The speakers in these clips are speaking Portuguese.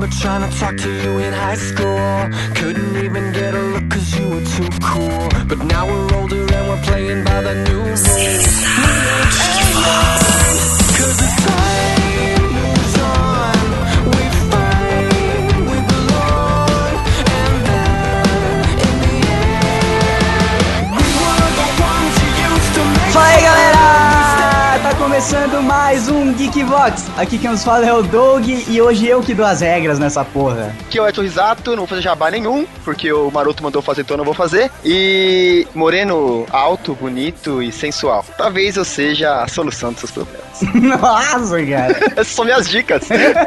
remember trying to talk to you in high school. Couldn't even get a look cause you were too cool. But now we're older and we're playing by the new rules. Cause the time moves on. We fight with the Lord. And then in the end we were the ones you used to make. Fala aí, galera! Tá começando mais um Geekvox. Aqui quem nos fala é o Doug e hoje eu que dou as regras nessa porra. Aqui é o Eto Risato, não vou fazer jabá nenhum, porque o Maroto mandou fazer, então eu não vou fazer. E moreno, alto, bonito e sensual. Talvez eu seja a solução dos seus problemas. Nossa, cara. Essas são minhas dicas.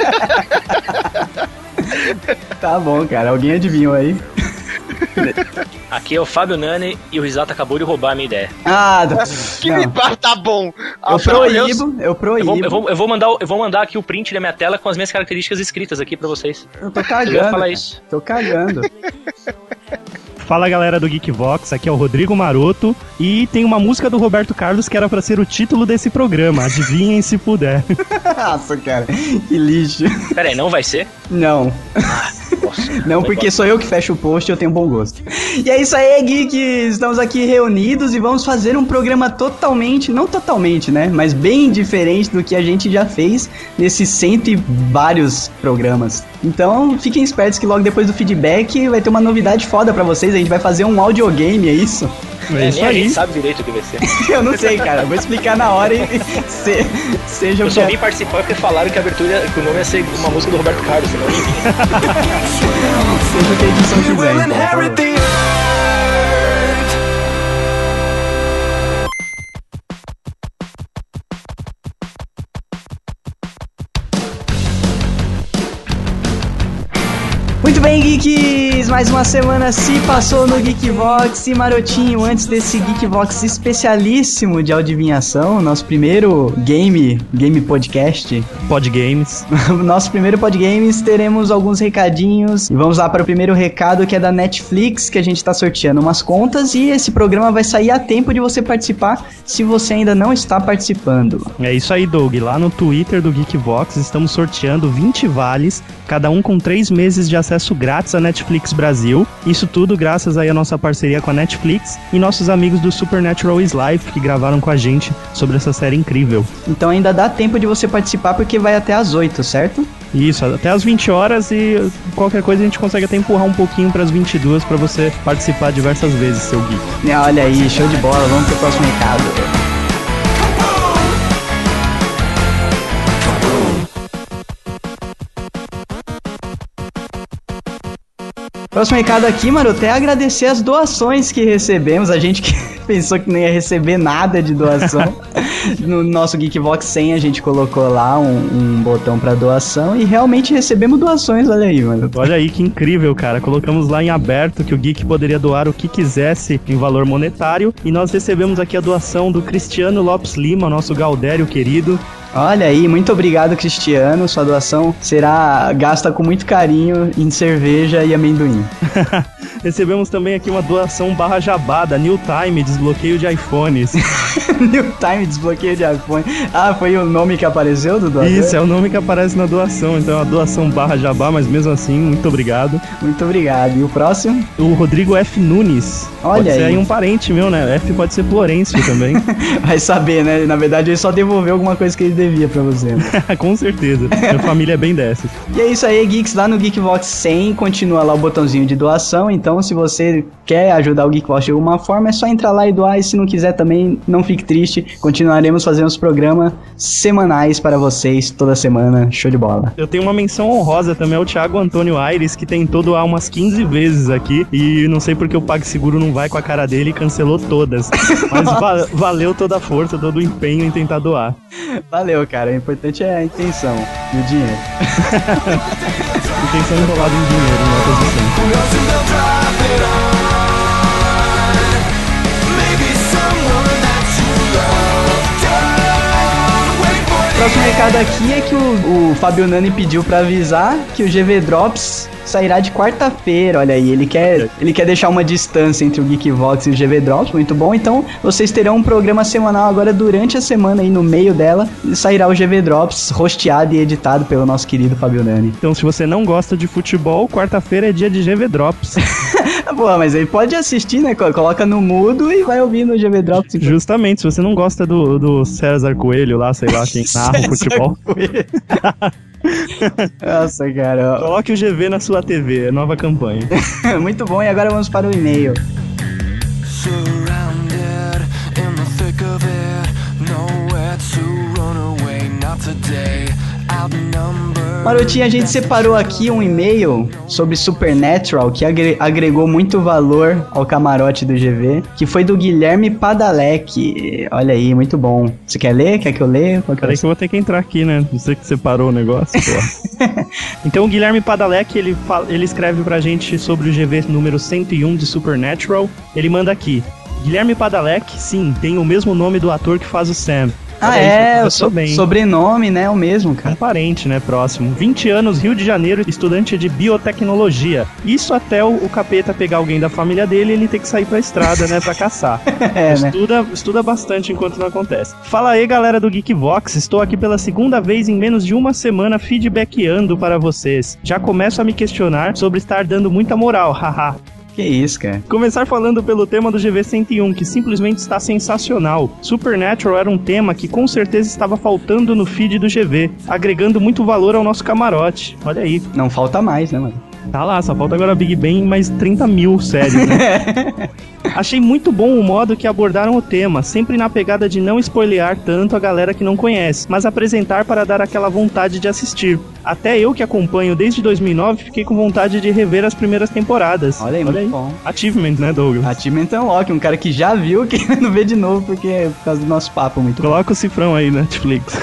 Tá bom, cara. Alguém adivinhou aí? Aqui é o Fábio Nani e o Risato acabou de roubar a minha ideia. Ah, Tá bom. Eu proíbo. Eu vou mandar aqui o print da minha tela com as minhas características escritas aqui pra vocês. Eu tô cagando. Eu ia falar isso. Tô cagando. Fala, galera do Geekvox, aqui é o Rodrigo Maroto e tem uma música do Roberto Carlos que era pra ser o título desse programa, adivinhem se puder. Nossa, cara, que lixo. Pera aí, não vai ser? Não. Nossa, não, porque sou eu que fecho o post e eu tenho bom gosto. E é isso aí, geeks, estamos aqui reunidos e vamos fazer um programa totalmente, não totalmente, né, mas bem diferente do que a gente já fez nesses cento e vários programas. Então, fiquem espertos que logo depois do feedback vai ter uma novidade foda pra vocês. A gente vai fazer um audiogame, é isso? É isso nem aí. A gente sabe direito o que vai ser. Eu não sei, cara. Vou explicar na hora e seja o Eu que... só vim participar porque falaram que a abertura, que o nome ia ser uma música do Roberto Carlos, senão nem vinha. Seja o que a edição quiser, então, por favor. Muito bem, geeks! Mais uma semana se passou no Geekvox e Marotinho, antes desse Geekvox especialíssimo de adivinhação, nosso primeiro game podcast. Podgames. Nosso primeiro Podgames, teremos alguns recadinhos e vamos lá para o primeiro recado, que é da Netflix, que a gente está sorteando umas contas e esse programa vai sair a tempo de você participar se você ainda não está participando. É isso aí, Doug. Lá no Twitter do Geekvox estamos sorteando 20 vales, cada um com 3 meses de acesso grátis à Netflix Brasil. Isso tudo graças aí à nossa parceria com a Netflix e nossos amigos do Supernatural is Life, que gravaram com a gente sobre essa série incrível. Então ainda dá tempo de você participar porque vai até às 8, certo? Isso, até às 20 horas e qualquer coisa a gente consegue até empurrar um pouquinho para as 22 para você participar diversas vezes, seu geek. Olha aí, show de bola, vamos pro próximo recado. Próximo recado aqui, Maroto, é agradecer as doações que recebemos. A gente que pensou que não ia receber nada de doação. No nosso Geekvox 100 a gente colocou lá um botão pra doação e realmente recebemos doações, olha aí, mano. Olha aí, que incrível, cara. Colocamos lá em aberto que o Geek poderia doar o que quisesse em valor monetário e nós recebemos aqui a doação do Cristiano Lopes Lima, nosso Gaudério querido. Olha aí, muito obrigado, Cristiano. Sua doação será gasta com muito carinho em cerveja e amendoim. Recebemos também aqui uma doação barra jabá da New Time, desbloqueio de iPhones. New Time, desbloqueio de iPhone. Ah, foi o nome que apareceu do doador? Isso, é o nome que aparece na doação. Então é uma doação barra jabá, mas mesmo assim, muito obrigado. Muito obrigado. E o próximo? O Rodrigo F. Nunes. Olha pode aí. ser aí um parente meu, né? F pode ser Florencio também. Vai saber, né? Na verdade, ele só devolveu alguma coisa que ele devia pra você. Com certeza. Minha família é bem dessas. E é isso aí, geeks. Lá no Geekvox 100 continua lá o botãozinho de doação. Então, se você quer ajudar o Geekvox de alguma forma, é só entrar lá e doar. E se não quiser também, não fique triste. Continuaremos fazendo os programas semanais para vocês toda semana. Show de bola. Eu tenho uma menção honrosa também ao Thiago Antônio Aires, que tentou doar umas 15 vezes aqui. E não sei porque o PagSeguro não vai com a cara dele e cancelou todas. Mas valeu toda a força, todo o empenho em tentar doar. Valeu, cara. O importante é a intenção e o dinheiro. Intenção enrolada em dinheiro, notas de 100. Próximo recado aqui é que o Fábio Nani pediu pra avisar que o GV Drops sairá de quarta-feira, olha aí. Ele quer deixar uma distância entre o Geekvox e o GV Drops, muito bom. Então, vocês terão um programa semanal agora durante a semana aí, no meio dela, sairá o GV Drops, rosteado e editado pelo nosso querido Fábio Nani. Então, se você não gosta de futebol, quarta-feira é dia de GV Drops. Pô, mas ele pode assistir, né? Coloca no mudo e vai ouvir no GV Drops. Justamente, se você não gosta do César Coelho lá, sei lá, quem narra o futebol. Nossa, cara. Coloque o GV na sua TV, nova campanha. Muito bom, e agora vamos para o e-mail. Surrounded in the thick of it, nowhere to run away, not today, outnumbered. Marotinha, a gente separou aqui um e-mail sobre Supernatural que agregou muito valor ao camarote do GV, que foi do Guilherme Padalec. Olha aí, muito bom. Você quer ler? Quer que eu leia? Peraí que eu vou ter que entrar aqui, né? Você que separou o negócio, pô. Então o Guilherme Padalec, ele escreve pra gente sobre o GV número 101 de Supernatural. Ele manda aqui: Guilherme Padalec, sim, tem o mesmo nome do ator que faz o Sam. O sobrenome, né? O mesmo, cara. Um parente, né? Próximo. 20 anos, Rio de Janeiro, estudante de biotecnologia. Isso até o capeta pegar alguém da família dele e ele ter que sair pra estrada, né? Pra caçar. Estuda bastante enquanto não acontece. Fala aí, galera do Geekvox. Estou aqui pela segunda vez em menos de uma semana feedbackando para vocês. Já começo a me questionar sobre estar dando muita moral, haha. Que isso, cara. Começar falando pelo tema do GV101, que simplesmente está sensacional. Supernatural era um tema que com certeza estava faltando no feed do GV, agregando muito valor ao nosso camarote. Olha aí. Não falta mais, né, mano? Tá lá, só falta agora Big Bang e mais 30 mil séries, né? Achei muito bom o modo que abordaram o tema, sempre na pegada de não spoilear tanto a galera que não conhece, mas apresentar para dar aquela vontade de assistir. Até eu que acompanho desde 2009 fiquei com vontade de rever as primeiras temporadas. Olha aí, muito bom. Achievement, né, Douglas? Achievement Unlock, um cara que já viu que não vê de novo porque é por causa do nosso papo muito bom. Coloca o cifrão aí, Netflix.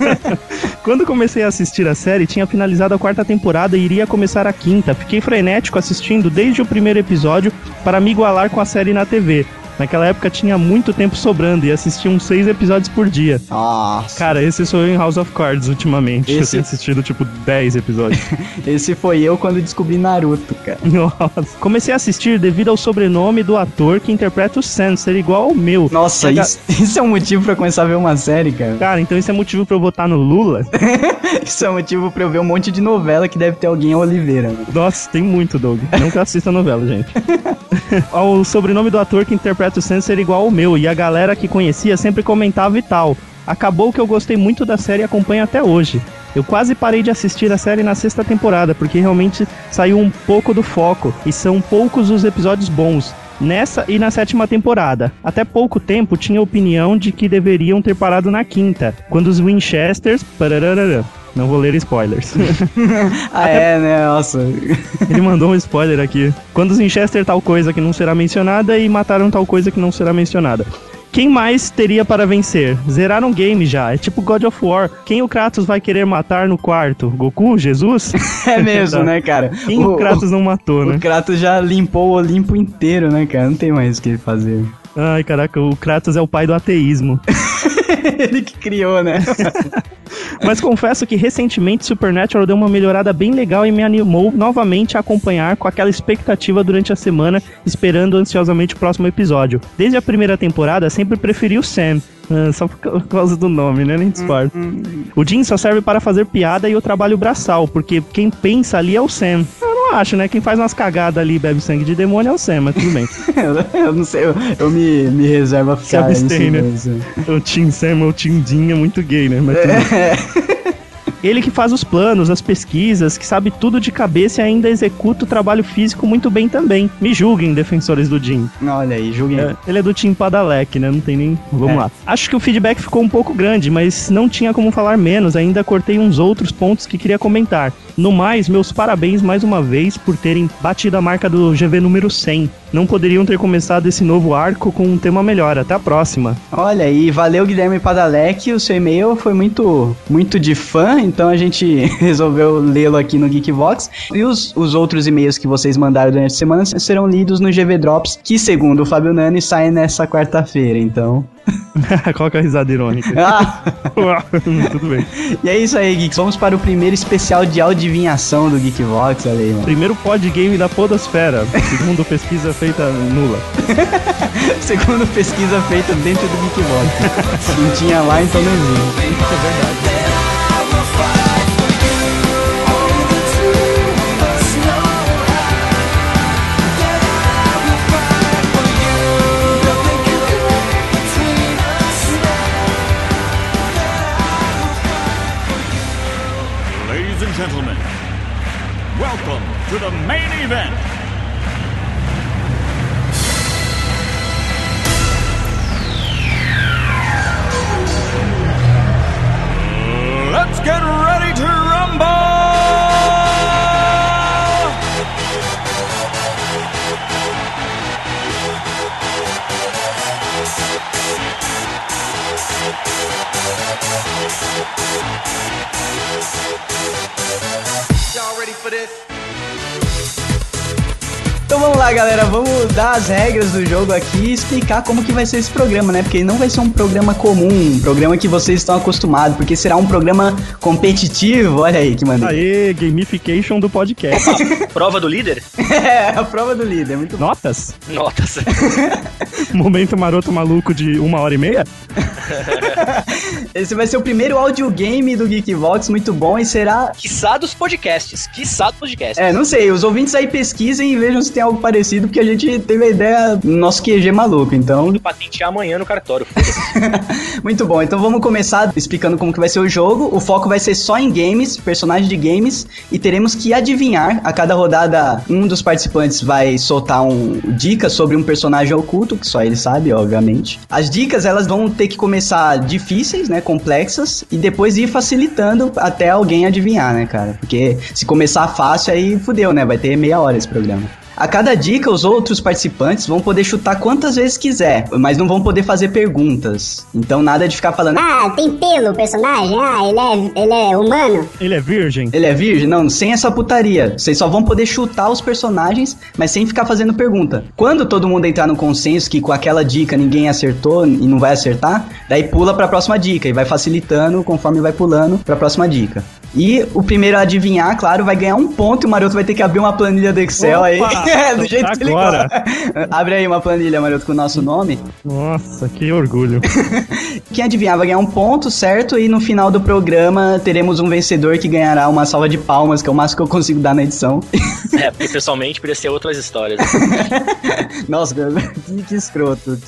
Quando comecei a assistir a série, tinha finalizado a 4ª temporada e iria começar a 5ª. Fiquei frenético assistindo desde o primeiro episódio para me igualar com a série na TV. Naquela época tinha muito tempo sobrando e assistia uns 6 episódios por dia. Nossa. Cara, esse sou eu em House of Cards ultimamente. Eu tenho assistido tipo 10 episódios. Esse foi eu quando descobri Naruto, cara. Nossa. Comecei a assistir devido ao sobrenome do ator que interpreta o Sam ser igual ao meu. Nossa, isso é um motivo pra começar a ver uma série, cara. Cara, então isso é motivo pra eu votar no Lula? Isso é motivo pra eu ver um monte de novela que deve ter alguém a Oliveira. Né? Nossa, tem muito, Doug. Não que eu assista a novela, gente. O sobrenome do ator que interpreta o Sam ser igual ao meu, e a galera que conhecia sempre comentava e tal. Acabou que eu gostei muito da série e acompanho até hoje. Eu quase parei de assistir a série na 6ª temporada, porque realmente saiu um pouco do foco, e são poucos os episódios bons. Nessa e na 7ª temporada. Até pouco tempo tinha a opinião de que deveriam ter parado na 5ª, quando os Winchesters... Não vou ler spoilers. Né? Nossa. Ele mandou um spoiler aqui. Quando os Winchester tal coisa que não será mencionada e mataram tal coisa que não será mencionada. Quem mais teria para vencer? Zeraram o game já. É tipo God of War. Quem o Kratos vai querer matar no quarto? Goku? Jesus? É mesmo, né, cara? Quem o Kratos não matou, né? O Kratos já limpou o Olimpo inteiro, né, cara? Não tem mais o que fazer. Ai, caraca, o Kratos é o pai do ateísmo. Ele que criou, né? Mas confesso que recentemente Supernatural deu uma melhorada bem legal e me animou novamente a acompanhar com aquela expectativa durante a semana, esperando ansiosamente o próximo episódio. Desde a primeira temporada, sempre preferi o Sam. Só por causa do nome, né? Nem disfarça. O Jim só serve para fazer piada e o trabalho braçal, porque quem pensa ali é o Sam. Eu não acho, né? Quem faz umas cagadas ali e bebe sangue de demônio é o Sam, mas tudo bem. Eu não sei, eu me reservo a ficar... Se abstém, né? O Team Sam ou o Team Jim é muito gay, né? Mas ele que faz os planos, as pesquisas, que sabe tudo de cabeça e ainda executa o trabalho físico muito bem também. Me julguem, defensores do Jim. Olha aí, julguem. Ele é do Team Padalec, né? Não tem nem... Vamos lá. Acho que o feedback ficou um pouco grande, mas não tinha como falar menos. Ainda cortei uns outros pontos que queria comentar. No mais, meus parabéns mais uma vez por terem batido a marca do GV número 100. Não poderiam ter começado esse novo arco com um tema melhor. Até a próxima. Olha aí, valeu Guilherme Padalec. O seu e-mail foi muito de fã, então a gente resolveu lê-lo aqui no Geekvox. E os outros e-mails que vocês mandaram durante a semana serão lidos no GV Drops, que segundo o Fábio Nani sai nessa quarta-feira, então... Qual que é a risada irônica? Ah! Tudo bem. E é isso aí, Geeks. Vamos para o primeiro especial de adivinhação do Geekvox, olha aí, mano. Primeiro podgame da podosfera, segundo pesquisa feita nula. Segundo pesquisa feita dentro do Geekvox. Não tinha lá, então não existe. É verdade. Ladies and gentlemen, welcome to the main event. Let's get ready to rumble! Y'all ready for this? Então vamos lá, galera, vamos dar as regras do jogo aqui e explicar como que vai ser esse programa, né? Porque não vai ser um programa comum, um programa que vocês estão acostumados, porque será um programa competitivo, olha aí que maneiro. Aê, gamification do podcast. Prova do líder? É, a prova do líder, muito bom. Notas? Notas. Momento maroto maluco de 1h30? Esse vai ser o primeiro audiogame do Geekvox, muito bom, e será... Quiçá dos podcasts. É, não sei, os ouvintes aí pesquisem e vejam se tem algo parecido, porque a gente teve a ideia do nosso QG maluco, então... Vou patentear amanhã no cartório. Muito bom, então vamos começar explicando como que vai ser o jogo. O foco vai ser só em games, personagens de games, e teremos que adivinhar. A cada rodada, um dos participantes vai soltar dicas sobre um personagem oculto, que só ele sabe, obviamente. As dicas, elas vão ter que começar difíceis, né, complexas, e depois ir facilitando até alguém adivinhar, né, cara? Porque se começar fácil, aí fudeu, né? Vai ter meia hora esse programa. A cada dica, os outros participantes vão poder chutar quantas vezes quiser, mas não vão poder fazer perguntas. Então nada de ficar falando, Ah, tem pelo o personagem? Ah, ele é humano? Ele é virgem? ele é virgem? Não, sem essa putaria. Vocês só vão poder chutar os personagens, mas sem ficar fazendo pergunta. Quando todo mundo entrar no consenso que com aquela dica ninguém acertou e não vai acertar, daí pula pra próxima dica e vai facilitando conforme vai pulando pra próxima dica. E o primeiro a adivinhar, claro, vai ganhar um ponto e o Maroto vai ter que abrir uma planilha do Excel. Opa! Aí. É, do jeito que ele Agora. gosta. Abre aí uma planilha, Maroto, com o nosso nome. Nossa, que orgulho. Quem adivinhar vai ganhar um ponto, certo? E no final do programa teremos um vencedor que ganhará uma salva de palmas, que é o máximo que eu consigo dar na edição. É, porque pessoalmente poderia ser outras histórias. Nossa, que escroto.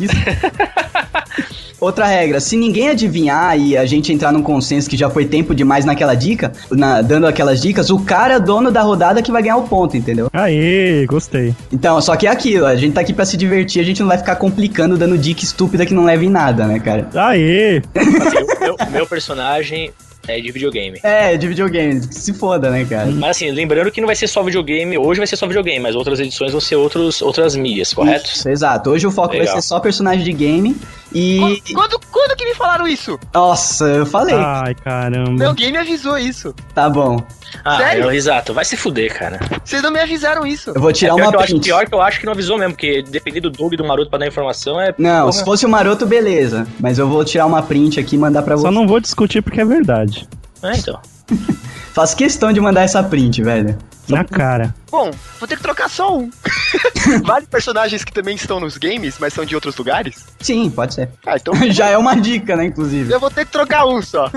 Outra regra, se ninguém adivinhar e a gente entrar num consenso que já foi tempo demais naquela dica, dando aquelas dicas, o cara dono da rodada que vai ganhar o ponto, entendeu? Aê, gostei. Então, só que é aquilo, a gente tá aqui pra se divertir, a gente não vai ficar complicando, dando dica estúpida que não leva em nada, né, cara? Aê! Assim, o meu personagem é de videogame. É, de videogame, que se foda, né, cara? Mas assim, lembrando que não vai ser só videogame, hoje vai ser só videogame, mas outras edições vão ser outras mídias, correto? Isso, exato. Hoje o foco Legal. vai ser só personagem de game e... Quando que me falaram isso? Nossa, eu falei. Ai, caramba. Meu game me avisou isso. Tá bom. Ah, Sério? Risato, vai se fuder, cara. Vocês não me avisaram isso. Eu vou tirar pior, uma que eu acho, print. pior que eu acho que não avisou mesmo, porque depender do Doug e do Maroto pra dar informação é... Não, porra. se fosse o Maroto, beleza. Mas eu vou tirar uma print aqui e mandar pra você. Só não vou discutir porque é verdade. É, então. Faço questão de mandar essa print, velho. Na cara. Bom, vou ter que trocar só um. Vale personagens que também estão nos games, mas são de outros lugares? Sim, pode ser. Ah, então Já é uma dica, né, inclusive. eu vou ter que trocar um só.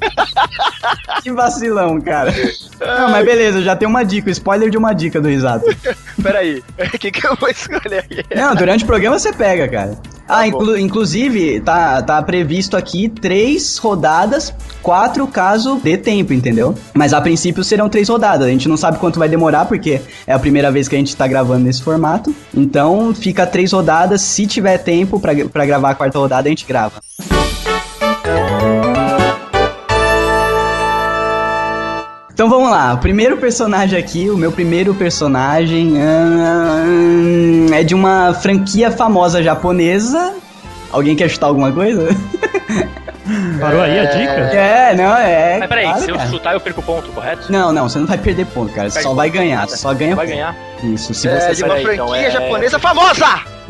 Que vacilão, cara. Não, mas beleza, já tem uma dica, spoiler de uma dica do Risato. Peraí, o que eu vou escolher aqui? Não, durante o programa você pega, cara. Ah, bom. inclusive, tá previsto aqui 3 rodadas, 4 caso dê tempo, entendeu? Mas a princípio serão 3 rodadas. A gente não sabe quanto vai demorar, porque é a primeira vez que a gente tá gravando nesse formato. Então, fica 3 rodadas. Se tiver tempo pra gravar a 4ª rodada, a gente grava. Então vamos lá, o primeiro personagem aqui, o meu primeiro personagem é de uma franquia famosa japonesa. Alguém quer chutar alguma coisa? Parou aí a dica? É, não, é. Mas peraí, claro, se eu cara. chutar eu perco ponto, correto? Não, você não vai perder ponto, cara. Você Perde só vai ponto. ganhar. Você só ganha Vai ponto. ganhar? Isso, se É você de uma peraí, franquia então é- japonesa famosa!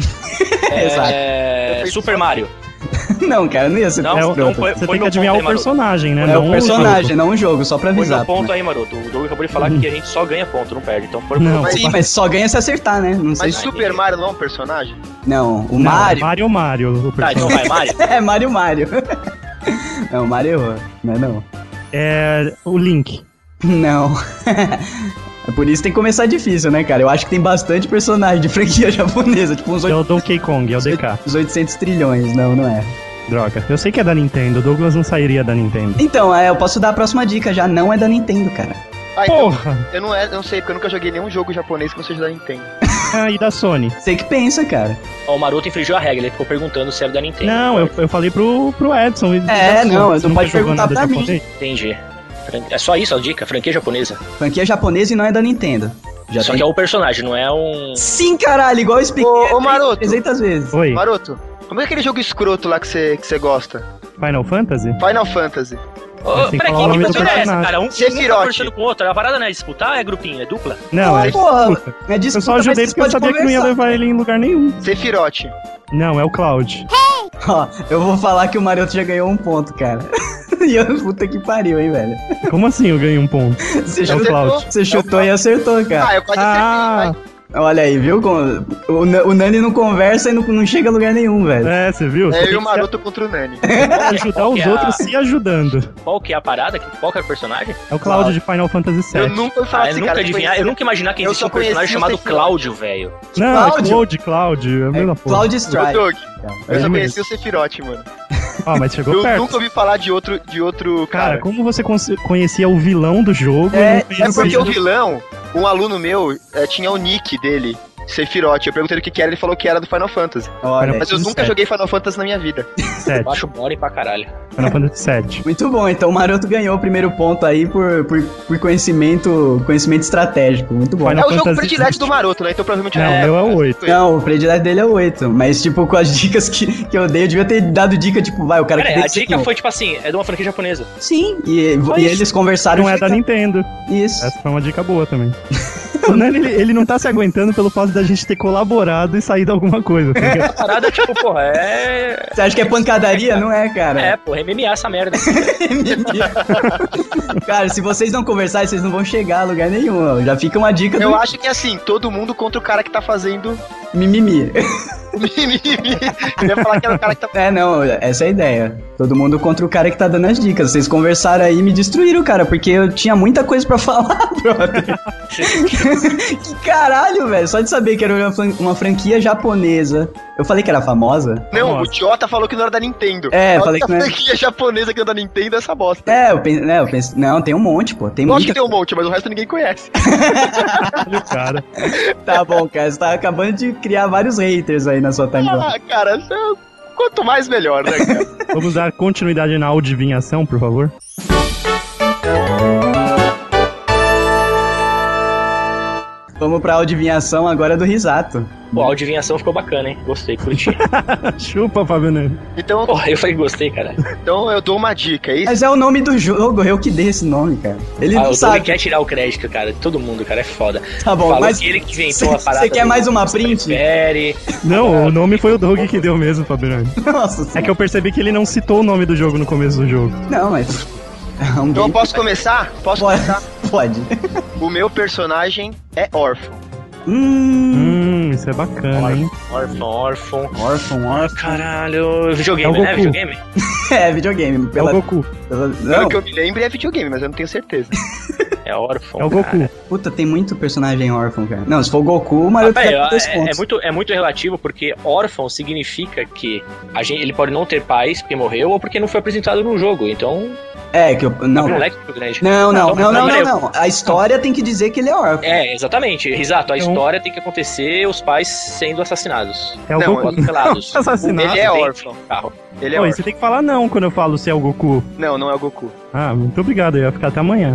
Exato. Super Mario. Não, cara, não ia ser Não, tão não escroto. foi- Você tem que meu adivinhar ponto o aí, Maroto. personagem, né? É Não o o personagem, jogo. não o jogo, só pra Põe avisar. meu ponto né? aí, Maroto. O Doug acabou de falar que a gente só ganha ponto, não perde. Então, Não. Mas- Sim, mas só ganha se acertar, né? Não sei Mas se... Super Mario não é um personagem? Não, o Não, Mario. Mario, o Tá, então personagem. vai, Mario. É, Mario. Não, Mario errou. Não é não. É o Link. Não. É por isso que tem que começar difícil, né, cara? Eu acho que tem bastante personagem de franquia japonesa, tipo uns É o Donkey Kong, é o DK. uns 800 trilhões. Não, não é. Droga. Eu sei que é da Nintendo, o Douglas não sairia da Nintendo. Então, eu posso dar a próxima dica já. Não é da Nintendo, cara. Ah, então, Porra! eu não sei, porque eu nunca joguei nenhum jogo japonês que não seja da Nintendo. Ah, e da Sony? Você que pensa, cara. Ó, o Maroto infringiu a regra, ele ficou perguntando se era da Nintendo. Não, eu falei pro Edson. e da Sony. não, Você não nunca pode jogou perguntar nada pra mim. japonês? Entendi. É só isso a dica, franquia japonesa. Franquia japonesa e não é da Nintendo. Já Só tem... que é o personagem, não é um. Sim, caralho, igual eu expliquei Ô, Maroto. 300 vezes. Oi, Maroto, como é aquele jogo escroto lá que você gosta? Final Fantasy? Final Fantasy. Ô, tem que peraí, falar o que nome do pessoa é essa, personagem. cara? Um tá Sephiroth. conversando com o outro. A parada não é disputar, é grupinho, é dupla? Não, é porra, disputa. é disputa, Eu só mas ajudei vocês porque eu podem sabia que não ia conversar. levar ele em lugar nenhum. Sephiroth. Não, é o Cloud. Ó, eu vou falar que o Maroto já ganhou um ponto, cara. E eu, puta que pariu, hein, velho. Como assim eu ganhei um ponto? Você É o chutou, Cloud. você chutou e acertou, cara. Ah, eu quase Ah, acertei. Olha aí, viu? O Nani não conversa e não chega a lugar nenhum, velho. é, você viu? Mas... Você É tem eu e o que Maroto contra o Nani. ajudar os que é a- outros se ajudando. Qual que é a parada? Qual que é o personagem? É o Cloud de Final Fantasy Eu VII. nunca ouvi falar Ah, eu desse nunca cara. adivinhar, eu nunca imaginar que Eu existia só um personagem conheci o chamado Sephiroth. Cláudio, velho. Não, Cláudio. é Cloud, é a mesma porra. Cloud Ô, Strike. Doug, cara. eu É só mesmo. conheci o Sephiroth, mano. Ah, mas chegou Eu perto. nunca ouvi falar de outro Cara, cara. como você conhecia o vilão do jogo? É, eu não É conhecia porque o do- vilão, um aluno meu, tinha o nick dele, Sephiroth. Eu perguntei o que era, ele falou que era do Final Fantasy. Olha, Mas eu nunca Sete. joguei Final Fantasy na minha vida. 7. Eu acho boring pra caralho. Final Fantasy 7. muito bom. Então o Maroto ganhou o primeiro ponto aí por conhecimento estratégico. Muito bom. Final É o jogo Fantasy predileto do Maroto, né? Então provavelmente Não, é eu é o 8. Não, o predileto dele é 8. Mas, tipo, com as dicas que eu dei, eu devia ter dado dica, tipo, vai, o cara Pera que aí, a desenhou. dica foi tipo assim, é de uma franquia japonesa. Sim, e Só e isso. eles conversaram. Não é da Nintendo. Isso. Essa foi uma dica boa também. O Nani, ele não tá se aguentando pelo fato da gente ter colaborado e saído alguma coisa. tá ligado? A parada, tipo, porra, é. Você acha que é pancadaria? Não é, cara. É, porra, é MMA essa merda. Cara, se vocês não conversarem, vocês não vão chegar a lugar nenhum. Ó. Já fica uma dica Eu do acho que é assim, todo mundo contra o cara que tá fazendo mimimi. o mimimi. Eu ia falar que era o cara que tá... É, não, essa é a ideia. Todo mundo contra o cara que tá dando as dicas. Vocês conversaram aí e me destruíram, cara, porque eu tinha muita coisa pra falar, brother. Que caralho, velho. Só de saber que era uma franquia japonesa. Eu falei que era famosa? Não, Nossa. o Jota falou que não era da Nintendo. É, A falei única que não é. franquia japonesa que é da Nintendo é essa bosta. É, eu pensei. Não, tem um monte, pô. Tem Lógico muita. que tem um monte, mas o resto ninguém conhece. Olha o cara. Tá bom, cara. Você tá acabando de criar vários haters aí na sua timeline. Ah, cara, quanto mais melhor, né, cara? Vamos dar continuidade na adivinhação, por favor. Vamos pra adivinhação agora do Risato. Pô, a adivinhação ficou bacana, hein? Gostei, curti. Chupa, Fábio Nani. Então, Porra, eu falei que gostei, cara. então eu dou uma dica, é isso? Mas é o nome do jogo, eu que dei esse nome, cara. Ele Ah, não o sabe. Doug quer tirar o crédito, cara. Todo mundo, cara, é foda. Tá bom, Falou mas que ele que inventou a parada. você quer do- mais uma do print? Prefere. Não, o nome foi o Doug que deu mesmo, Fábio Nani. Nossa É que eu percebi que ele não citou o nome do jogo no começo do jogo. Não, mas. É um Então eu game- posso começar? Posso Pode. começar? Pode. O meu personagem é órfão. Isso é bacana, hein? Órfão. Órfão. Caralho, videogame, É o né? Goku. Videogame? É, videogame. É o Goku. Pelo Não, que eu me lembro é videogame, mas eu não tenho certeza. É órfão. É o Goku. cara. puta, tem muito personagem órfão, cara. Não, se for o Goku, o Mario Ah, peraí, tem 10 pontos. é muito relativo porque órfão significa que ele pode não ter pais porque morreu ou porque não foi apresentado no jogo. Então, É, que eu. Não. é um moleque muito grande. Não. peraí. A história tem que dizer que ele é órfão. É, exatamente. Exato. A Então- história tem que acontecer os pais sendo assassinados. É o Não, Goku. Atropelados. Assassinado. Ele é Dentro órfão. do carro. Ele é Oi, órfão. você tem que falar não quando eu falo se é o Goku. Não, não é o Goku. Ah, muito obrigado, eu ia ficar até amanhã.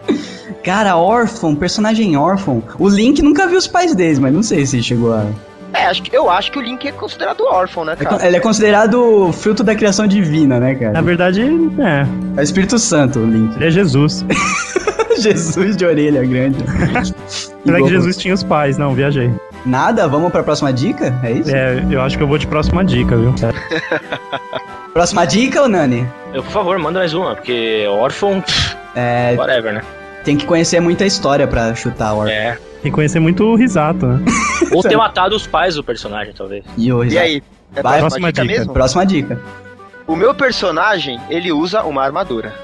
Cara, órfão, personagem órfão. O Link nunca viu os pais deles, mas não sei se chegou a. Eu acho que o Link é considerado órfão, né, cara? Ele é considerado fruto da criação divina, né, Na cara? verdade, É o Espírito Santo, o Link. ele é Jesus. Jesus de orelha grande. Será que Jesus tinha os pais? Não, viajei. Nada? Vamos pra próxima dica? É isso? Eu acho que eu vou de próxima dica, viu? Próxima dica, ô Nani? Por favor, manda mais uma, porque órfão, whatever, né? Tem que conhecer muita história pra chutar a órfão. Tem que conhecer muito o Risato, né? Ou ter matado os pais do personagem, talvez. E aí? É Vai, próxima dica. mesmo? Próxima dica. O meu personagem, ele usa uma armadura.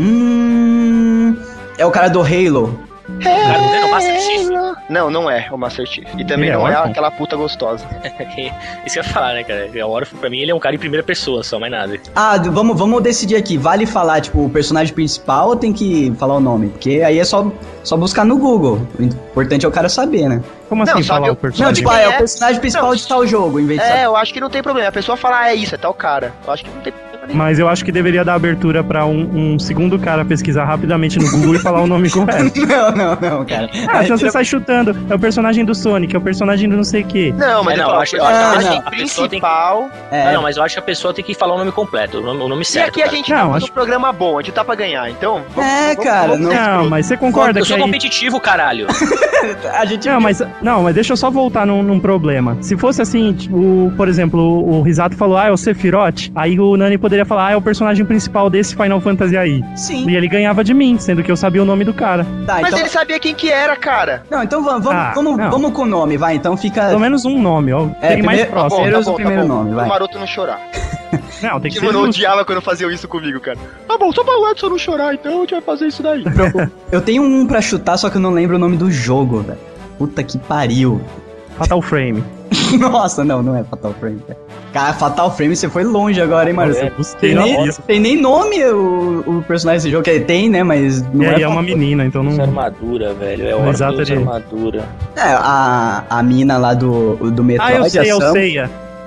É o cara do Halo. Cara, não é o Master Chief. Não é o Master Chief. E também Ele é não é órfão? aquela puta gostosa. Isso que eu ia falar, né, cara? O órfão, pra mim, ele é um cara em primeira pessoa, só mais nada. Vamos decidir aqui. Vale falar, tipo, o personagem principal ou tem que falar o nome? Porque aí é só buscar no Google. O importante é o cara saber, né? Como Não, assim sabe, falar eu- o personagem? Não, tipo, quem é o é? personagem principal Não. de tal jogo, em vez de Eu acho que não tem problema. A pessoa fala, é isso, é tal cara. Eu acho que não tem problema nenhum. Mas eu acho que deveria dar abertura pra um segundo cara pesquisar rapidamente no Google e falar o nome correto. Não, cara. Ah, senão você sai chutando. É o personagem do Sonic, é o personagem do não sei o quê. Não, mas Não, eu eu acho- acho que não. a A pessoa tem que- principal... Não, mas eu acho que a pessoa tem que falar o nome completo, o nome E certo. aqui a cara. gente Não, tá fazendo acho- um programa bom, a gente tá pra ganhar, então... Cara, Não, mas você concorda Eu que sou aí... competitivo, caralho. a gente... Não, mas deixa eu só voltar num problema. Se fosse assim, tipo, por exemplo, o Risato falou, é o Sephiroth, aí o Nani poderia falar, é o personagem principal desse Final Fantasy aí. Sim. E ele ganhava de mim, sendo que eu sabia o nome do cara. Tá, Mas então... ele sabia quem que era, cara. Não, então vamos não. vamos com o nome, vai. Então fica... Pelo menos um nome, ó. Tem mais primeiro- próximo. Primeiro usa o primeiro nome, vai. O Maroto não chorar. Não, tem que Tipo, ser eu não justo. odiava quando faziam isso comigo, cara. Tá bom, só pra o Edson não chorar, então a gente vai fazer isso daí. Eu tenho um pra chutar, só que eu não lembro o nome do jogo, velho. Puta que pariu. Fatal Frame. Nossa, não é Fatal Frame, cara. Cara, Fatal Frame, você foi longe agora, hein, Mário? Eu busquei Tem na nem, lista. tem nem nome o personagem desse jogo, que tem, né, mas não E aí é... é uma menina, então Usa não... armadura, velho. É Exato, órfão, usa ele- armadura. É, a mina lá do Metroid, Ah, eu sei, é a o Samus. Seiya.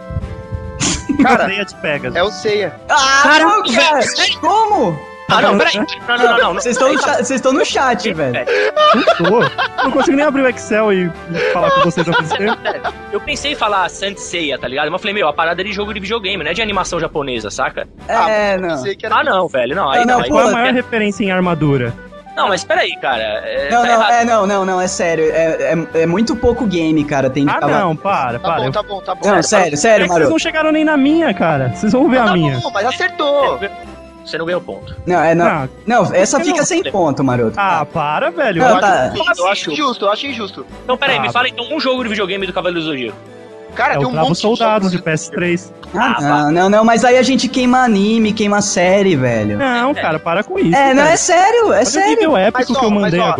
Cara, Seiya de Pegasus. é o Ceia. Ah, não, cara! Como? Ah, não, peraí. Não. Vocês estão no chat, velho. Não consigo nem abrir o Excel e falar com vocês ao mesmo tempo. Eu pensei em falar Saint Seiya, tá ligado? Mas eu falei, a parada é de jogo de videogame, não é de animação japonesa, saca? Não. Sei que era... Ah, não, velho. Não, aí Não, não. Aí pô, Qual é a não, maior referência em armadura? não, mas peraí, cara. Tá errado. Não, é sério. É muito pouco game, cara. Tem que Ah, falar. não, para. Tá Eu- bom. Não, sério, É sério, que vocês Maroto. não chegaram nem na minha, cara. Vocês vão ver a Tá minha. bom, mas acertou. Você não ganhou ponto. Não, essa Por que fica não? sem ponto, Maroto. Ah, para, velho. Não, Eu tá. acho injusto, eu acho injusto. Então, peraí, Ah, me fala então um jogo de videogame do Cavaleiro do Zodíaco. Cara, É tem o um Bravo monte Soldados de jogos PS3. Não, mas aí a gente queima anime, queima série, velho. Não, cara, para com isso. Não, cara. é sério, é Olha o sério. nível épico Mas, que eu ó, mandei mas, ó.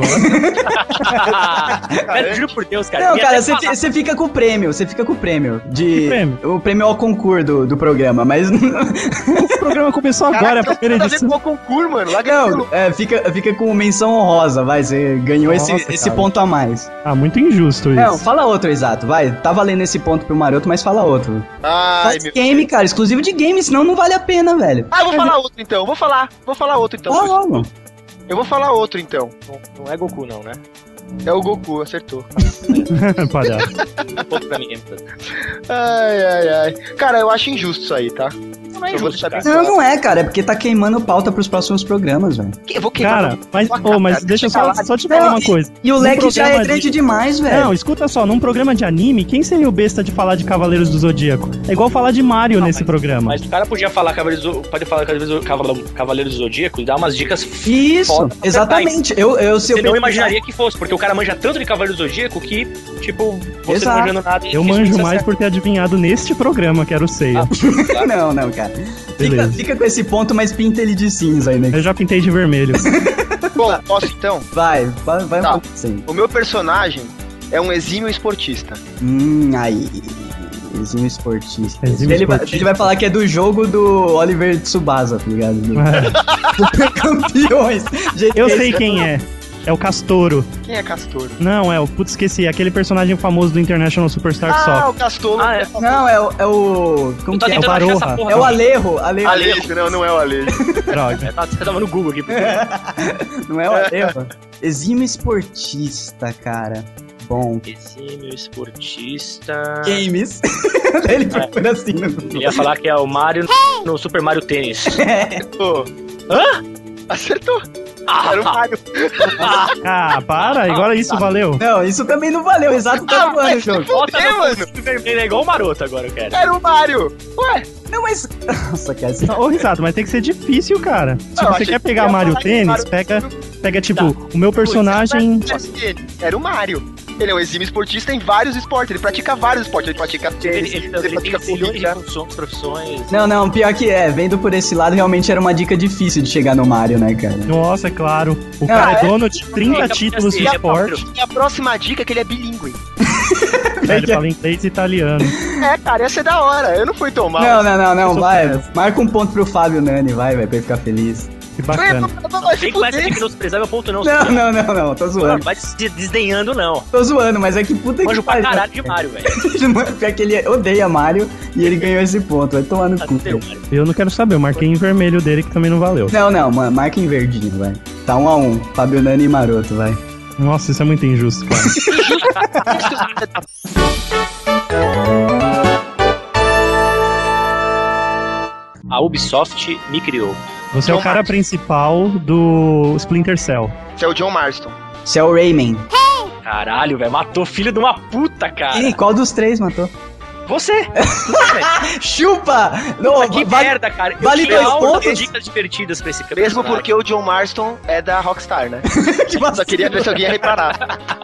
agora. Cara, juro por Deus, cara. Não, ia cara, até falar. você fica com o prêmio, Que prêmio? O prêmio ao concurso do programa, mas O programa começou agora, é a primeira Nada a ver edição. com o concurso, mano. Larga não, fica com menção honrosa, vai, você ganhou Nossa, esse cara. ponto a mais. Ah, muito injusto isso. Não, fala outro, exato, vai, tá valendo esse ponto pro Maroto, mas fala outro. Ai, Faz meu... game, cara, exclusivo de game, senão não vale a pena, velho. Ah, eu vou falar outro então. Vou falar outro então. Fala logo. Eu vou falar outro então. Não é Goku, não, né? É o Goku, acertou. Palhaço. Um pouco pra mim. Ai. Cara, eu acho injusto isso aí, tá? Não é Só vou injusto, deixar cara. bem Não é, cara, é porque tá queimando pauta pros próximos programas, velho. Eu vou queimar Cara, no- mas, sua cara, mas cara. deixa eu Fica lá. só te falar uma coisa. E o Num leque já é programa grande de- demais, velho. Não, escuta só, num programa de anime, quem seria o besta de falar de Cavaleiros do Zodíaco? É igual falar de Mario nesse programa. Mas o cara podia falar Cavaleiro do Zodíaco e dar umas dicas Isso, foda pra exatamente. acertar. Eu Você não pesquisar- imaginaria que fosse, porque o cara manja tanto de Cavaleiro do Zodíaco que, tipo, você Exato. não manjando nada. Eu manjo mais por ter adivinhado neste programa, que era o Seiya. Não, cara. Beleza. Fica com esse ponto, mas pinta ele de cinza aí, né? Eu já pintei de vermelho. Bom, posso então? Vai um Tá. pouco assim. O meu personagem é um exímio esportista. Aí. Exímio esportista. Exímio esportista. Ele vai falar que é do jogo do Oliver Tsubasa, tá ligado? Do Campeões. Eu sei quem é. É o Castoro. Quem é Castor? Não, é o... Putz, esqueci. É aquele personagem famoso do International Superstar Ah, Soccer. o Castolo. Ah, é. Não, é o. Como Eu tô que é? tentando achar essa Baroja. porra. É o Alejo. Aleixo, não é o Aleixo. Droga. Você tava no Google aqui. Não é o Alejo. Exímio esportista, cara. Bom. Exímio esportista. Games. Ele procura assim no Eu Google. ia falar que é o Mario no Super Mario Tênis. Acertou. Hã? Acertou. Era o Mario. Ah, para, agora isso valeu. Não, isso também não valeu, o Exato tá voando o mas jogo. Bota É, no mano. fundo vermelho, é igual o Maroto agora, eu quero. Era o Mario. Ué. Não, mas... Nossa, cara, isso... Ô, Risato, mas tem que ser difícil, cara. Se Eu você achei quer que pegar ia Mario falar que Tênis, Mario- pega tipo, o meu personagem... Era o Mario. Ele é um exímio esportista em vários esportes. Ele pratica vários esportes. Ele pratica tênis, Ele ele tem pratica zilhões de corrida. profissões. Não, pior que vendo por esse lado, realmente era uma dica difícil de chegar no Mario, né, cara? Nossa, é claro. O Não, cara é é? dono de 30 Fica títulos de assim, é esporte. E a próxima dica é que ele é bilíngue. Ele fala inglês e italiano. É, cara, essa é da hora. Eu não fui tão mal. Não, sou vai. feliz. Marca um ponto pro Fábio Nani, vai, pra ele ficar feliz. Que bacana. Vai se Tem que mais fuder. que menosprezar meu ponto, não. Não, tô Não zoando. vai se desdenhando, não. Tô zoando, mas é que puta Manjo que pra pariu. caralho de Mario, velho. Pior que ele odeia Mario e ele ganhou esse ponto, vai tomar no Ah, cu. fudeu, cara. Mario. Eu não quero saber, eu marquei em vermelho dele que também não valeu. Não, mano, marca em verdinho, vai. Tá 1-1, Fábio Nani e Maroto, vai. Nossa, isso é muito injusto, cara. A Ubisoft me criou. Você é o John cara Marston. principal do Splinter Cell. Esse é o John Marston. Você é o Rayman. Caralho, velho. Matou filho de uma puta, cara. Ih, qual dos três matou? Você. Chupa! Não, Que vale- merda, cara. Eu vale tinha dois altas pontos? dicas divertidas pra esse Mesmo personagem. porque o John Marston é da Rockstar, né? que Só queria ver se alguém ia reparar.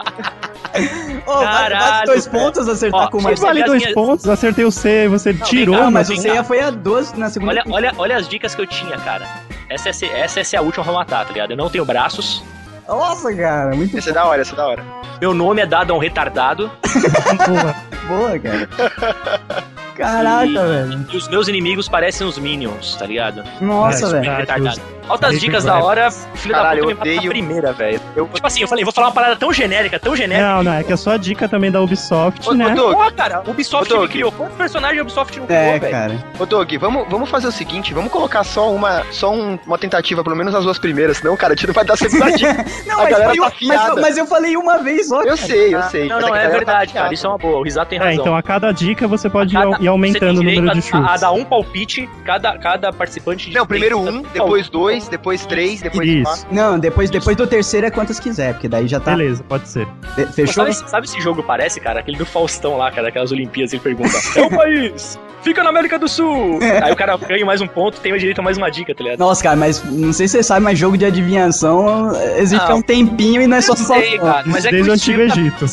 Ô, vale Caralho, 2 velho. pontos acertar Ó, com o mas Mas Marcelo. vale as 2 minhas- pontos, acertei o C, você tirou, cá, Ah, mas vem você cá. ia foi a 12 na segunda. Olha as dicas que eu tinha, cara. Essa é ser a última pra matar, tá ligado? Eu não tenho braços. Nossa, cara, muito Essa é da hora, essa é da hora. Meu nome é dado a um retardado. boa. boa, cara. Caraca, e, velho. E os meus inimigos parecem os Minions, tá ligado? Nossa, É, velho. cara. Retardado. Altas Baby dicas da Rabbit. hora, filho Caralho, da eu puta me mata na odeio- primeira, velho. Tipo assim, eu falei, vou falar uma parada tão genérica. Não, é que é só a dica também da Ubisoft, Ô, né? Doug, Porra, cara, Ubisoft Ô, me Doug. criou. Quantos personagens a Ubisoft não criou, É, velho? cara. ô Doug, vamos fazer o seguinte, vamos colocar só uma tentativa, pelo menos as duas primeiras, senão, cara, a gente não vai dar segunda dica. Não, A mas, galera foi tá uma- afiada. mas eu falei uma vez só. Eu cara. sei, eu sei. Não, mas não, a é galera tá verdade, afiada. cara. Isso é uma boa. O Risato tem É, razão. então a cada dica você pode Cada- ir aumentando você o tem número de direito a chutes. dar um palpite, cada participante. Não, primeiro tem- um, depois dois, depois três, depois Isso. quatro. Não, depois do terceiro é quantas quiser, porque daí já tá. Beleza, pode ser. Fechou? Sabe esse jogo parece, cara? Aquele do Faustão lá, cara, aquelas Olimpíadas, ele pergunta: é o país? Fica na América do Sul! Aí o cara ganha mais um ponto, tem o direito a mais uma dica, tá ligado? Nossa, cara, mas não sei se você sabe, mas jogo de adivinhação existe há Não. um tempinho e não é só Sei, cara, mas é que Desde o o Antigo estilo Egito.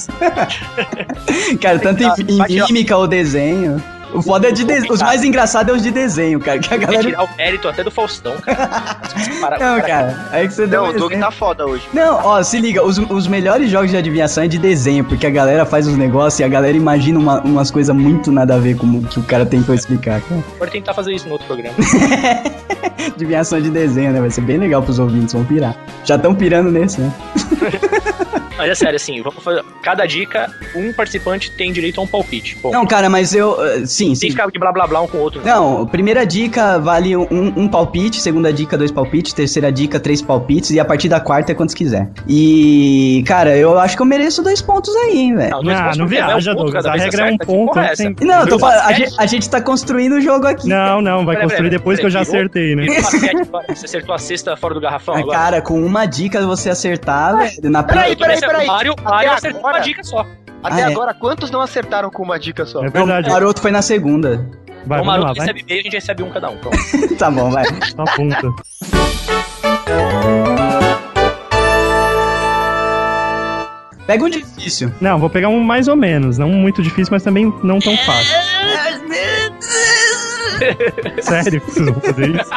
Cara, tanto em Bate- mímica ou desenho. O foda é os mais engraçados é os de desenho, cara. Que a Quer galera. tirar o mérito até do Faustão, cara. Não, cara. Aí que você deu Não, um o Doug exemplo. tá foda hoje. Não, ó, se liga, os melhores jogos de adivinhação é de desenho, porque a galera faz os negócios e a galera imagina umas coisas muito nada a ver com o que o cara tentou explicar, cara. Pode tentar fazer isso no outro programa. Adivinhação de desenho, né? Vai ser bem legal pros ouvintes, vão pirar. Já estão pirando nesse, né? Mas é sério, assim, vamos fazer. Cada dica, um participante tem direito a um palpite. Bom, Não, cara, mas eu. Sim, sem sim. ficar de blá blá blá um com o outro. Não, primeira dica vale um palpite, segunda dica 2 palpites, terceira dica 3 palpites e a partir da quarta é quantos quiser. E, cara, eu acho que eu mereço 2 pontos aí, hein, velho. dois Ah, pontos não por quê? viaja, É um ponto Douglas. cada A vez regra é um acerta, que ponto. porra é não essa? tem- Não, eu tô Viu? falando, Basquete? a gente tá construindo o jogo aqui. Não, vai Peraí, construir depois que eu já virou- acertei, né? virou basquete agora. Você acertou a cesta fora do garrafão Ah, agora? cara, com uma dica você acertar, velho, na Peraí, primeira. peraí. O Mário Até acertou agora- uma dica só. Até Ah, é? agora, quantos não acertaram com uma dica só? É verdade. O Maroto foi na segunda. Vai, O vamos Maroto lá, vai. recebe meio, a gente recebe um cada um. Pronto. Tá bom, vai. Só aponta. Pega um difícil. Não, vou pegar um mais ou menos. Não muito difícil, mas também não tão fácil. Sério que vocês vão fazer isso?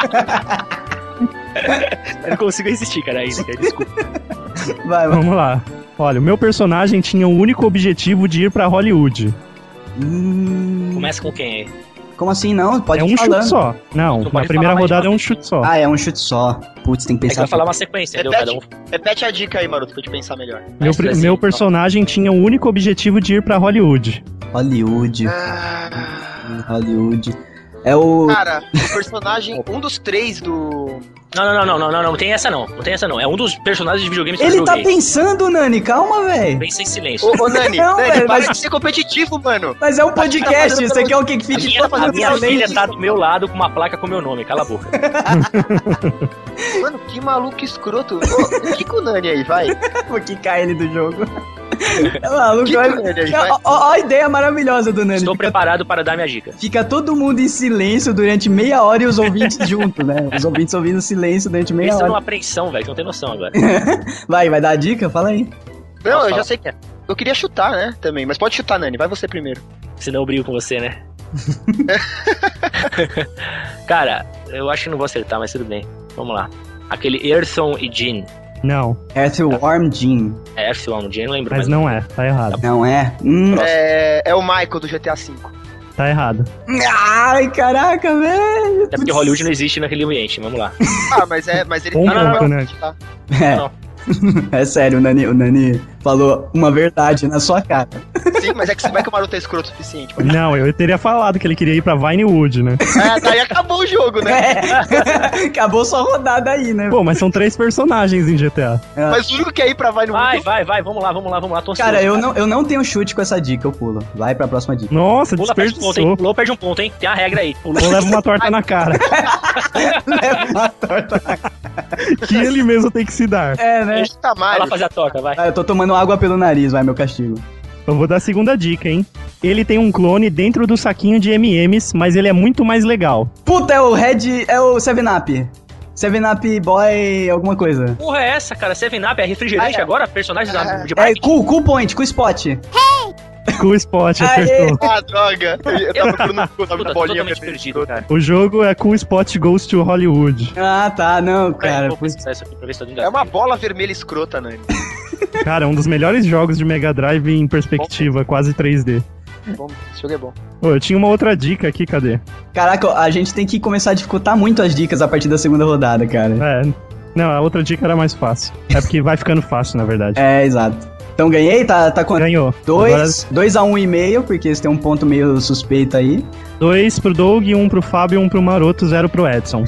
Eu não consigo resistir, cara, ainda, cara. Desculpa. Vai, vai. Vamos lá. Olha, o meu personagem tinha o único objetivo de ir pra Hollywood. Começa com quem aí? Como assim não? Pode É ir um falando. chute só. Não, Não na pode primeira falar mais de rodada é uma um vez. chute só. Ah, é um chute só. Putz, tem que É que pensar. vai falar uma sequência, entendeu? Cada um. Repete a dica aí, Maroto, pra eu te pensar melhor. Meu personagem tinha o único objetivo de ir pra Hollywood. Hollywood. Hollywood. É o... Cara, o personagem, um dos 3 do... Não tem essa não. Não tem essa não. É um dos personagens de videogames que eu Ele joguei. tá pensando, Nani, calma, velho. Pensa em silêncio. Ô, Nani, Não, velho, para mas- de ser competitivo, mano. Mas é um podcast, você quer o que A fique minha, todo a mundo minha silente. filha tá do meu lado com uma placa com meu nome, cala a boca. Mano, que maluco escroto. Ô, Kika o Nani aí, vai. Vou quicar ele do jogo. É maluco, Que olha- Nani aí, vai. ó a ideia maravilhosa do Nani. Estou Fica- preparado para dar minha dica. Fica todo mundo em silêncio durante meia hora e os ouvintes junto, né? Os ouvintes ouvindo silêncio durante meia Pensa hora. numa apreensão, velho, que não tem noção agora. Vai dar a dica? Fala aí. Não, eu Fala. já sei que é. Eu queria chutar, né, também. Mas pode chutar, Nani. Vai você primeiro. Senão eu brigo com você, né? Cara, eu acho que não vou acertar, mas tudo bem. Vamos lá. Aquele Earthon e Jean. Não, Earthworm Jim. É Earthon, Jean, não lembro mas mais. não é. Tá errado. Não é? É o Michael do GTA V. Tá errado. Ai, caraca, velho. É porque Hollywood não existe naquele ambiente, vamos lá. Ah, mas ele Um tá ponto, né? tá? É sério, o Nani falou uma verdade na sua cara. Sim, mas é que o Maroto é escroto o suficiente. Mano. Não, eu teria falado que ele queria ir pra Vinewood, né? É, daí acabou o jogo, né? É. Acabou sua rodada aí, né? Pô, mas são 3 personagens em GTA. Mas o único que é ir pra vai no Vai, vamos lá, tô Cara, ansioso, eu não tenho chute com essa dica, eu pulo. Vai pra próxima dica. Nossa, Pula, perde um ponto, hein? desperdiçou. Pulou, perde um ponto, hein? Tem a regra aí. Pulou. Ou leva uma torta na cara. Leva uma torta. Que ele mesmo tem que se dar. É, né? Tá Vai lá Mario. fazer a toca, vai. Ah, eu tô tomando água pelo nariz, vai, meu castigo. Eu vou dar a segunda dica, hein? Ele tem um clone dentro do saquinho de M&M's, mas ele é muito mais legal. Puta, é o Red. É o 7-Up. 7-Up Boy, alguma coisa. Porra é essa, cara? 7-Up é refrigerante agora? Personagem de É, bike? Cool Point, Cool Spot. Cool Spot, Aê! acertou. Ah, droga. Eu tava procurando o nome Puta, da bolinha. totalmente perdido, cara. O jogo é Cool Spot Goes to Hollywood. Ah, tá, não, Cara, cara. vou pesquisar isso aqui pra ver se eu tô É uma bola vermelha escrota, Nani. Cara, um dos melhores jogos de Mega Drive em perspectiva, quase 3D. Bom, esse jogo é bom. Ô, eu tinha uma outra dica aqui, cadê? Caraca, a gente tem que começar a dificultar muito as dicas a partir da segunda rodada, cara. É. Não, a outra dica era mais fácil. É porque vai ficando fácil, na verdade. É, exato. Então ganhei, tá quanto? Ganhou. Agora, 2 a 1,5, porque você tem um ponto meio suspeito aí. 2 pro Doug, 1 pro Fábio, 1 pro Maroto, 0 pro Edson.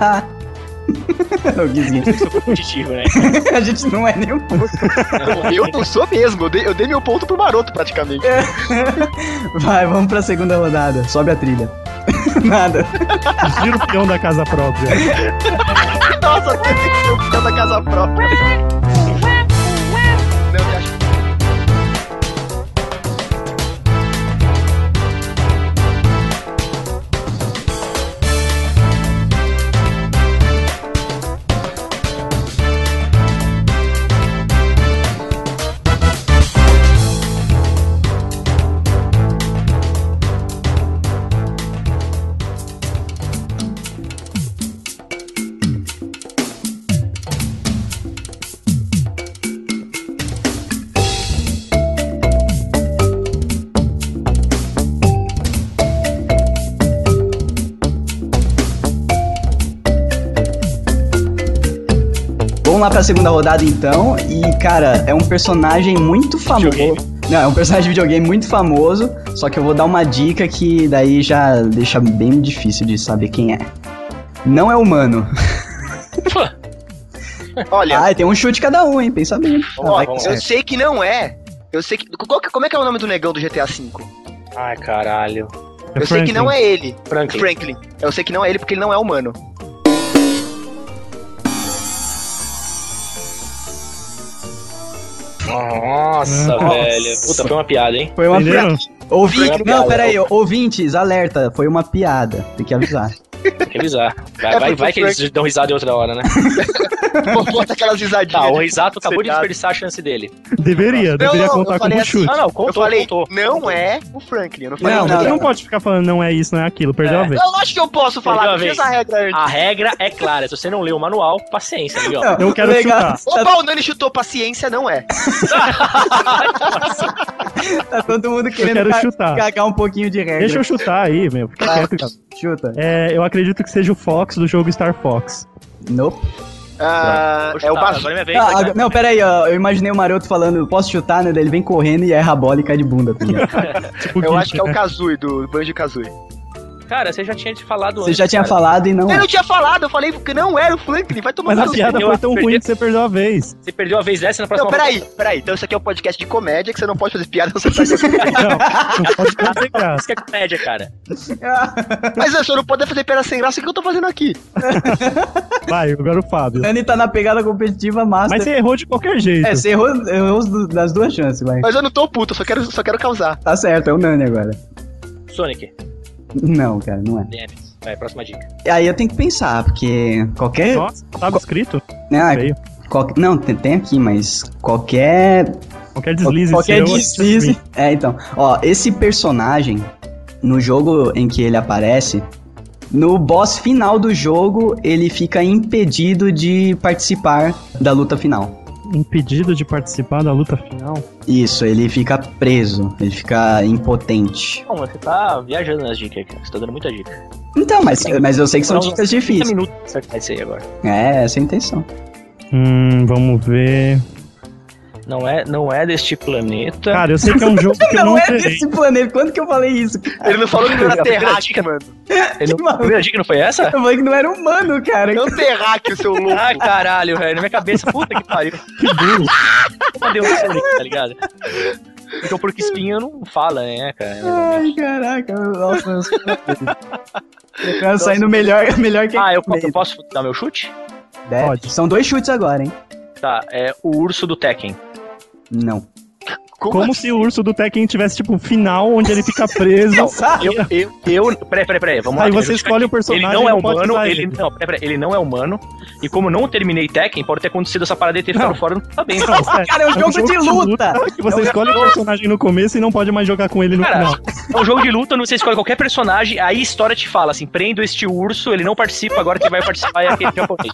O Guizinho. Sou competitivo, né? A gente não é nem um pouco. Eu não sou mesmo. Eu dei meu ponto pro Maroto, praticamente. Vai, vamos pra segunda rodada. Sobe a trilha. Nada. Gira o peão da casa própria. Nossa, tem que ser o pior da casa própria. Não, eu acho Vamos lá pra segunda rodada então. E, cara, é um personagem muito famoso. Videogame. Não, é um personagem de videogame muito famoso. Só que eu vou dar uma dica que daí já deixa bem difícil de saber quem é. Não é humano. Olha, Ah, tem um chute cada um, hein? Pensa bem. ó, vai vamos que eu certo. sei que não é. Eu sei que. Como é que é o nome do negão do GTA V? Ai, caralho. Eu sei que não é ele. Franklin. Franklin. Eu sei que não é ele porque ele não é humano. Nossa, Nossa. velho. Puta, foi uma piada, hein? Foi uma Entenderam? piada. Ouvinte, Foi uma não, piada. peraí, ouvintes, alerta, foi uma piada. Tem que avisar. Tem que avisar. É Vai porque que eles dão risada em outra hora, né? Bota aquelas risadinhas. Tá, o de- Risato acabou de seriado. desperdiçar a chance dele. Deveria Não, eu contar falei como assim, chute. Não, não, Eu contou, falei, contou. não é o Franklin. Eu não falei Não, nada. Você não pode ficar falando não é isso, não é aquilo. Perdeu É. a vez. Eu acho que eu posso Perdeu falar, a não vez. fiz a regra antes. A regra é clara. Se você não leu o manual, paciência, amigão. Não, Eu quero legal, chutar. Opa, o Nani chutou paciência, não é. Tá todo mundo querendo quero chutar. cagar um pouquinho de regra. Deixa eu chutar aí, meu. Fica Vai, quieto. chuta. É, eu acredito que seja o Fox do jogo Star Fox. Nope. Ah, Vou é o chutar, Bazu. agora é minha vez. Ah, vai, vai. não, pera aí, ó, eu imaginei o Maroto falando, posso chutar, né? Daí ele vem correndo e erra a bola e cai de bunda, tá ligado? Tipo Eu Geek, acho que é o né? Kazooie, do Banjo-Kazooie. Cara, você já tinha te falado Você antes. já tinha cara. falado e não. Eu não tinha falado, eu falei que não era o Franklin, vai tomar Mas a no piada seu. foi tão perdi. ruim que você perdeu a vez. Você perdeu a vez dessa na Não, próxima. peraí. Então isso aqui é um podcast de comédia que você não pode fazer piada, você tá Não pode fazer graça. Isso que é comédia, cara. Mas eu só não poder fazer piada sem graça, o que eu tô fazendo aqui? Vai, agora o Fábio. Nani tá na pegada competitiva master. Mas você errou de qualquer jeito. É, você errou das duas chances, vai. Mas eu não tô puto, eu só quero causar. Tá certo, é o Nani agora. Sonic. Não, cara, não é. Dennis. Vai, próxima dica. Aí eu tenho que pensar, porque qualquer... Nossa, tava escrito? Né, Feio. não, tem aqui, mas qualquer Qualquer deslize qualquer seu, deslize. É, então. Ó, esse personagem, no jogo em que ele aparece, no boss final do jogo, ele fica impedido de participar da luta final. Impedido de participar da luta final? Isso, ele fica preso, ele fica impotente. Bom, você tá viajando nas dicas, cara. Você tá dando muita dica. Então, mas eu sei que são dicas 30 difíceis. minutos pra acertar isso aí agora. É, essa é a intenção. Vamos ver. Não é deste planeta. Cara, eu sei que é um jogo que eu Não não é zerei. desse planeta, quando que eu falei isso? Ele não falou que não era A primeira terráqueo, dica- mano. A primeira dica não foi essa? Eu falei que não era humano, cara. Não terráqueo, seu louco. Ah, caralho, velho. Na minha cabeça, puta que pariu. Que burro. Cadê o Sonic, tá ligado? Então, porque espinho não fala, né, cara? Ai, caraca, nossa, eu sou eu quero saindo melhor que Ah, eu aquele. posso dar meu chute? É, Pode. são 2 chutes agora, hein? Tá, é o urso do Tekken. Não. Como se o urso do Tekken tivesse, tipo, final onde ele fica preso. Peraí, vamos lá. Aí você Eu- escolhe o personagem Ele não é e não pode humano, usar ele ele. não, ele não é humano. E como não terminei Tekken, pode ter acontecido essa parada de ter ficado Não. fora, não tá bem. Não, sério. Cara, é um jogo de luta. Que você escolhe o personagem no começo e não pode mais jogar com ele no Cara, final. é um jogo de luta onde você escolhe qualquer personagem, aí a história te fala assim, prendo este urso, ele não participa, agora quem vai participar é aquele japonês.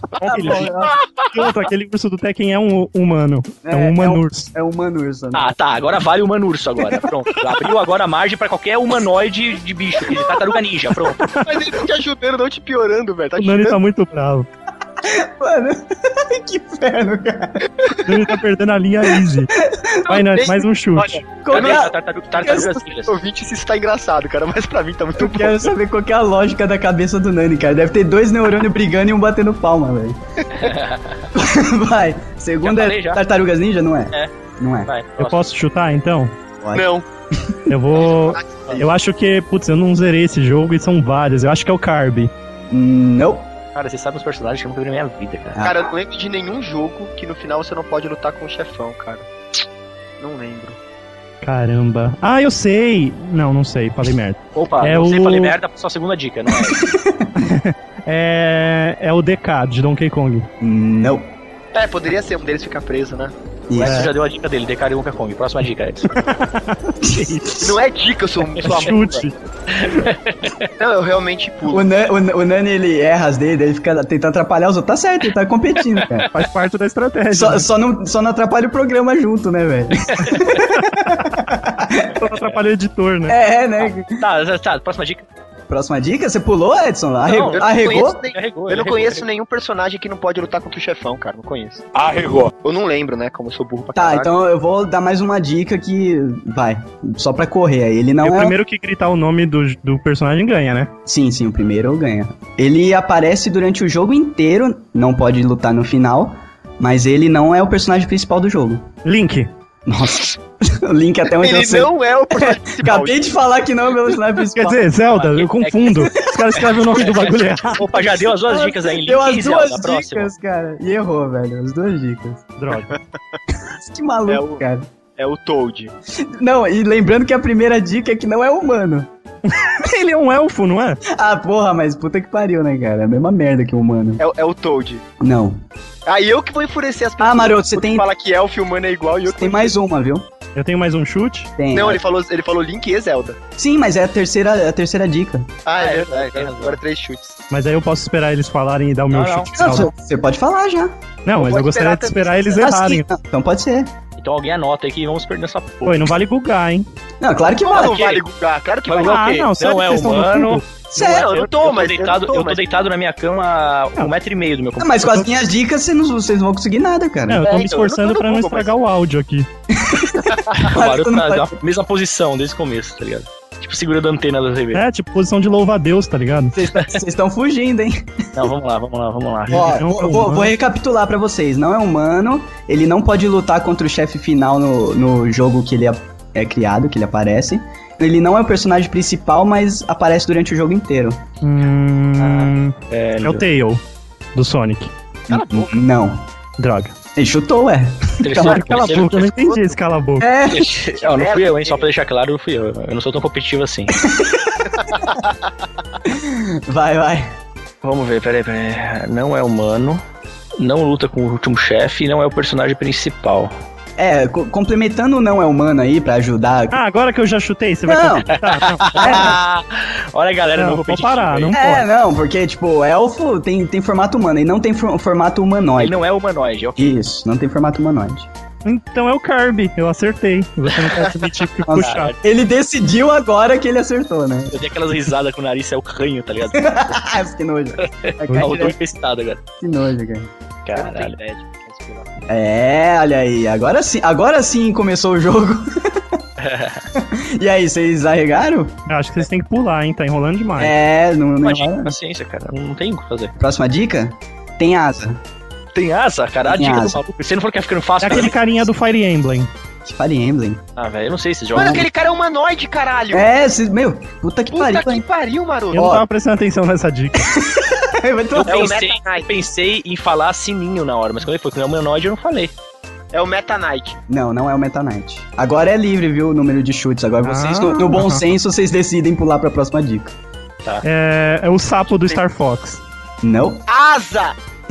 E outra, aquele urso do Tekken é um humano. É um humano urso. É um humano urso. Né? Ah, tá, agora vale o humano urso agora, pronto. Abriu agora a margem pra qualquer humanoide de bicho, que tartaruga ninja, pronto. Mas ele tá te ajudando, não te piorando, velho. Tá O te Nani tá ajudando. muito bravo. Mano, que inferno, cara. O Nani tá perdendo a linha easy. Vai, Nani, mais um chute. Qual que é a- Tartarugas ninjas. Ouvinte, isso está engraçado, cara, mas pra mim tá muito Eu bom. quero saber qual que é a lógica da cabeça do Nani, cara. Deve ter 2 neurônios brigando e um batendo palma, velho. Vai. Segunda Já falei, já. Tartarugas Ninja, não é? É. Não é. Vai, Eu próximo. posso chutar, então? Não. Eu vou... Eu acho que... Putz, eu não zerei esse jogo e são vários. Eu acho que é o Kirby. Não. Cara, você sabe os personagens que eu nunca vi na minha vida, cara. Cara, eu não lembro de nenhum jogo que no final você não pode lutar com o chefão, cara. Não lembro. Caramba. Ah, eu sei. Não sei. Falei merda. Opa, É não sei, o- falei merda, só a segunda dica, não é? É o DK, de Donkey Kong. Não. É, poderia ser um deles ficar preso, né? O Edson Isso. já deu a dica dele, Decari Donkey Kong. Próxima dica, Edson. Não é dica, eu sou a Chute. Não, eu realmente pulo. O Nani, ele erra as dele, ele fica tentando atrapalhar os outros. Tá certo, ele tá competindo, cara. Faz parte da estratégia. né? Só não atrapalha o programa junto, né, velho? Só atrapalha o editor, né? É, né? Tá, próxima dica. Próxima dica, você pulou, Edson? Eu não Arregou? conheço nem- Arregou, Eu não ele conheço arregou. nenhum personagem que não pode lutar contra o chefão, cara. Não conheço. Arregou. Eu não lembro, né? Como eu sou burro pra Tá, caralho. então eu vou dar mais uma dica que vai, só pra correr aí. Ele não E o é... primeiro que gritar o nome do personagem ganha, né? Sim, o primeiro ganha. Ele aparece durante o jogo inteiro, não pode lutar no final, mas ele não é o personagem principal do jogo. Link. Nossa, o Link até onde eu Ele sei. não é o personagem principal. Acabei de falar que não é o personagem Quer principal. dizer, Zelda, eu confundo. Os caras escrevem o nome do bagulho errado. Opa, já deu as duas dicas aí. Link Deu as e Zelda, duas próxima. dicas, cara. E errou, velho. As duas dicas. Droga. Que maluco, É o- cara. É o Toad. Não, e lembrando que a primeira dica é que não é humano. Ele é um elfo, não é? Ah, porra, mas puta que pariu, né, cara? É a mesma merda que o humano. É o Toad. Não. Aí eu que vou enfurecer as pessoas. Ah, Maroto, você tem, Fala que elfo e humano é igual e eu tem mais uma, viu? Eu tenho mais um chute. Tem. Não, ele falou Link e Zelda. Sim, mas é a terceira dica. Ah, É, é verdade. tem razão. Agora 3 chutes. Mas aí eu posso esperar eles falarem e dar o meu Não, chute Não, final. você pode falar já. Não, mas pode eu gostaria esperar de esperar eles Ah, errarem. sim. Não, então pode ser. Então alguém anota aí que vamos perder essa porra. Pô, e não vale bugar, hein? Não, claro que Não, vale. não vale Gugar, claro que Vai vale. Gugar. Ah, ok. não, sério Não que é vocês estão no humano. cubo? Sério, eu tô, mas deitado, eu eu tô, tô mas- deitado na minha cama a 1,5 m do meu Ah, computador. mas com as minhas dicas vocês não vão conseguir nada, cara. Não, eu tô então, me esforçando eu não tô pra no não Google, estragar o áudio aqui. O Maroto tu não tá vai- na mesma posição desde o começo, tá ligado? Tipo, segurando a antena da TV. É, tipo, posição de louva-a-Deus, tá ligado? Vocês estão fugindo, hein? Não, vamos lá. Ó, Não é vou humano. recapitular pra vocês. Não é humano, ele não pode lutar contra o chefe final no jogo que ele é criado, que ele aparece. Ele não é o personagem principal, mas aparece durante o jogo inteiro. É o Tail, do Sonic. Cala a boca. Não. Droga. Ele chutou, ué. Terceiro, Cala a boca, eu não entendi esse cala a boca. É. Não fui eu, hein? Só pra deixar claro, não fui eu. Eu não sou tão competitivo assim. Vai. Vamos ver, peraí. Não é humano, não luta com o último chefe e não é o personagem principal. É, complementando o não é humano aí pra ajudar. Ah, agora que eu já chutei, você vai Não. completar? Não. Olha a galera Não, não vou competitiva. parar, aí. não É, não, porque, tipo, elfo tem formato humano e não tem formato Ele humanoide. não é humanoide, ok. Isso, não tem formato humanoide. Então é o Kirby, eu acertei. Você não quer admitir que ficou Nossa, chato. ele decidiu agora que ele acertou, né? Eu dei aquelas risadas com o nariz, é o canho, tá ligado? Que nojo. Eu tô empestado agora. Que nojo, cara. Caralho. É, olha aí, agora sim começou o jogo. E aí, vocês arregaram? Eu acho que vocês têm que pular, hein? Tá enrolando demais. É, não Imagina, paciência, cara. Não tem o que fazer. Próxima dica? Tem asa. Tem asa, cara? A Tem dica asa. do maluco. Você não falou que ia ficando fácil? É aquele carinha do Fire Emblem. Fire Emblem. Ah, velho, eu não sei se joga. Mano, aquele cara é humanoide, caralho. É, meu, puta que Puta pariu, que hein? pariu, maroto. Eu não Ó. tava prestando atenção nessa dica. Vai tomar- Eu pensei em falar sininho na hora, mas quando ele falou que não é humanoide, eu não falei. É o Meta Knight. Não é o Meta Knight. Agora é livre, viu, o número de chutes. Agora vocês, no bom senso, vocês decidem pular pra próxima dica. É o sapo do Star Fox. Não? Asa!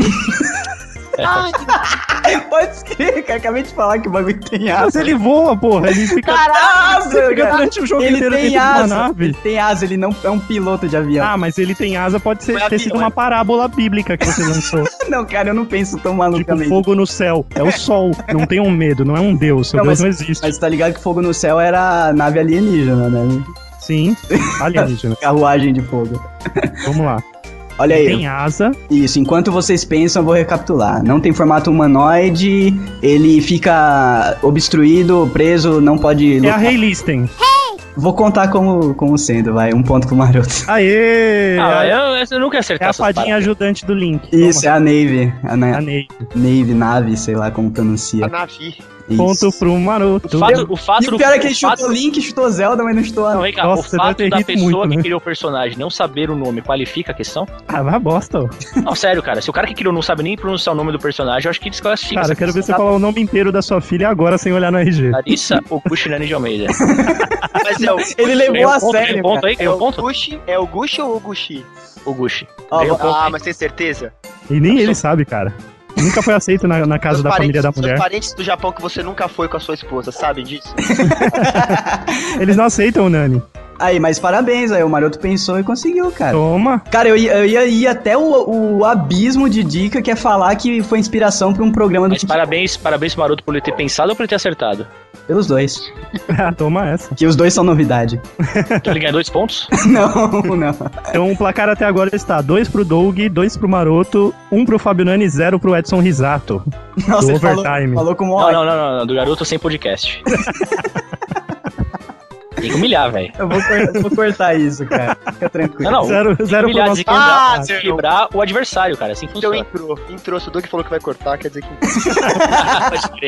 Pode ser, cara. Acabei de falar que o bagulho tem Mas asa. ele voa, porra. Ele fica. Caraca, Ele fica cara. durante o jogo Ele inteiro tem dentro de uma asa. nave. Ele tem asa, ele não é um piloto de avião. Ah, mas ele tem asa, pode Não é ter sido avião, uma é. parábola bíblica que você lançou. Não, cara, eu não penso tão Tipo, malucamente. fogo no céu. É o sol. Não tenham medo, não é um deus. Seu Não, deus mas- não existe. Mas tá ligado que fogo no céu era nave alienígena, né? Sim, alienígena. Carruagem de fogo. Vamos lá. Olha aí. Tem asa. Isso, enquanto vocês pensam, eu vou recapitular. Não tem formato humanoide, ele fica obstruído, preso, não pode É lutar. a Haylisten. Vou contar como sendo, vai. Um ponto pro Maroto. Aê! Eu nunca ia É acertar a essas fadinha paradas. ajudante do Link. Isso, é a Navy. A Ney. Nave, sei lá como pronuncia. A Navi. Isso. Ponto pro Maroto. O fato E o do pior é que ele o fato- chutou Link, chutou Zelda, mas não chutou a... Não, vem cá, Nossa, o você deve fato ter da rido pessoa muito, que né? criou o personagem não saber o nome qualifica a questão? Ah, vai bosta, ó. Não, sério, cara. Se o cara que criou não sabe nem pronunciar o nome do personagem, eu acho que desclassifica. Cara, essa eu quero ver você questão. falar o nome inteiro da sua filha agora sem olhar no RG. Larissa Okuchinani de Almeida. Mas é o... Ele levou Ganhou a um ponto, sério, ganhou um ponto cara. aí? Ganhou um ponto? Gushi? É o Gushi ou o Gushi? Oguchi. Ó, Ganhou um ponto Ah, aí. mas tem certeza? E nem ele sabe, cara. Nunca foi aceito na casa da família da mulher. Seus parentes do Japão que você nunca foi com a sua esposa, sabem disso? Eles não aceitam o Nani. Aí, mas parabéns, aí o Maroto pensou e conseguiu, cara. Toma. Cara, eu ia ir até o abismo de dica, que é falar que foi inspiração pra um programa do Mas parabéns pro Maroto por ele ter pensado ou por ele ter acertado? Pelos dois. Ah, toma essa. Que os dois são novidade. Então ele ganha 2 pontos? Não. Então o placar até agora está 2 pro Doug, 2 pro Maroto, 1 pro Fábio Nani e 0 pro Edson Risato. Nossa, Do ele overtime. falou como Não, do garoto sem podcast. Tem que humilhar, velho. Eu vou cortar isso, cara. Fica tranquilo. Não, Zero pro humilhar, nosso Ah, desequilibrar o adversário, cara. Assim Então funciona. entrou. Se o Doug falou que vai cortar, quer dizer que... Pode crer.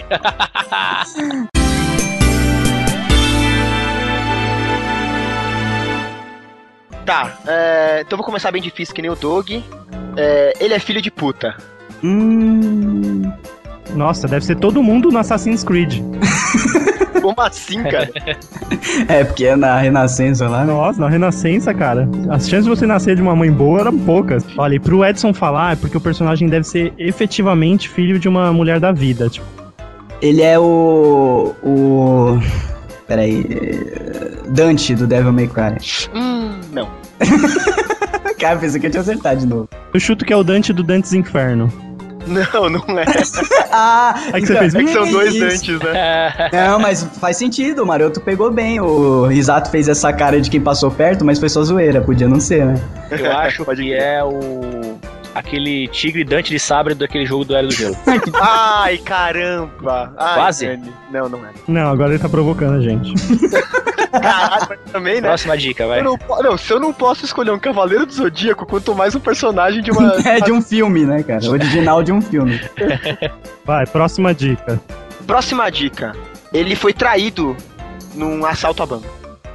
Tá, então eu vou começar bem difícil que nem o Doug. Ele é filho de puta. Nossa, deve ser todo mundo no Assassin's Creed. Como assim, cara? É, porque é na Renascença lá, né? Nossa, na Renascença, cara. As chances de você nascer de uma mãe boa eram poucas. Olha, e pro Edson falar é porque o personagem deve ser efetivamente filho de uma mulher da vida, tipo. Ele é o... Peraí... Dante, do Devil May Cry. Não. Cara, pensei que eu tinha acertado de novo. Eu chuto que é o Dante do Dante's Inferno. Não é. Aí que você fez. É que são dois isso. Dantes, né? Não, mas faz sentido, o Maroto pegou bem. O Risato fez essa cara de quem passou perto, mas foi só zoeira, podia não ser, né? Eu acho que é aquele tigre Dante de Sabre daquele jogo do Era do Gelo. Ai, caramba. Ai, Quase? Dani. Não é. Não, agora ele tá provocando a gente. Caralho, mas também, né? Próxima dica, vai. Se eu não posso escolher um Cavaleiro do Zodíaco, quanto mais um personagem de uma... É de um filme, né, cara? Original de um filme. Vai, próxima dica. Próxima dica. Ele foi traído num assalto a banco.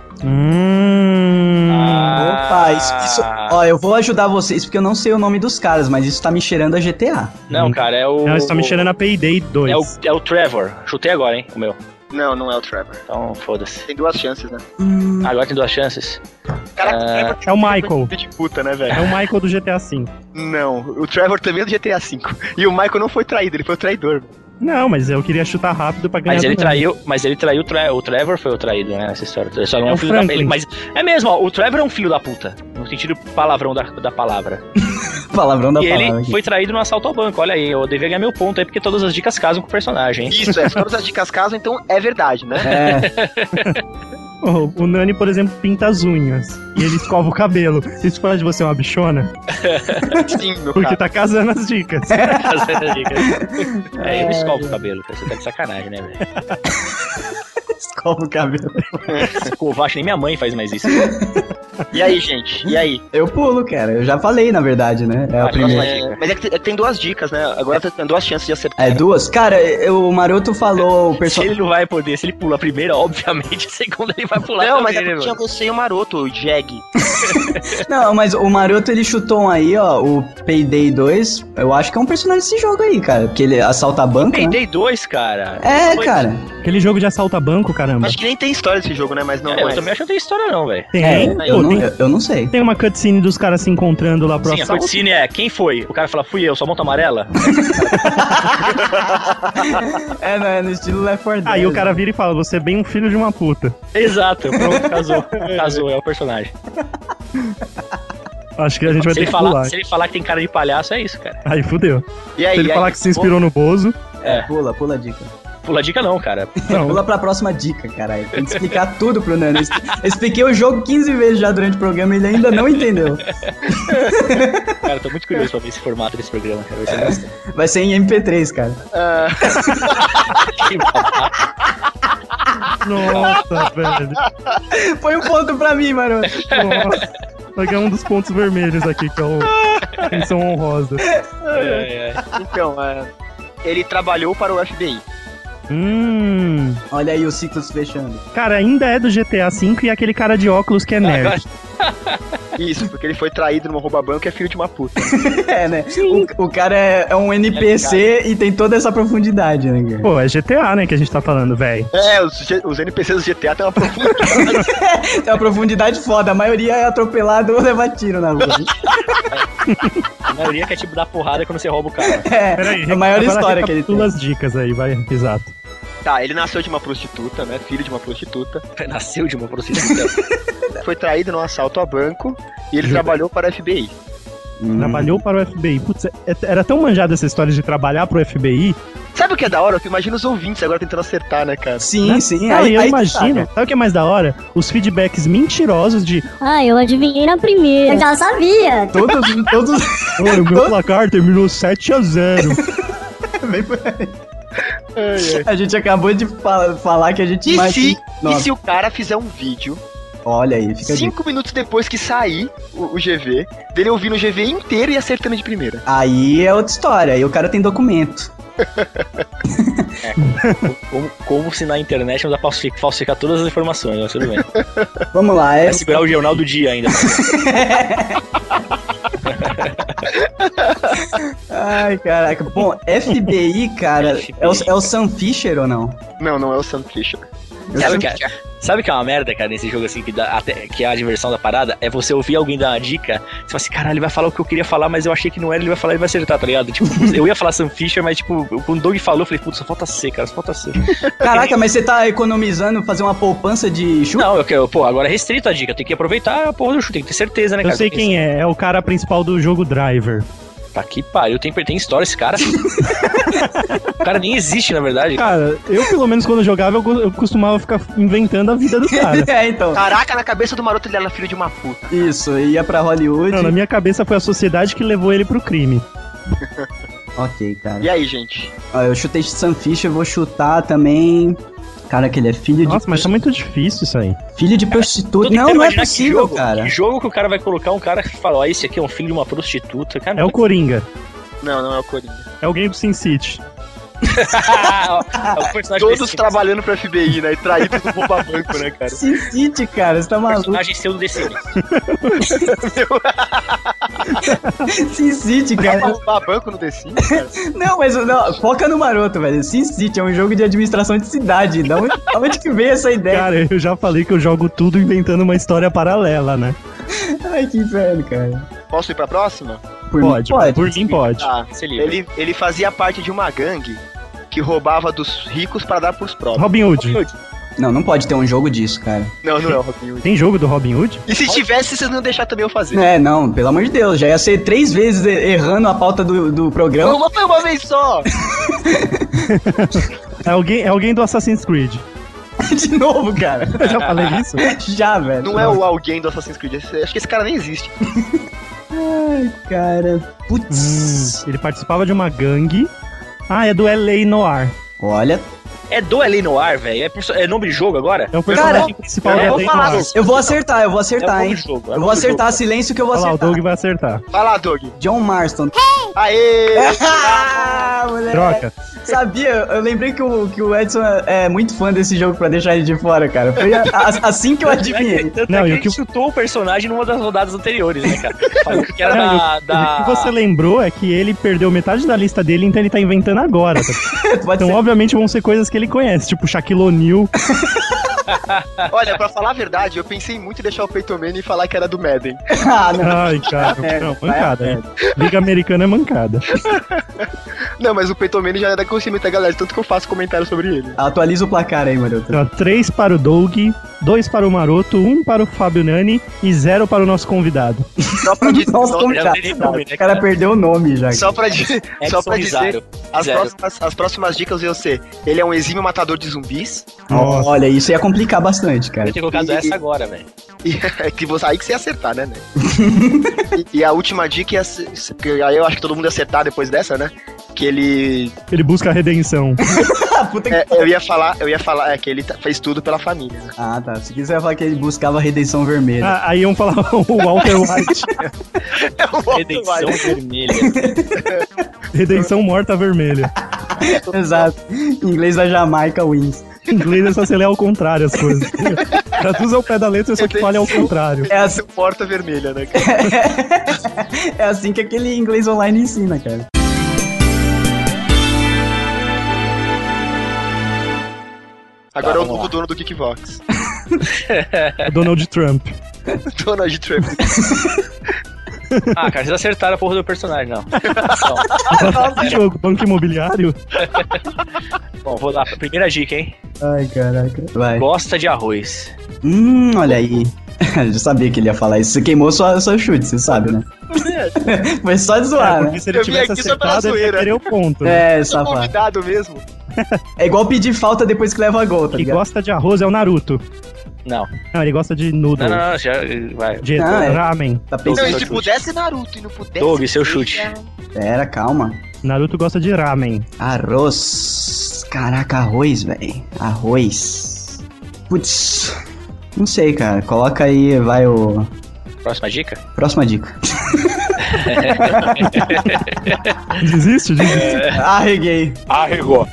Opa, isso. Ó, eu vou ajudar vocês porque eu não sei o nome dos caras, mas isso tá me cheirando a GTA. Não, cara, é o... Não, isso tá me cheirando a Payday 2. É o Trevor. Chutei agora, hein, o meu. Não é o Trevor. Então, foda-se. Tem 2 chances, né? Agora tem 2 chances. Caraca, o Trevor É o Michael. filho de puta, né, velho? É o Michael do GTA V. Não, o Trevor também é do GTA V. E o Michael não foi traído, ele foi o traidor. Não, mas eu queria chutar rápido pra ganhar. Mas ele traiu o Trevor foi o traído, né, nessa história. Ele só não é um o filho da... Franklin. Mas é mesmo, ó, o Trevor é um filho da puta. No sentido palavrão da palavra. Palavrão da E palavra. ele aqui. foi traído no assalto ao banco. Olha aí, eu devia ganhar meu ponto aí, porque todas as dicas casam com o personagem, hein? Isso, todas as dicas casam, então é verdade, né? É, O Nani, por exemplo, pinta as unhas. E ele escova o cabelo. Isso fala de você uma bichona? Sim, meu Porque cara. tá casando as dicas. Fazendo a dica. Eu escovo o cabelo, cara. Você tá de sacanagem, né, velho? escova o cabelo. Escovar, acho que nem minha mãe faz mais isso. E aí, gente? E aí? Eu pulo, cara. Eu já falei, na verdade, né? É a primeira. Mas é que tem 2 dicas, né? Agora tem 2 chances de acertar. É 2? Cara, o Maroto falou o Se personagem. ele não vai poder, se ele pula a primeira, obviamente a segunda ele vai pular Não, mas é também, porque né, tinha você e o Maroto, o Jag. Não, mas o Maroto ele chutou um aí, ó, o Payday 2. Eu acho que é um personagem desse jogo aí, cara. Porque ele assalta banco. Né? Payday 2, cara. É, cara. Aquele jogo de assalto a banco, caramba. Acho que nem tem história desse jogo, né? Mas não Eu é. também acho que não tem história não, velho. Tem. É, Pô, eu tem, não sei. tem uma cutscene dos caras se encontrando lá pro Sim, a assalto. cutscene é, quem foi? O cara fala, fui eu, só monta amarela? É, não, é no estilo Left 4 Dead. Aí o cara vira e fala, você é bem um filho de uma puta. Exato, pronto, casou. Casou, é o personagem. Acho que a gente vai Se ter ele, que pular. se ele falar que tem cara de palhaço, é isso, cara. Aí fudeu. E aí? Se ele e falar aí? que se inspirou no Bozo, Pula a dica. Pula a dica não, cara. não. Pula pra próxima dica, caralho. Tem que explicar tudo pro Nano. Eu expliquei o jogo 15 vezes já durante o programa e ele ainda não entendeu. Cara, tô muito curioso pra ver esse formato desse programa, cara. Vai ser bastante. Vai ser em MP3, cara. Que babaca. Nossa, velho. Põe um ponto pra mim, mano. Nossa. Vai ganhar um dos pontos vermelhos aqui, que é o menção honrosa. Então, ele trabalhou para o FBI. Olha aí o ciclo se fechando. Cara, ainda é do GTA V e aquele cara de óculos que é nerd. Isso, porque ele foi traído numa rouba-banco e é filho de uma puta. É, né? O cara é um NPC e tem toda essa profundidade, né, cara? Pô, é GTA, né, que a gente tá falando, velho. Os NPCs do GTA tem uma profundidade. Tem uma profundidade foda. A maioria é atropelado ou leva tiro na rua. A maioria quer tipo dar porrada quando você rouba o cara. É, Peraí, a maior agora história que ele tem. recapitula as dicas aí, vai, exato. Tá, ele nasceu de uma prostituta, né? Filho de uma prostituta. Nasceu de uma prostituta. Foi traído num assalto a banco e ele trabalhou para a FBI. Trabalhou para o FBI. Putz, era tão manjada essa história de trabalhar pro FBI. Sabe o que é da hora? Tu imagina os ouvintes agora tentando acertar, né, cara? Sim, Né? sim. Cara, eu aí imagino. Sabe o que é mais da hora? Os feedbacks mentirosos de Ah, eu adivinhei na primeira. Eu já sabia. Todos. "Oi, o meu placar terminou 7-0. Vem por aí. A gente acabou de falar que a gente E se o cara fizer um vídeo, Olha aí, fica 5 minutos depois que sair o GV, dele ouvindo o GV inteiro e acertando de primeira? Aí é outra história, aí o cara tem documento. Como se na internet não dá pra falsificar todas as informações, mas tudo bem. Vamos lá, Vai segurar o jornal do dia ainda. Ai, caraca. Bom, FBI, cara, é o Sam Fisher ou não? Não é o Sam Fisher. Sabe que é uma merda, cara, nesse jogo assim, que é a diversão da parada? É você ouvir alguém dar uma dica, você fala assim, caralho, ele vai falar o que eu queria falar, mas eu achei que não era, ele vai falar, ele vai acertar, tá ligado? Tipo, eu ia falar Sam Fisher, mas tipo, quando o Doug falou, eu falei, putz, só falta C, cara, só falta C. Caraca, mas você tá economizando fazer uma poupança de chute? Não, pô, agora é restrito a dica, tem que aproveitar a porra do chute, tem que ter certeza, né, Eu cara? sei quem é, é o cara principal do jogo Driver. Tá que pariu, tem história esse cara. O cara nem existe, na verdade. Cara, eu pelo menos quando eu jogava, eu costumava ficar inventando a vida do cara. É, então. Caraca, na cabeça do maroto ele era filho de uma puta. Isso, ia pra Hollywood. Não, na minha cabeça foi a sociedade que levou ele pro crime. Ok, cara. E aí, gente? Ó, eu chutei Sam Fisher, vou chutar também. Cara, que ele é filho Nossa, mas tá muito difícil isso aí. filho de prostituta. Tô Não, tentando não é imaginar possível, cara. Que jogo que o cara vai colocar um cara que fala, ó, esse aqui é um filho de uma prostituta. Cara, É o Coringa. Não, não é o Coringa. É alguém do Sin City. é o personagem Todos desse- trabalhando pro FBI, né? E traídos do rouba banco, né, cara? Sin City, cara, você tá maluco. personagem seu do The Sims. Sin City, Pra cara. roubar banco no The Sims, cara. Não, mas não, foca no maroto, velho. Sin City é um jogo de administração de cidade. Da onde que veio essa ideia? Cara, eu já falei que eu jogo tudo inventando uma história paralela, né? Ai, que inferno, cara. Posso ir pra próxima? Por Pode, mim, por mim pode. Tá. Se livre. Ele fazia parte de uma gangue que roubava dos ricos pra dar pros pobres. Robin Hood. Não pode ter um jogo disso, cara. Não, não é o Robin Hood. Tem jogo do Robin Hood? E se tivesse, vocês não iam deixar também eu fazer. Não, pelo amor de Deus, já ia ser 3 vezes errando a pauta do programa. Não, foi uma vez só! É alguém do Assassin's Creed. De novo, cara. Eu já falei isso? Já, velho. Não é o alguém do Assassin's Creed. Acho que esse cara nem existe. Ai, cara. Putz. Ele participava de uma gangue. Ah, é do LA Noir. Olha, É do L.A. Noir, velho? É nome de jogo agora? É o personagem principal eu do vou LA falar Noir. disso. eu vou acertar, É o hein? nome do jogo, é o Eu nome vou do acertar, jogo. silêncio que eu vou Olha lá, o acertar. Doug vai acertar. Vai lá, Doug. John Marston. Aê! Ah, moleque. Troca. Sabia? Eu lembrei que o Edson é muito fã desse jogo pra deixar ele de fora, cara. Foi assim que eu adivinhei. Tanto Não, é e que o ele que- chutou o personagem numa das rodadas anteriores, né, cara? Falou que era Não, da... O que você lembrou é que ele perdeu metade da lista dele, então ele tá inventando agora. Pode Então, ser. obviamente, vão ser coisas que ele conhece, tipo Shaquille O'Neal. Olha, pra falar a verdade, eu pensei muito em deixar o Peyton Manning e falar que era do Madden. Ah, não. Ai, cara. É, Não, vai mancada. a Né? Liga Americana é mancada. Não, mas o Peyton Manning já é da conhecimento da galera, tanto que eu faço comentário sobre ele. Atualiza o placar aí, maroto. Então, 3 para o Doug, 2 para o Maroto, 1 para o Fábio Nani e 0 para o nosso convidado. Só pra dizer, Nossa, como já já. tem nome, né, O cara perdeu o nome já. só pra dizer, Edson só pra dizer Rizário. as próximas dicas iam ser: ele é um exímio matador de zumbis. Nossa. Olha, isso ia complicar bastante, cara. Eu ter colocado essa agora, velho. E é que você, aí que você ia acertar, né? E a última dica ia ser, que aí eu acho que todo mundo ia acertar depois dessa, né? Que ele. Ele busca a redenção. Ah, puta que... Eu ia falar que ele fez tudo pela família, né? Ah, tá. Se quiser falar que ele buscava a redenção vermelha. Ah, aí iam falar o Walter White. É o Walter Redenção White. vermelha. Redenção morta vermelha. Exato. Em inglês da Jamaica wins. Em inglês é só você ler ao contrário as coisas. Traduz ao pé da letra, só que fala ao contrário. É assim, Porta vermelha, né? Cara? é assim que aquele inglês online ensina, cara. Agora é o vamos novo lá. dono do Geekvox. Donald Trump. Donald Trump. Ah, cara, vocês acertaram a porra do personagem, não. Que jogo? Banco Imobiliário? Bom, vou lá. Primeira dica, hein? Ai, caraca. Vai. Gosta de arroz. Olha aí. Eu já sabia que ele ia falar isso. Você queimou sua chute, você sabe, né? Foi só de zoar, Porque né? se ele Eu vim tivesse aqui só pela acertado, ele ia zoeira. querer o ponto. Né? É, Sou safado. convidado mesmo. É igual pedir falta depois que leva gol, tá Quem ligado? gosta de arroz é o Naruto. Não. Não, ele gosta de noodles. Não, já vai. De Não, é. ramen. Tá Não, pensando. e seu se chute. pudesse Naruto e não pudesse. Doug, seu chute. Pera, calma. Naruto gosta de ramen. Arroz. Caraca, arroz, velho. Arroz. Putz. Não sei, cara. Coloca aí, vai o. Próxima dica? Próxima dica. Desiste? Desiste. Arreguei. Arregou.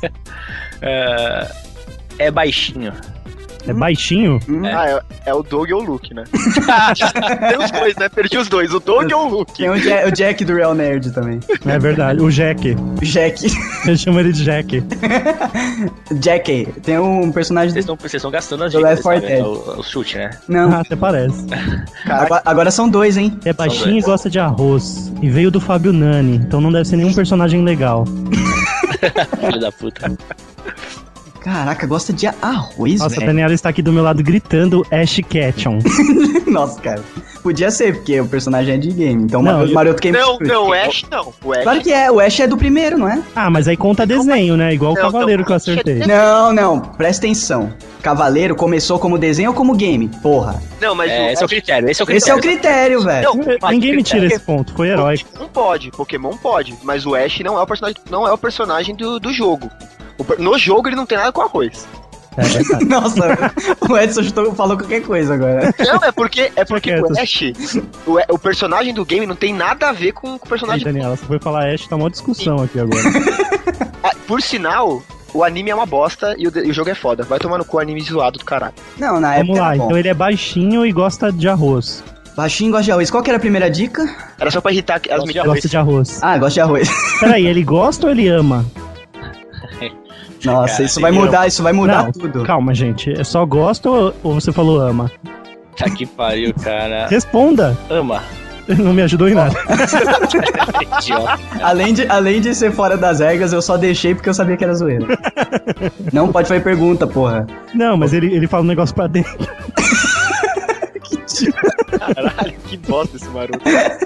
É baixinho. É baixinho? Ah, é o Doug ou o Luke, né? Tem os dois, né? Perdi os dois, o Doug ou o Luke. Tem o Jack do Real Nerd também. É verdade. O Jack. Jack. Eu chamo ele de Jack. Jack. Tem um personagem Vocês do. estão gastando as Do dicas, Left 4 sabe? Dead. O chute, né? Não. Ah, até parece. Agora são dois, hein? É baixinho e dois. gosta de arroz. E veio do Fábio Nani. Então não deve ser nenhum personagem legal. Filho da puta. Caraca, gosta de arroz, Nossa, a velho. Daniela está aqui do meu lado gritando Ash Ketchum. Nossa, cara. Podia ser, porque o personagem é de game. Então Não, o Maroto queima. Não, não, o Ash não. O Ash. Claro que é. O Ash é do primeiro, não é? Ah, mas aí conta desenho, né? Igual o Não, Cavaleiro não, que eu acertei. Não. Presta atenção. Cavaleiro começou como desenho ou como game? Porra. Não, mas É, esse é o critério. Esse é o Esse é o critério. critério, velho. Não, Ninguém me tira esse ponto, foi heróico. Pokémon pode, mas o Ash não é o personagem do jogo. No jogo ele não tem nada com arroz. É verdade. Nossa, o Edson falou qualquer coisa agora. Não, é porque quieto. o Ash, o personagem do game não tem nada a ver com o Aí, personagem. Daniela, você foi falar Ash, tá uma discussão aqui agora. Por sinal, o anime é uma bosta e o jogo é foda. Vai tomar no cu o anime zoado do caralho. Não, na Vamos época lá, era bom. então ele é baixinho e gosta de arroz. Baixinho gosta de arroz. Qual que era a primeira dica? Era só pra irritar as Gosto de meninas. Gosta de arroz. Ah, gosta de arroz. Peraí, ele gosta ou ele ama? Nossa, Cara, isso vai ele mudar, isso vai mudar Não, tudo. calma, gente. É só gosta ou você falou ama? Tá que pariu, cara. Responda. Ama. Não me ajudou em nada. Idiota. Além de ser fora das regras, eu só deixei porque eu sabia que era zoeira. Não pode fazer pergunta, porra. Não, mas ele fala um negócio pra dentro. Caralho, que bosta esse maroto.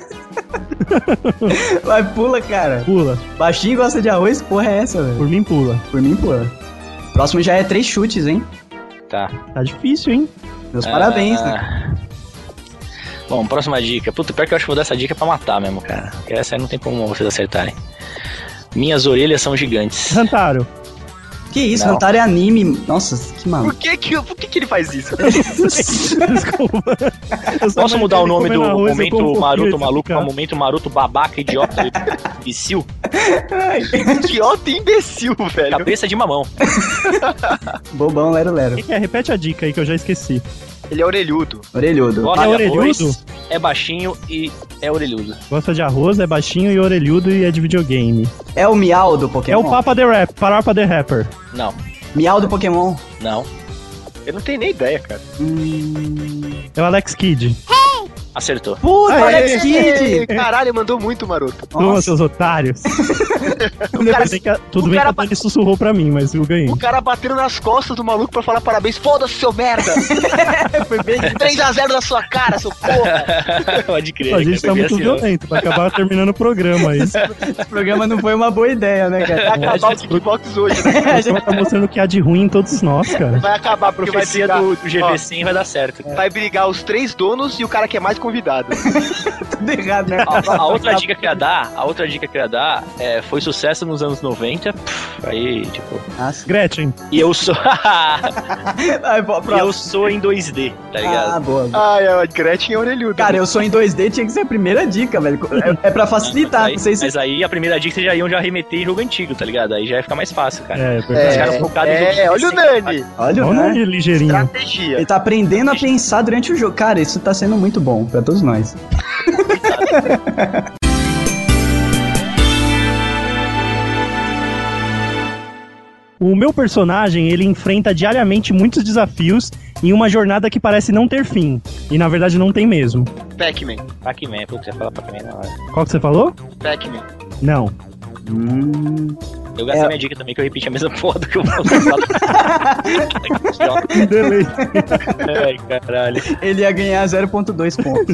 Vai, pula, cara. Pula. Baixinho gosta de arroz? Porra é essa, velho? Por mim, pula. Por mim, pula. Próximo já é 3 chutes, hein? Tá. Tá difícil, hein? Meus parabéns, né? Bom, próxima dica. Puta, pior que eu acho que vou dar essa dica pra matar mesmo, cara. Porque essa aí não tem como vocês acertarem. Minhas orelhas são gigantes. Rantaro. Que isso, Não. Hantaro é anime. Nossa, que Por maluco. que ele faz isso? Desculpa. Eu só Posso mudar o nome imaginei do ele comendo arroz, eu momento confundi Maroto esse maluco pra cara. momento Maroto babaca, idiota, imbecil? Idiota e imbecil, velho. Cabeça de mamão. Bobão, lero, O lero. que é? Repete a dica aí que eu já esqueci. Ele é orelhudo. Orelhudo. Gosta É de orelhudo? arroz, é baixinho e é orelhudo. Gosta de arroz, é baixinho e orelhudo e é de videogame. É o Miau do É Pokémon? o Papa the Rapper. Não, Miau do Pokémon. não. Eu não tenho nem ideia, cara. É o Alex Kidd. Acertou. Puta, Aê! Alex Kidd! Caralho, mandou muito, maroto. Toma, seus otários. Tudo bem que a Dani sussurrou pra mim, mas eu ganhei. O cara batendo nas costas do maluco pra falar parabéns. Foda-se, seu merda. Foi bem... 3x0 na sua cara, seu porra. Pode crer. A gente tá foi bem muito assim, ó. violento, vai acabar terminando o programa aí. Esse programa não foi uma boa ideia, né, Vai cara? acabar o kickbox hoje, né? A gente tá mostrando o que há de ruim em todos nós, cara. Vai acabar A porque vai profecia brigar, do GV100 vai dar certo. vai brigar os 3 donos e o cara que é mais convidado. Tudo errado, né? A outra dica que eu ia dar, foi sucesso nos anos 90. Aí, tipo. Nossa. Gretchen, E eu sou. Ai, pô, E próximo. eu sou em 2D, tá ligado? Ah, boa. Ai, a Gretchen é orelhuda. Cara, eu sou em 2D, tinha que ser a primeira dica, velho. É pra facilitar, Aí- não sei se... Mas aí a primeira dica vocês já iam remeter em jogo antigo, tá ligado? Aí já ia ficar mais fácil, cara. é Os verdade. caras focados em jogo olha o recente. Dani. Olha, Olha né? ele ligeirinho. Estratégia. Ele tá aprendendo a pensar durante o jogo. Cara, isso tá sendo muito bom pra todos nós. O meu personagem, ele enfrenta diariamente muitos desafios em uma jornada que parece não ter fim. E na verdade não tem mesmo. Pac-Man. Pac-Man, putz, você fala Pac-Man na hora. Qual que você falou? Pac-Man. Não. Eu gastei minha dica também, que eu repeti a mesma porra do que eu falar. Delay. Ai, caralho. Ele ia ganhar 0.2 pontos.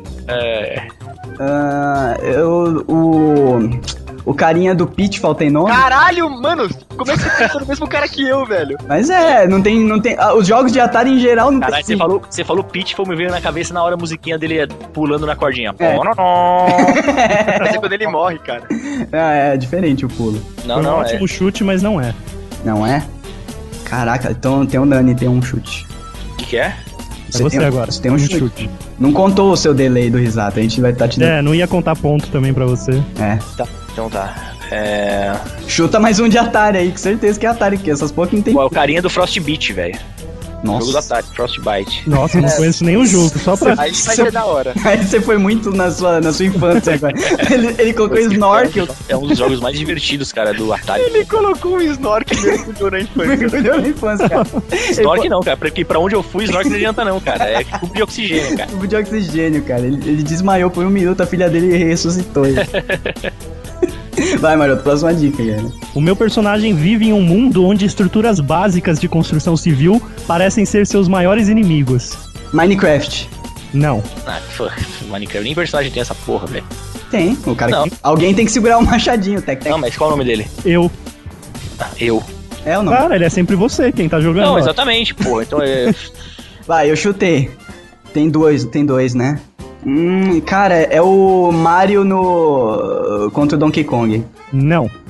O carinha do Pitfall tem nome? Caralho, mano, como é que você pensou no mesmo cara que eu, velho? Mas não tem... os jogos de Atari em geral não Caralho, tem... você falou Pitfall, me veio na cabeça na hora a musiquinha dele pulando na cordinha. É. Mas é quando ele morre, cara. É diferente o pulo. Não, Foi um não, ótimo chute, mas não é. Não é? Caraca, então tem o Nani, tem um chute. O que é? É você tem, agora. Você tem um chute. Não contou o seu delay do risado, a gente vai estar te dando. É, não ia contar ponto também pra você. É. Então tá. Chuta mais um de Atari aí, com certeza que é Atari, porque essas poucas não tem... Pô, é o carinha do Frostbite, velho. Jogo do Nossa. Atari, Frostbite. Nossa, eu não conheço nenhum jogo, só pra... Aí vai ser da hora. Aí você foi muito na sua infância agora. Ele colocou Snorkel. É um dos jogos mais divertidos, cara, do Atari. Ele colocou um snorkel e mergulhou na infância. Mergulhou na infância, cara. Snork não, cara, porque pra onde eu fui, Snork não adianta não, cara. É cubo de oxigênio, cara. Tubo de oxigênio, cara. Ele desmaiou por 1 minuto, a filha dele ressuscitou ele. Vai, Maroto, próxima dica, cara. O meu personagem vive em um mundo onde estruturas básicas de construção civil parecem ser seus maiores inimigos. Minecraft. Não. Ah, pô, Minecraft, nem personagem tem essa porra, velho. Tem, o cara. Não. Alguém tem que segurar o machadinho, tec. Não, mas qual é o nome dele? Eu. Eu. É ou não? Cara, ele é sempre você quem tá jogando. Não, ó. exatamente, pô. Então é. Vai, eu chutei. Tem dois, né? Cara, é o Mario no... contra o Donkey Kong. Não.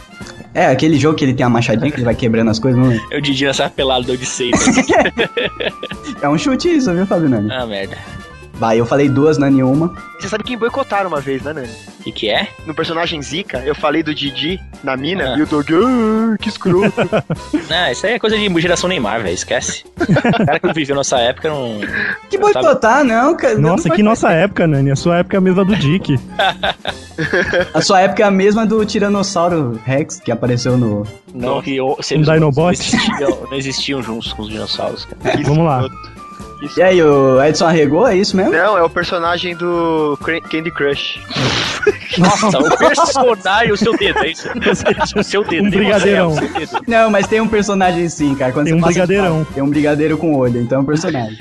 É, aquele jogo que ele tem a machadinha que ele vai quebrando as coisas, não é? É o Didi nessa pelada do Odyssey. É um chute isso, viu, Fábio Nani? Ah, merda. Vai, eu falei duas, Nani uma. Você sabe quem boicotaram uma vez, né, Nani? O que é? No personagem Zika, eu falei do Didi na mina Ah. e o Doug, que escroto. Não, isso aí é coisa de geração Neymar, velho. Esquece. O cara que viveu nossa época não. Que boicotar, não, cara. Nossa, não que nossa época, Nani. A sua época é a mesma do Dick. A sua época é a mesma do Tiranossauro Rex, que apareceu no... Não, que o Dinobot? não existiam juntos com os dinossauros, cara. Que Vamos lá. escroto. E aí, o Edson arregou, é isso mesmo? Não, é o personagem do Candy Crush. Nossa, o personagem, o seu dedo, é isso? O seu dedo. Um nem brigadeirão. você, é o seu dedo. Não, mas tem um personagem sim, cara. Quando Tem você um passa de brigadeirão. fase, tem um brigadeiro com olho, então é um personagem.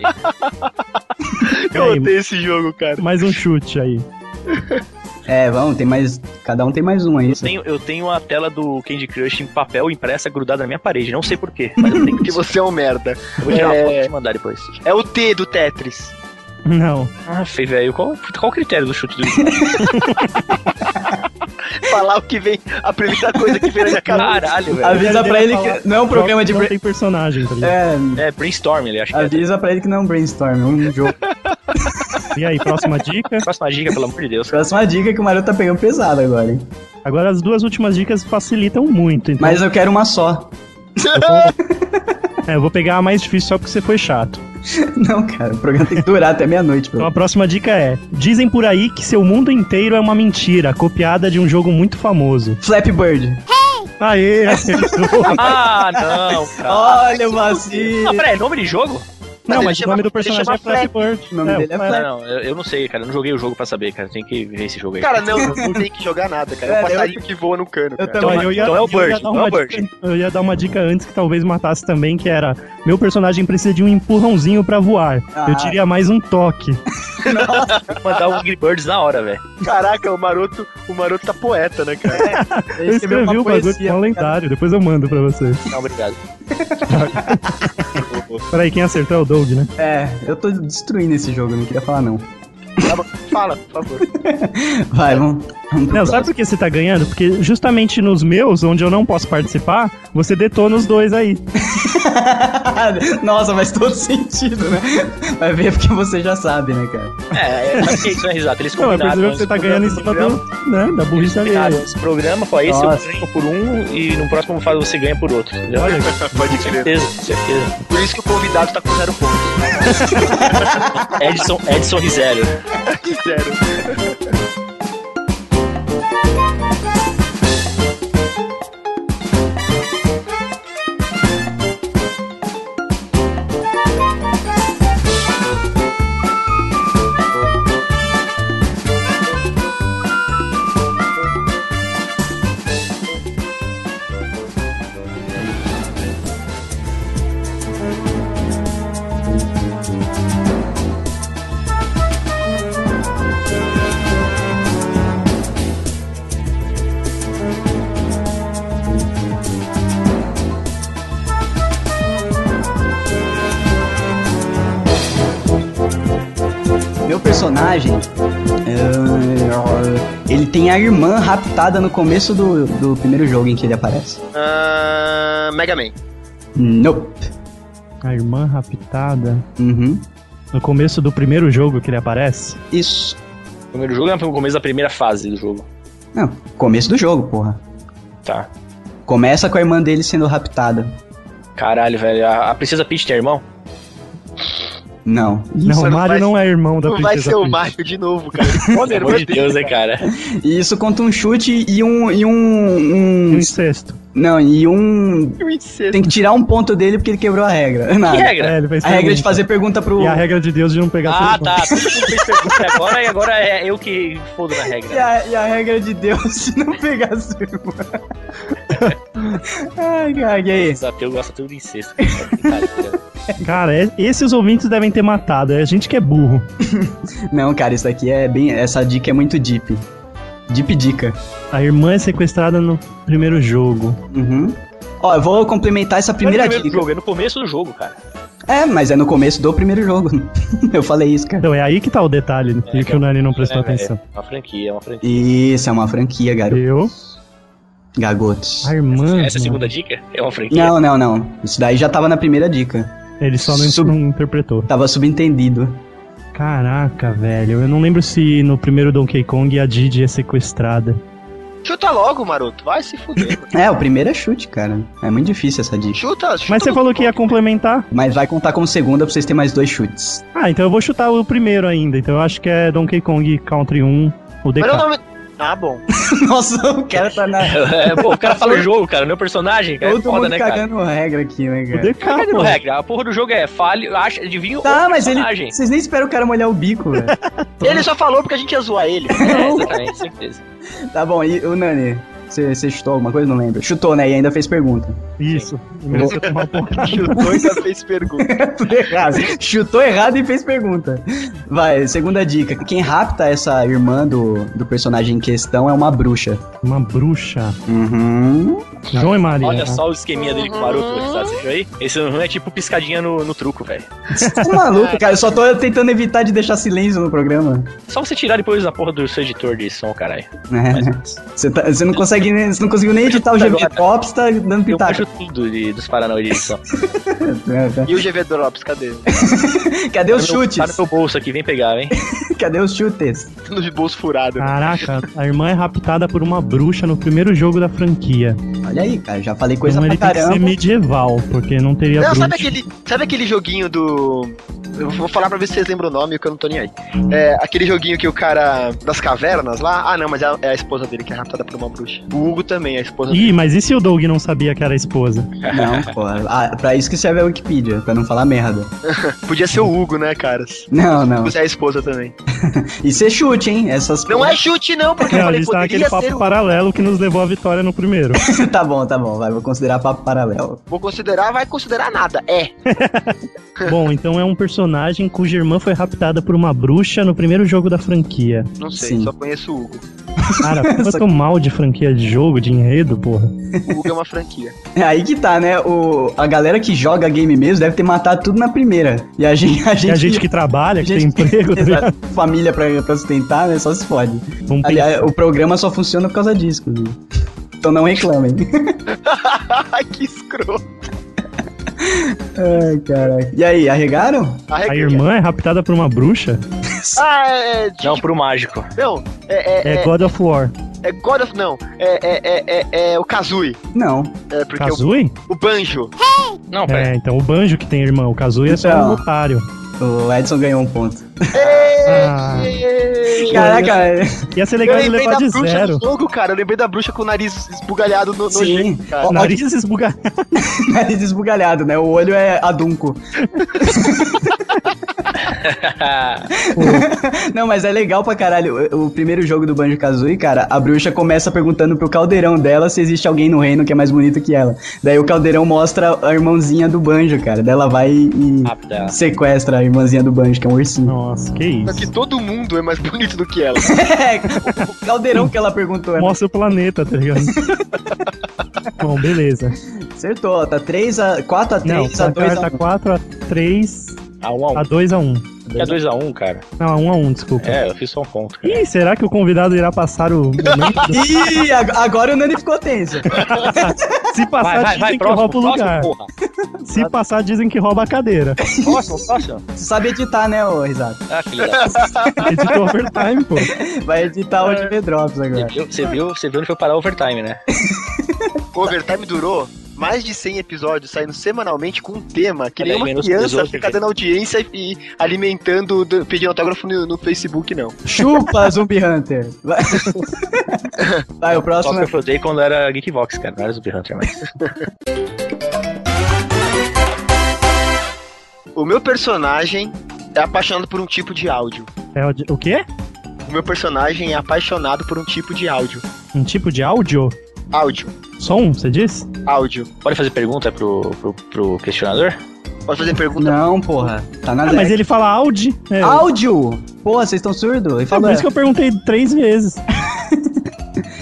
E aí, odeio esse jogo, cara. mais um chute aí. É, vamos, tem mais... Cada um tem mais um aí. Eu tenho a tela do Candy Crush em papel impressa grudada na minha parede. Não sei porquê, mas eu tenho Porque você é um merda. Eu vou tirar uma foto e te mandar depois. É o T do Tetris. Não. Ah, feio, velho. Qual o critério do chute do Falar o que vem, a primeira coisa que vem na minha cabeça. Caralho, velho. Avisa pra ele falar- que não é um programa de... Não tem personagem, tá ligado? É, É, brainstorm, ele acha que é. avisa pra ele que não é um brainstorm, é um jogo. E aí, próxima dica. Próxima dica, pelo amor de Deus. Próxima dica que o Mario tá pegando pesado agora, hein? Agora as duas últimas dicas facilitam muito, então Mas eu quero uma só. eu vou pegar a mais difícil só porque você foi chato. Não, cara, o programa tem que durar até meia-noite. Então a próxima dica é: dizem por aí que seu mundo inteiro é uma mentira, copiada de um jogo muito famoso. Flappy Bird. Aê, acertou. Ah, não, cara. Olha o vacilo. Ah, peraí, nome de jogo? Não, ele mas o chama- nome do ele personagem chama é Flappy Bird. O nome dele é Flappy. Não, eu não sei, cara. Eu não joguei o jogo pra saber, cara. Tem que ver esse jogo aí. Cara, não tem que jogar nada, cara. É Cara, um passarinho que voa no cano, Eu cara. também. Então é o Bird, dar não é uma o Bird. dica- eu ia dar uma dica antes que talvez matasse também, que era: meu personagem precisa de um empurrãozinho pra voar. Ah. Eu teria mais um toque. Vou mandar o Angry Birds na hora, velho. Caraca, o Maroto tá poeta, né, cara? Ele Eu escreveu escrevi uma o bagulho poesia, com um lendário, depois eu mando pra você. Não, obrigado. Peraí, quem acertou é o Doug, né? É, eu tô destruindo esse jogo, não queria falar não. Tá bom, fala, por favor. Vai, vamos pro Não, próximo. sabe por que você tá ganhando? Porque justamente nos meus, onde eu não posso participar, você detona os dois aí. Nossa, faz todo sentido, né? Vai ver porque você já sabe, né, cara? Mas que isso, né, Risato? Eles Não, eu combinaram. percebi que você tá ganhando em cima da burrice alheia. Esse programa foi esse, Nossa. eu ganho por um e no próximo fase você ganha por outro. Entendeu? Olha, Pode crer. Certeza. Por isso que o convidado tá com 0 pontos. Edson Rizero. Sério. Meu personagem, ele tem a irmã raptada no começo do primeiro jogo em que ele aparece. Mega Man. Nope. a irmã raptada. Uhum. No começo do primeiro jogo que ele aparece. Isso. O primeiro jogo é no começo da primeira fase do jogo. Não, começo do jogo, porra. Tá. Começa com a irmã dele sendo raptada. Caralho, velho. A Princesa Peach tem irmão? Não. Não, o não Mario vai- não é irmão da Não vai Princesa ser o Peach. Mario de novo, cara. Pelo amor de Deus, né, cara? E isso conta um chute e um Um incesto. Não, e um... Que incesto. Tem que tirar um ponto dele porque ele quebrou a regra. Nada. Que regra? É, ele fez A regra de pergunta. fazer pergunta pro... E a regra de Deus de não pegar Ah, todo mundo. tá. Todo mundo fez pergunta agora e agora é eu que fodo na regra. E a regra de Deus de não pegar a sua irmã. Ai, cara, e aí? Eu gosto tudo de incesto. Cara. Cara, esses ouvintes devem ter matado. É a gente que é burro. Não, cara, isso aqui é bem... Essa dica é muito deep. Deep dica. A irmã é sequestrada no primeiro jogo. Uhum. Ó, eu vou complementar essa primeira Não é no primeiro dica. jogo, é no começo do jogo, cara. É, mas é no começo do primeiro jogo. Eu falei isso, cara. Então é aí que tá o detalhe que o Nani não prestou atenção. É uma franquia, é uma franquia. Isso, é uma franquia, garoto. Eu? Gagotos. A irmã. Essa é a segunda dica? É uma franquia? Não. Isso daí já tava na primeira dica. Ele só não interpretou. Tava subentendido. Caraca, velho. Eu não lembro se no primeiro Donkey Kong a Didi é sequestrada. Chuta logo, maroto. Vai se fuder. O primeiro é chute, cara. É muito difícil essa dica. Chuta. Mas você falou que ia complementar. Mas vai contar como segunda pra vocês terem mais 2 chutes. Ah, então eu vou chutar o primeiro ainda. Então eu acho que é Donkey Kong Country 1, o DK. Mas o nome... Ah, bom. Nossa, o cara tá na... Pô, o cara fala o jogo, cara, não é o personagem, cara. Todo É foda, mundo né, cara? cagando regra aqui, né, O cara? DK, Cadê pô. no regra? A porra do jogo é fale, acha, adivinha Tá, o mas ele... personagem. Vocês nem esperam o cara molhar o bico, velho. Ele só falou porque a gente ia zoar ele. É, exatamente, certeza. Tá bom, e o Nani? Você chutou alguma coisa? Não lembro. Chutou, né? E ainda fez pergunta. Isso. Mereceu tomar um pouquinho. Chutou e ainda fez pergunta. Tudo errado. Chutou errado e fez pergunta. Vai, segunda dica. Quem rapta essa irmã do personagem em questão é uma bruxa. Uma bruxa. Uhum. João e Maria. Olha só o esqueminha dele com o Maroto, sabe? Você viu aí? Esse não é tipo piscadinha no truco, velho. Você tá maluco, cara? Eu só tô tentando evitar de deixar silêncio no programa. Só você tirar depois a porra do seu editor de som, caralho. Você não conseguiu nem editar o GV Drops, tá dando Eu pitaco. manjo tudo dos Paranauê de edição. E o GV Drops, cadê? Cadê os chutes? Tá no meu bolso aqui, vem pegar, hein? Cadê os chutes? No bolso furado. Caraca, a irmã é raptada por uma bruxa no primeiro jogo da franquia. Olha aí, cara, já falei coisa Então ele pra tem que ser caramba. medieval, porque não teria Não, bruxa. sabe aquele joguinho do... Eu vou falar pra ver se vocês lembram o nome, que eu não tô nem aí. É aquele joguinho que o cara das cavernas lá... Ah, não, mas é a esposa dele que é raptada por uma bruxa. O Hugo também, a esposa dele. Ih, mas e se o Doug não sabia que era a esposa? Não, pô. Pra isso que serve a Wikipedia, pra não falar merda. Podia ser o Hugo, né, caras? Não. Você é a esposa também. Isso é chute, hein? Essas Não é chute, não, porque eu Não, falei, eles estão poderia aquele ser papo o... paralelo que nos levou à vitória no primeiro. Tá bom, vai. Vou considerar papo paralelo. Vou considerar, vai considerar nada. É. Bom, então é um personagem cuja irmã foi raptada por uma bruxa no primeiro jogo da franquia. Não sei, Sim. só conheço o Hugo. Cara, quanto mal de franquia de jogo, de enredo, porra. O Hugo é uma franquia. É aí que tá, né? A galera que joga game mesmo deve ter matado tudo na primeira. E a gente E a gente que trabalha, que tem gente- emprego, tá ligado? Exato. Família pra sustentar, né? Só se fode. Vamos Aliás, pensar. o programa só funciona por causa disso, inclusive. Então não reclamem. Que escroto. Ai, caraca. E aí, arregaram? A irmã é raptada por uma bruxa? Ah, Não, pro mágico. Não, É God of War. é God of... Não, é o Kazooie. Não. É porque Kazooie? o Banjo. Não, pera. É, então o Banjo que tem irmã. O Kazooie é só Então. um otário. O Edson ganhou um ponto. Ah. Caraca, Ia ser Eu legal ele lembrei levar da de bruxa zero. do jogo, cara. Eu lembrei da bruxa com o nariz esbugalhado no Sim. jeito, cara. Ó, Nariz esbugalhado. nariz esbugalhado, né? O olho é adunco. Não, mas é legal pra caralho. O primeiro jogo do Banjo-Kazooie, cara, a bruxa começa perguntando pro caldeirão dela se existe alguém no reino que é mais bonito que ela. Daí o caldeirão mostra a irmãzinha do Banjo, cara. Daí ela vai e Rápida. sequestra a irmãzinha do Banjo, que é um ursinho. Nossa, que Só isso. que todo mundo é mais bonito do que ela. É, o caldeirão que ela perguntou. Mostra o planeta, tá ligado? Bom, beleza. Acertou, ó, tá 4 a 3 Não, a o 2 placar a tá 4 a 3 A 1 a 1. a 2 a 1. É 2x1, cara. Não, 1 a 1, desculpa. É, eu fiz só um ponto, cara. Ih, será que o convidado irá passar o momento? Ih, agora o Nani ficou tenso. Se passar, dizem que rouba o lugar. porra. Se passar, dizem que rouba a cadeira. Próximo. Você sabe editar, né, ô Risato? Ah, filho da... Editor overtime, pô. Vai editar o GV Drops agora. Você viu onde foi parar o overtime, né? O Overtime durou mais de 100 episódios, saindo semanalmente com um tema, que Olha nem aí, uma menos criança 18, fica gente. dando audiência e alimentando, pedindo autógrafo no Facebook, não. Chupa, Zumbi Hunter. Vai o Só próximo. que eu fodei quando era Geekvox, cara. Não era Zumbi Hunter, mas... O meu personagem é apaixonado por um tipo de áudio. É o quê? O meu personagem é apaixonado por um tipo de áudio. Um tipo de áudio? Áudio. Som, você disse? Áudio. Pode fazer pergunta pro questionador? Pode fazer pergunta? Não, porra. Tá na Mas ele fala áudio? É, Áudio! Porra, vocês estão surdos? Ele é falou. por isso que eu perguntei 3 vezes.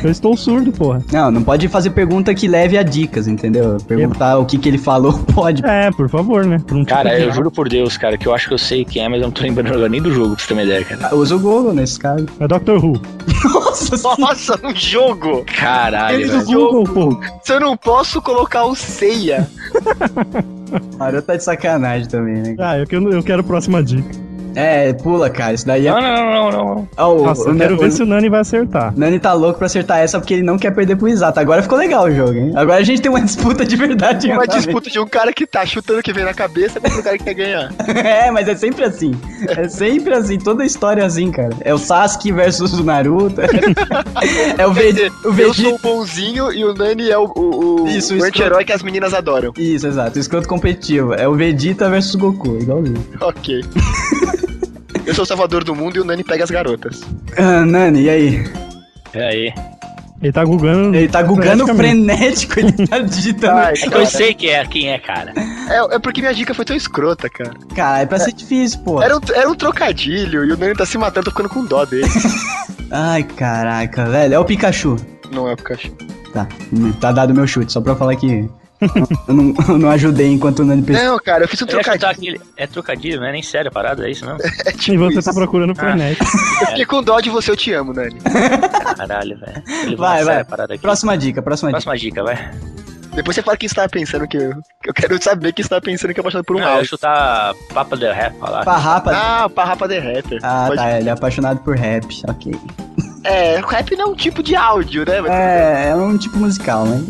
Eu estou surdo, porra. Não pode fazer pergunta que leve a dicas, entendeu? Perguntar o que ele falou, pode. É, por favor, né? Por um Cara, tipo de- eu juro por Deus, cara, que eu acho que eu sei quem é, mas eu não tô lembrando agora nem do jogo, pra você ter uma ideia, cara. Usa o Google nesse caso. É Doctor Who. Nossa, Nossa, um jogo! Caralho, Ele do velho. Google, pô. Se eu não posso colocar o Seiya. Mario tá de sacanagem também, né? Ah, eu quero a próxima dica. É, pula, cara. Isso daí é. Não. Ó, Nossa, eu quero ver se o Nani vai acertar. Nani tá louco pra acertar essa porque ele não quer perder pro Exato. Agora ficou legal o jogo, hein? Agora a gente tem uma disputa de verdade. Uma novamente. disputa de um cara que tá chutando o que vem na cabeça contra o cara que quer ganhar. É, mas é sempre assim. É sempre assim. Toda história é assim, cara. É o Sasuke versus o Naruto. É o Vegeta. O Eu sou Vegeta. o bonzinho e o Nani é o Isso, o isso. anti-herói que as meninas adoram. Isso, exato. O escroto competitivo. É o Vegeta versus o Goku. Igualzinho. Ok. Eu sou o salvador do mundo e o Nani pega as garotas. Ah, Nani, e aí? É aí. Ele tá googando. Ele tá googando freneticamente. frenético. Ele tá digitando. Ai, É que eu cara. sei quem é, cara. É porque minha dica foi tão escrota, cara. Cara, é pra ser difícil, pô. Era um trocadilho e o Nani tá se matando, tô ficando com dó dele. Ai, caraca, velho. É o Pikachu. Não é o Pikachu. Tá dado meu chute, só pra falar que eu não ajudei enquanto o Nani pensou. Não, cara, eu fiz um Eu ia chutar trocadilho. aquele. É trocadilho, não é nem sério a parada, é isso não? É E tipo você isso. tá procurando frenético. Eu fiquei com dó de você, eu te amo, Nani. Caralho, velho. Ele Vai. a parada aqui. Próxima dica. Próxima dica, vai. Depois você fala quem você tava pensando que eu quero saber quem você tava pensando que é apaixonado por um Não, eu ia áudio. chutar Papa Del Rap lá. Parrapa. Ah, o Parrapa The Rapper. Ah, Pode- tá. Ele é apaixonado por rap. Ok. É, rap não é um tipo de áudio, né? Mas É um tipo musical, né?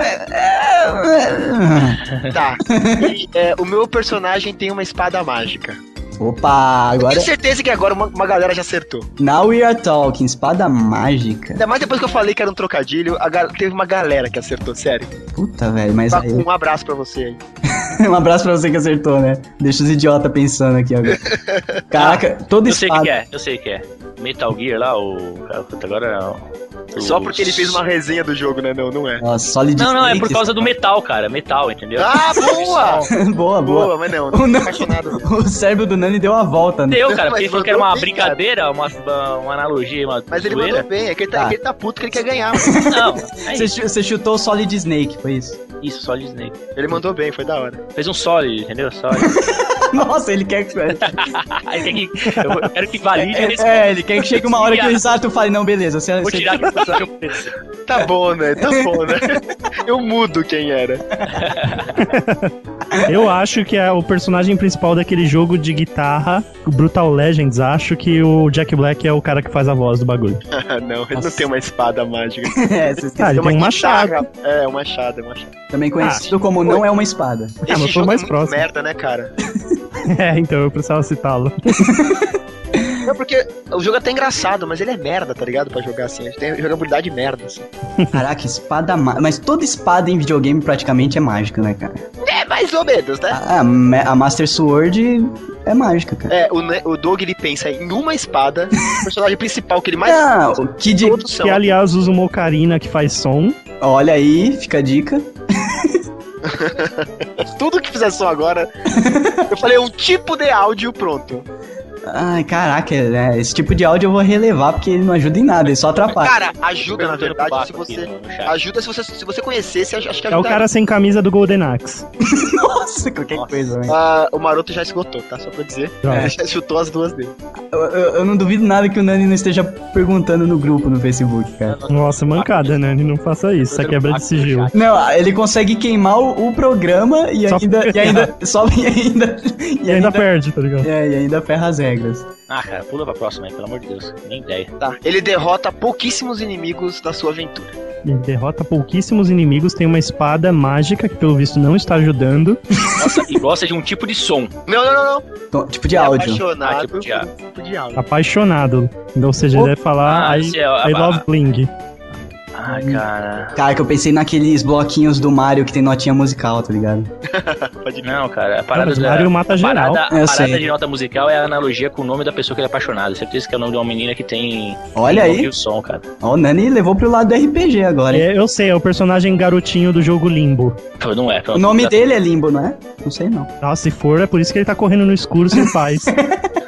tá. E, o meu personagem tem uma espada mágica. Opa, Eu agora. tenho certeza que agora uma galera já acertou. Now we are talking. Espada mágica. Ainda mais depois que eu falei que era um trocadilho, teve uma galera que acertou, sério. Puta, velho, mas Tá, aí. um abraço pra você aí. Um abraço pra você que acertou, né? Deixa os idiotas pensando aqui agora. Caraca, toda Eu sei o espada. que é, eu sei o que é. Metal Gear lá, puta, agora. Só porque ele fez uma resenha do jogo, né? Não é. Nossa, Solid Não, é por Snake, causa do metal, cara. Metal, entendeu? Ah, boa! boa, Boa, mas não O tô Nani- apaixonado. O cérebro do Nani deu a volta, né? Deu, cara, Mas porque ele falou que era mandou uma bem, cara. brincadeira, uma analogia, uma Mas ele zoeira. mandou bem, é que ele tá puto que ele quer ganhar. Não, é Você, isso. você chutou o Solid Snake, foi isso? Isso, Solid Snake. Ele mandou bem, foi da hora. Fez um Solid, entendeu? Solid. Nossa, ele quer. Aí tem que, eu quero que valide a resposta. Ele quer que chegue uma hora que o Risato fale, não, beleza, você Vou tirar aqui o personagem que eu pensei. Tá bom, né? Eu mudo quem era. Eu acho que é o personagem principal daquele jogo de guitarra, o Brutal Legends. Acho que o Jack Black é o cara que faz a voz do bagulho. Não, ele Nossa. não tem uma espada mágica. É, você Ah, ele tem um machado. guitarra. É, um machado, é um machado. também conhecido como não é uma espada. mas foi jogo mais é muito próximo. merda, né, cara? É, então eu precisava citá-lo. Não, porque o jogo é até engraçado, mas ele é merda, tá ligado? Pra jogar assim. Ele tem jogabilidade merda, assim. Caraca, espada mágica. Mas toda espada em videogame praticamente é mágica, né, cara? É mais ou menos, né? A Master Sword é mágica, cara. É, o Doug ele pensa em uma espada, o personagem principal que ele mais Não, que de... todos são. Que aliás usa uma ocarina que faz som. Olha aí, fica a dica. Tudo que fizer som agora. Eu falei um tipo de áudio, pronto. Ai, caraca, esse tipo de áudio eu vou relevar porque ele não ajuda em nada, ele só atrapalha. Cara, ajuda na Perguntando pro verdade se Baco aqui você. no chat. Ajuda se você conhecesse, acho que É o ajuda. cara sem camisa do Golden Axe. Nossa, qualquer coisa, velho. O Maroto já esgotou, tá? Só pra dizer. Droga. Ele já chutou as duas dele. Eu não duvido nada que o Nani não esteja perguntando no grupo no Facebook, cara. Nossa, mancada, né? Não faça isso. Isso é quebra de sigilo. Não, ele consegue queimar o programa e Só ainda, porque- e ainda, só, E ainda perde, tá ligado? e ainda ferra as regras. Ah, cara, pula pra próxima aí, pelo amor de Deus. Nem ideia. Tá. Ele derrota pouquíssimos inimigos da sua aventura. Ele derrota pouquíssimos inimigos, tem uma espada mágica que pelo visto não está ajudando. E gosta de um tipo de som. Não. Tipo de Ele é áudio. apaixonado tipo de por um tipo de áudio. Apaixonado. Então, ou seja, ele deve falar esse é I love bling. Ah, cara. Cara, que eu pensei naqueles bloquinhos do Mario que tem notinha musical, tá ligado? Pode crer. Não, cara, a Não, parada mas o Mario mata geral. Eu A parada sei. de nota musical é a analogia com o nome da pessoa que ele é apaixonado. Certeza que é o nome de uma menina que tem. Olha tem aí. ouvir o som, cara. Ó, o Nani levou pro lado do RPG agora, hein? Eu sei, é o personagem garotinho do jogo Limbo. Pô, não é. O nome dele é Limbo, não é? Não sei não. Nossa, se for, é por isso que ele tá correndo no escuro sem paz.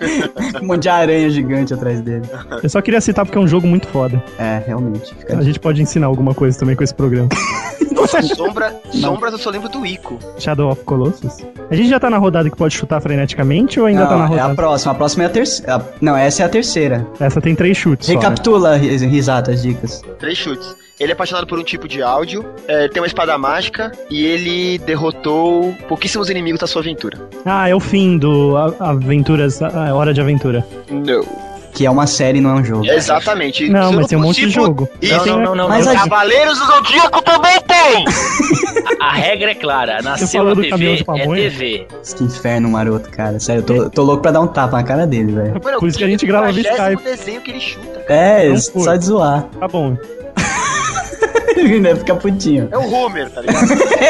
Um monte de aranha gigante atrás dele. Eu só queria citar porque é um jogo muito foda. É, realmente. Fica A gente pode ensinar alguma coisa também com esse programa. Nossa, sombras eu só lembro do Ico. Shadow of Colossus. A gente já tá na rodada que pode chutar freneticamente ou ainda Não, tá na é rodada? a próxima. A próxima é a terceira. Não, essa é a terceira. Essa tem 3 chutes só, né? Recapitula, Risato, as dicas. 3 chutes. Ele é apaixonado por um tipo de áudio, ele tem uma espada mágica e ele derrotou pouquíssimos inimigos da sua aventura. Ah, é o fim do Aventuras, a Hora de Aventura. Não. Que é uma série, não é um jogo. Exatamente. Não, Se eu mas tem um monte de possível- jogo. Isso. Não. Mas Os a- Cavaleiros do Zodíaco também tem! A regra é clara. Nasceu falou na do caminhão TV, de é pamonha? TV. Que inferno, maroto, cara. Sério, eu tô louco pra dar um tapa na cara dele, velho. Mano, Por isso que a gente grava via 40º Skype. desenho que ele chuta. É, Não só foi. de zoar. Tá bom. Ele ainda fica putinho. É o Homer, tá ligado?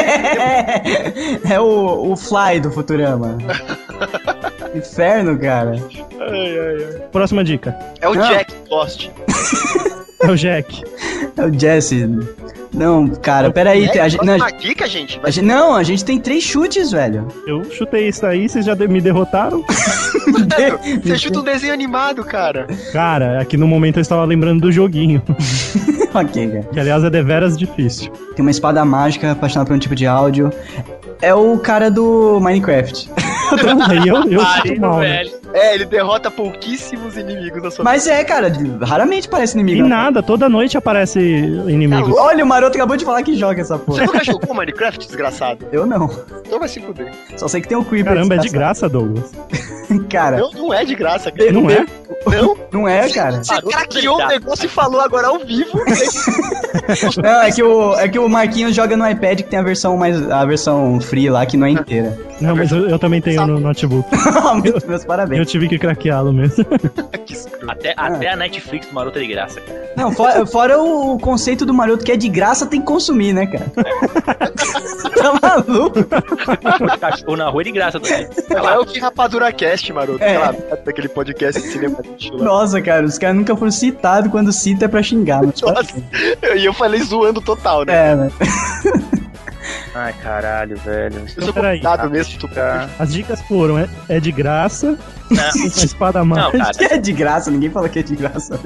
É o Fly do Futurama. Inferno, cara. Próxima dica. É o Não. Jack Lost. É o Jack. É o Jesse. Não, cara, peraí. A gente, não, Próxima dica, gente. Vai a gente tem 3 chutes, velho. Eu chutei isso aí, vocês já me derrotaram? Você chuta um desenho animado, cara. Cara, aqui no momento eu estava lembrando do joguinho. Ok, cara. Que aliás é deveras difícil. Tem uma espada mágica apaixonada por um tipo de áudio. É o cara do Minecraft. Aí eu chuto Pariu, mal, né? velho. Ele derrota pouquíssimos inimigos da sua Mas é, cara, raramente parece E inimigo. nada, toda noite aparece inimigo. Olha, o maroto acabou de falar que joga essa Você porra. nunca jogou Minecraft, desgraçado? Eu não. Então vai se fuder. Só sei que tem um Creeper. Caramba, é de desgraçado. graça, Douglas. Cara, Não é de graça, cara. Não é? Não, não é, cara. você craqueou o negócio e falou agora ao vivo. Não, é que o Marquinhos joga no iPad que tem a versão free lá, que não é inteira. Não, mas eu também tenho no notebook. Meus parabéns. Eu tive que craqueá-lo mesmo. Que escroto. Até a Netflix do Maroto é de graça, cara. Não, fora o conceito do maroto que é de graça, tem que consumir, né, cara? Tá maluco? O cachorro na rua é de graça também. É o que Rapadura Cast, maroto. É. Aquela merda daquele podcast de cinema de lá. Nossa, cara, os caras nunca foram citados quando cita é pra xingar. Mas Nossa, e eu falei zoando total, né? é, né? Ai, caralho, velho. Eu sou peraí. convidado mesmo, tu cara. As dicas foram, é de graça, Não, uma espada não, mágica. cara. Que é de graça, ninguém fala que é de graça.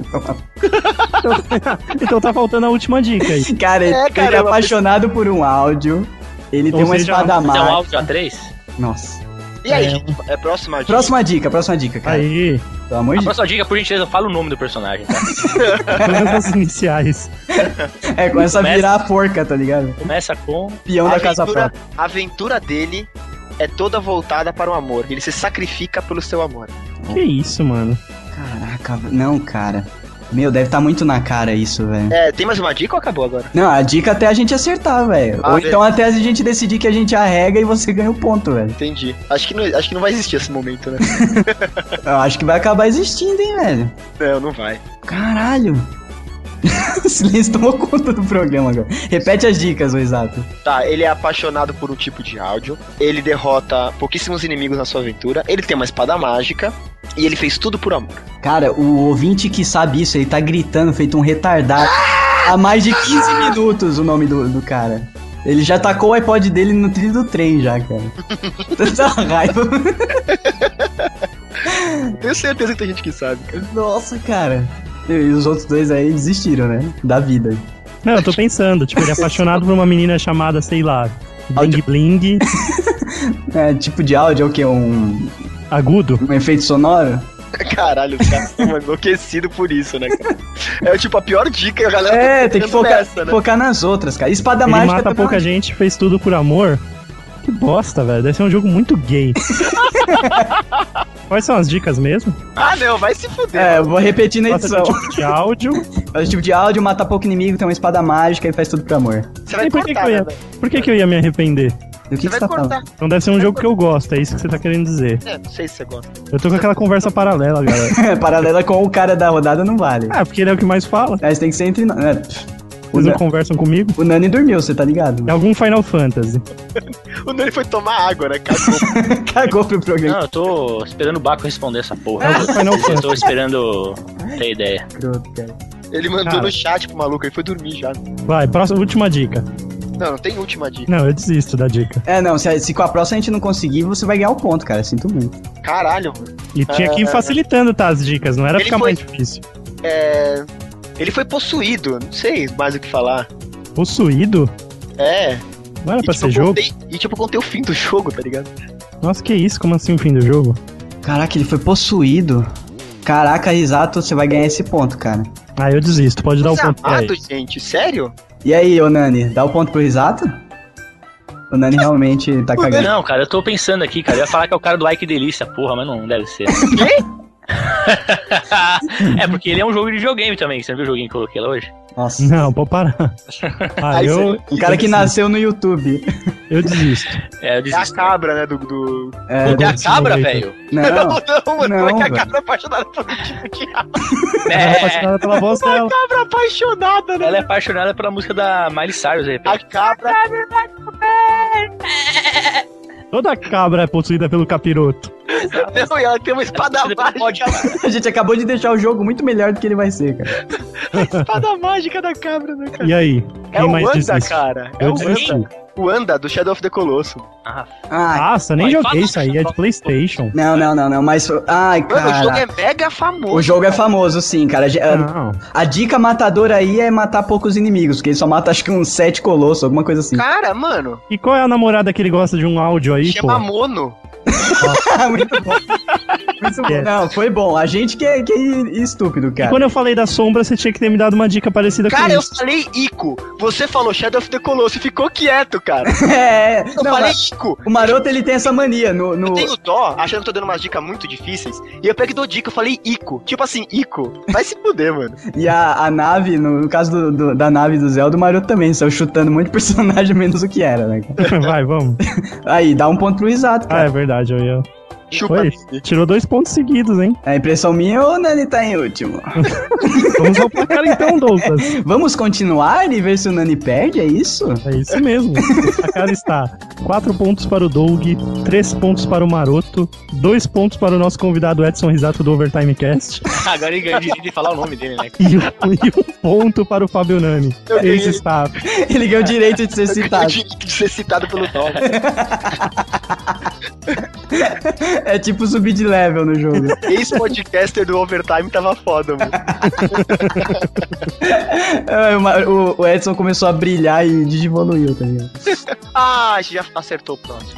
Então tá faltando a última dica aí. Cara, ele é caramba, apaixonado por um áudio. Ele tem Ou uma seja, espada Então, mágica. áudio A3? Nossa. E aí, gente? É próxima dica. Próxima dica, cara. Aí, Pelo amor A de Deus. próxima dica, por gentileza, fala o nome do personagem, tá? todas as iniciais. É, começa a Começa- virar a forca, tá ligado? Começa com... Peão da casa própria. A aventura dele é toda voltada para o amor. Ele se sacrifica pelo seu amor. Que isso, mano? Caraca, não, cara. Meu, deve estar muito na cara isso, velho. É, tem mais uma dica ou acabou agora? Não, a dica até a gente acertar, velho. Ah, Ou então até a gente decidir que a gente arrega e você ganha o ponto, velho. Entendi. Acho que não vai existir esse momento, né? Eu acho que vai acabar existindo, hein, velho. Não vai. Caralho. O silêncio tomou conta do programa agora. Repete as dicas, o exato. Tá, ele é apaixonado por um tipo de áudio. Ele derrota pouquíssimos inimigos na sua aventura. Ele tem uma espada mágica. E ele fez tudo por amor. Cara, o ouvinte que sabe isso, ele tá gritando, feito um retardado. Há mais de 15 minutos o nome do cara. Ele já tacou o iPod dele no trilho do trem já, cara. Tanta raiva. Tenho certeza que tem gente que sabe, cara. Nossa, cara. E os outros dois aí desistiram, né? Da vida. Não, eu tô pensando, tipo, ele é apaixonado por uma menina chamada, sei lá, Bling Bling, É, tipo de áudio é o quê? Um agudo. efeito sonoro? Caralho, os caras estão enlouquecidos por isso, né, cara? É tipo a pior dica, a galera É, tá tem que ficando focar, nessa, né? focar nas outras, cara. Espada Ele mágica mata também pouca é- gente, fez tudo por amor. Que bosta, velho. Deve ser um jogo muito gay. Quais são as dicas mesmo? Ah, não, vai se fuder. É, eu vou repetir na Gosta edição. de tipo de áudio. Faz tipo de áudio, mata pouco inimigo, tem uma espada mágica e faz tudo por amor. Você vai E por que, cortar, que eu ia, né? por que eu ia me arrepender? Do que Você vai você tá falando? cortar. Então deve ser um jogo que eu gosto, é isso que você tá querendo dizer. É, não sei se você gosta. Eu tô com aquela conversa paralela, galera. Paralela com o cara da rodada não vale. Ah, porque ele é o que mais fala. Mas tem que ser entre nós. É, Vocês não conversam comigo? o Nani dormiu, você tá ligado? É algum Final Fantasy. O Nani foi tomar água, né? Cagou. Cagou pro programa. Não, eu tô esperando o Baco responder essa porra. É o Final Eu Fantasy. tô esperando ter ideia. Escroto, cara. Ele mandou Cara. no chat pro maluco, ele foi dormir já. Vai, próxima, última dica. Não tem última dica. Não, eu desisto da dica. Não, se com a próxima a gente não conseguir, você vai ganhar o ponto, cara. Sinto muito. Caralho, mano. E tinha que ir facilitando, tá, as dicas, não era Ele ficar foi- mais difícil. Ele foi possuído, não sei mais o que falar. Possuído? É. Não era pra ser eu jogo? contei o fim do jogo, tá ligado? Nossa, que isso? Como assim o fim do jogo? Caraca, ele foi possuído. Caraca, Risato, você vai ganhar esse ponto, cara. Ah, eu desisto, pode dar o ponto pra Amado, ele. gente, sério? E aí, ô Nani, dá o ponto pro Risato? O Nani realmente tá cagando. Não, cara, eu tô pensando aqui, cara. Eu ia falar que é o cara do Ike Delícia, porra, mas não deve ser. É, porque ele é um jogo de videogame também. Você não viu o joguinho que eu coloquei lá hoje? Nossa. Não, pode parar. Ah, eu Um cara que nasceu no YouTube. Eu desisto. É, eu É a desisto. cabra, né, do... É, É a cabra, Sim, velho. não, Não, mano, Não, como é que a velho. cabra é apaixonada por um tipo de aba? Ela é apaixonada pela voz dela. Cabra apaixonada, né? Ela é apaixonada pela música da Miley Cyrus, de repente. A cabra... Toda cabra é possuída pelo capiroto. Não, e ela tem uma espada Pode. mágica. a gente acabou de deixar o jogo muito melhor do que ele vai ser, cara. Espada mágica da cabra, né, cara? E aí? É Quem o mais Wanda, desiste? cara. É Eu o desisti. Wanda. O Wanda, do Shadow of the Colossus. Ah, Ah, Nossa, nem Vai, joguei fala, isso aí, é de PlayStation. não, mas... Ai, Mano, o jogo cara... é mega famoso. O jogo é famoso, sim, cara. Não. A dica matadora aí é matar poucos inimigos, porque ele só mata acho que uns 7 colossos, alguma coisa assim. Cara, mano, E qual é a namorada que ele gosta de um áudio aí, pô? chama Mono. Muito bom. Muito bom. É. Não, foi bom. A gente que é estúpido, E cara. quando eu falei da sombra, você tinha que ter me dado uma dica parecida Cara, com eu isso. falei Ico. Você falou Shadow of the Colossus e ficou quieto, cara. É, Eu não, falei mas Ico. o Maroto ele tem essa mania no... Eu tenho dó, achando que eu tô dando umas dicas muito difíceis. E eu pego e dou dica, eu falei Ico. Tipo assim, Ico. Vai se fuder, mano. E a nave, no caso da nave do Zelda, o Maroto também saiu chutando muito personagem menos o que era, né? cara? Vai, vamos. Aí, dá um ponto pro Exato, Ah, é cara. verdade, eu ia... Chupa. Foi? Tirou 2 pontos seguidos, hein? A impressão minha é o Nani tá em último. Vamos ao placar então, Douglas. Vamos continuar e ver se o Nani perde, é isso? É isso mesmo. O placar está 4 pontos para o Doug, 3 pontos para o Maroto, 2 pontos para o nosso convidado Edson Risato do Overtime Cast agora ele ganhou o direito de falar o nome dele, né? e 1 ponto para o Fábio Nani. Eu ganhei. Esse está. Ele ganhou o direito de ser Eu tenho citado. direito de ser citado pelo Dó. É tipo subir de level no jogo. Ex-podcaster do Overtime tava foda, mano. O Edson começou a brilhar e desevoluiu, tá ligado? Ah, a gente já acertou o próximo.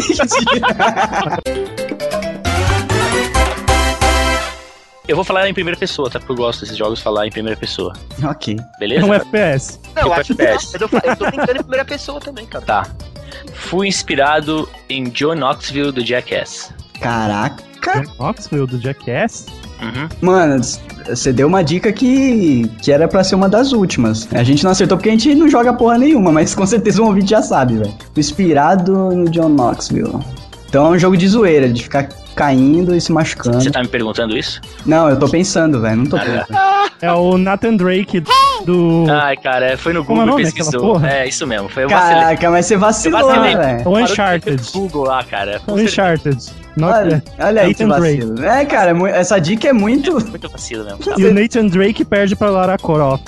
Eu vou falar em primeira pessoa, tá? Porque eu gosto desses jogos falar em primeira pessoa. Ok. Beleza? É um FPS. Não, Tipo acho que FPS. mas eu tô tentando em primeira pessoa também, cara. Tá. Fui inspirado em John Knoxville do Jackass. Caraca. Knoxville do Jackass. Uhum. Mano, você deu uma dica que era pra ser uma das últimas. A gente não acertou porque a gente não joga porra nenhuma, mas com certeza um ouvinte já sabe, velho. Inspirado no John Knoxville. Então é um jogo de zoeira, de ficar caindo e se machucando. Você tá me perguntando isso? Não, eu tô pensando, velho. Não tô pensando. É o Nathan Drake do. Ai, cara, foi no Como é o Google e nome daquela pesquisou. porra? É, isso mesmo. Foi eu vacilei. Caraca, mas você vacilou, Eu vacilei. né, velho? O Parou de Uncharted. ter Google lá, cara. O Uncharted. Olha aí que Nathan Drake. vacilo. É, cara, essa dica é muito... Muito vacilo mesmo. Tá? E o Nathan Drake perde pra Lara Croft.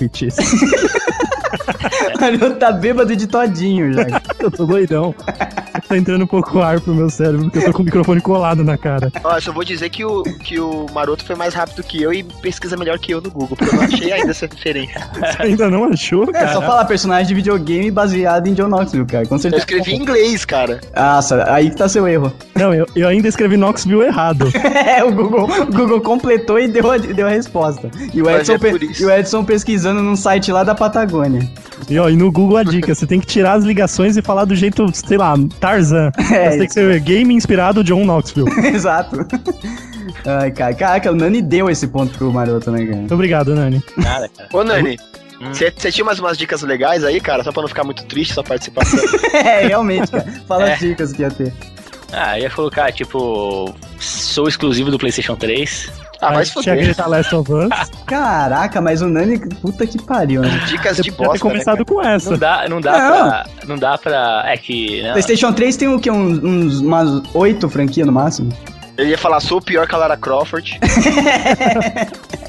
Mano, tá bêbado de todinho já. Eu tô doidão. Tá entrando um pouco ar pro meu cérebro, porque eu tô com o microfone colado na cara. Ó, eu só vou dizer que o Maroto foi mais rápido que eu e pesquisa melhor que eu no Google, porque eu não achei ainda essa referência. Você ainda não achou, É, só cara? falar personagem de videogame baseado em John Knoxville, cara. Com Eu certeza. escrevi em inglês, cara. Nossa, aí que tá seu erro. Não, eu ainda escrevi Knoxville errado. É, o Google completou e deu a resposta. E o, Mas Edson é por isso. e o Edson pesquisando num site lá da Patagônia. E ó, e no Google a dica, você tem que tirar as ligações e falar do jeito, sei lá, Tarzan. É, Você tem que ser game inspirado John Knoxville. Exato. Ai, cara, caraca, o Nani deu esse ponto pro Maroto, né, cara? Muito obrigado, Nani. Nada, cara. Ô, Nani, você tinha umas dicas legais aí, cara? Só pra não ficar muito triste sua participação. É, realmente, cara. Fala É. as dicas que ia ter. Ah, eu ia colocar, tipo, sou exclusivo do PlayStation 3. Ah, vai Aí se tinha fuder. gritar Last of Us. Caraca, mas o Nani, puta que pariu, né? Dicas Você de podia ter bosta, né, começado com essa. Não dá pra. É que. Não, PlayStation 3 tem o quê? Umas 8 franquias no máximo? Ele ia falar, sou pior que a Lara Croft.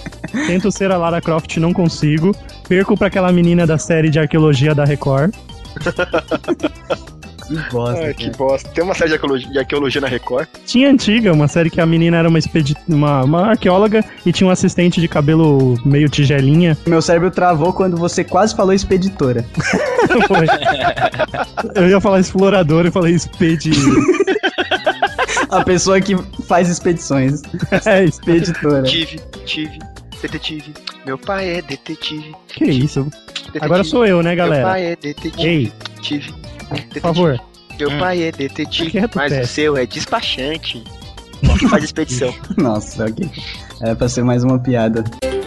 Tento ser a Lara Croft, não consigo. Perco pra aquela menina da série de arqueologia da Record. Que bosta, Ai, que bosta. Tem uma série de arqueologia na Record? Tinha antiga, uma série que a menina era uma arqueóloga e tinha um assistente de cabelo meio tigelinha. Meu cérebro travou quando você quase falou expeditora. Foi. Eu ia falar explorador e falei A pessoa que faz expedições. É, Expeditora. Tive, detetive. Meu pai é detetive. que isso? Detetive. Agora sou eu, né, Meu galera? pai é detetive. Ei, Tive. por favor. Meu pai é detetive, Quieto, mas Pé. o seu é despachante. Que faz expedição. Nossa, ok. Era pra ser mais uma piada.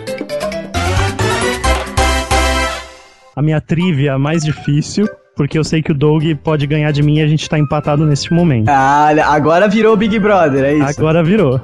A minha trivia mais difícil, porque eu sei que o Doug pode ganhar de mim e a gente tá empatado neste momento. Ah, agora virou Big Brother, é isso? Agora virou.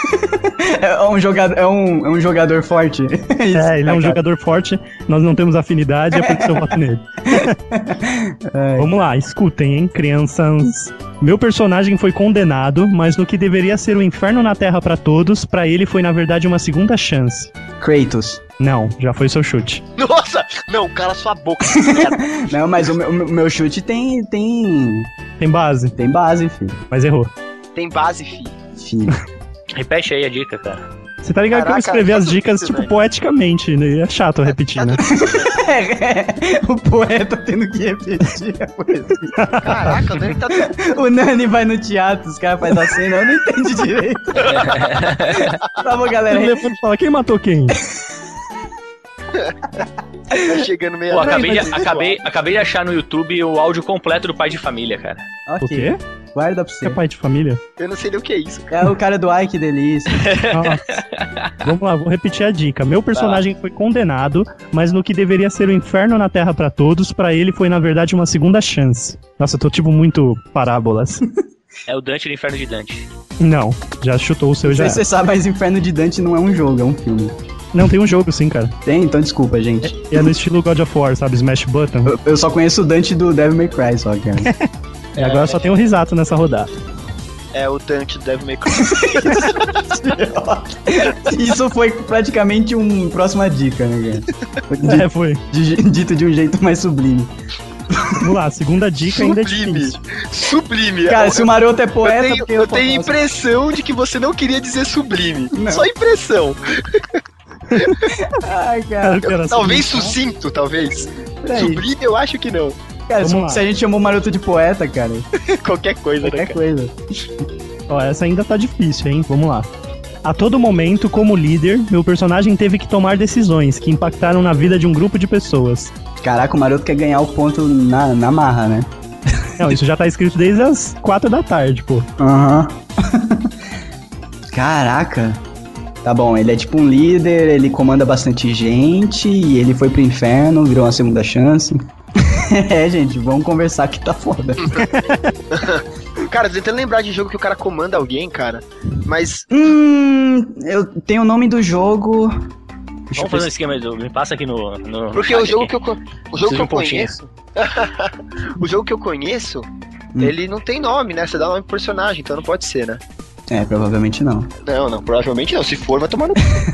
É um jogador forte. Isso, Ele é um jogador forte, nós não temos afinidade, é por isso eu voto nele. Vamos lá, escutem, hein, crianças. Meu personagem foi condenado, mas no que deveria ser o inferno na Terra pra todos, pra ele foi na verdade uma segunda chance. Kratos. Não, já foi seu chute. Nossa! Não, cala sua boca. Não, mas o meu chute tem Tem base, base, filho. mas errou. Tem base, filho. Filho. Repete aí a dica, cara. Você tá ligado que eu Caraca, escrevi tá as tudo dicas, difícil, tipo, velho. poeticamente, né? É chato eu repetir, né? O poeta tendo que repetir a poesia. Caraca, o Dani tá... O Nani vai no teatro, os caras fazem a cena, eu não entendi direito. Tá bom, O galera. telefone fala, quem matou quem? tá chegando meio... Pô, acabei de achar no YouTube o áudio completo do Pai de Família, cara. O Ok, quê? guarda pra Você é você. pai de família? Eu não sei nem o que é isso, cara. É o cara do Ai, que delícia. Nossa. Vamos lá, vou repetir a dica. Meu personagem foi condenado, mas no que deveria ser o inferno na Terra pra todos, pra ele foi na verdade uma segunda chance. Nossa, eu tô tipo muito parábolas. É o Dante do Inferno de Dante. Não, já chutou o seu Não já. sei se você sabe, mas Inferno de Dante não é um jogo, é um filme. Não, tem um jogo sim, cara. Tem? Então desculpa, gente. E é no estilo God of War, sabe? Smash Button. Eu só conheço o Dante do Devil May Cry, só, cara. E agora só tem um risato nessa rodada. É o Dante do Devil May Cry. Isso foi praticamente uma próxima dica, né, cara? Foi. Dito de um jeito mais sublime. Vamos lá, segunda dica ainda é Sublime. difícil. Sublime. Cara, se o Maroto é poeta, eu porque tenho, eu tenho posso. impressão de que você não queria dizer sublime. Não. Só impressão. Ai, cara. Cara, eu quero Talvez assim, sucinto, talvez. Peraí. Sublime eu acho que não. Cara, Vamos lá. se a gente chamou o Maroto de poeta, cara, Qualquer coisa, né, qualquer cara? coisa. Ó, essa ainda tá difícil, hein? Vamos lá. A todo momento, como líder, meu personagem teve que tomar decisões que impactaram na vida de um grupo de pessoas. Caraca, o Maroto quer ganhar o ponto na marra, né? Não, isso já tá escrito desde as 4 da tarde, pô. Aham. Caraca. Tá bom, ele é tipo um líder, ele comanda bastante gente e ele foi pro inferno, virou uma segunda chance. É, gente, vamos conversar que tá foda. Cara, tô tentando lembrar de jogo que o cara comanda alguém, cara. Mas. Eu tenho o nome do jogo. Deixa eu Vamos fazer um ver esquema do. Me passa aqui no Porque chat o jogo aqui. que eu, o Preciso jogo de que eu um pontinho. conheço. O jogo que eu conheço, ele não tem nome, né? Você dá nome pro personagem, então não pode ser, né? É, provavelmente não. Não, provavelmente não. Se for, vai tomar no.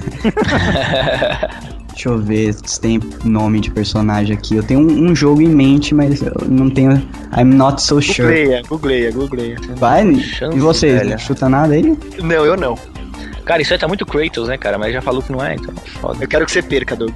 Deixa eu ver se tem nome de personagem aqui. Eu tenho um jogo em mente, mas eu não tenho. I'm not so sure. Googleia. Vai? Chance, E você? velho. Não chuta nada aí? Não, eu não. Cara, isso aí tá muito Kratos, né, cara? Mas já falou que não é, então foda. Eu quero que você perca, Doug.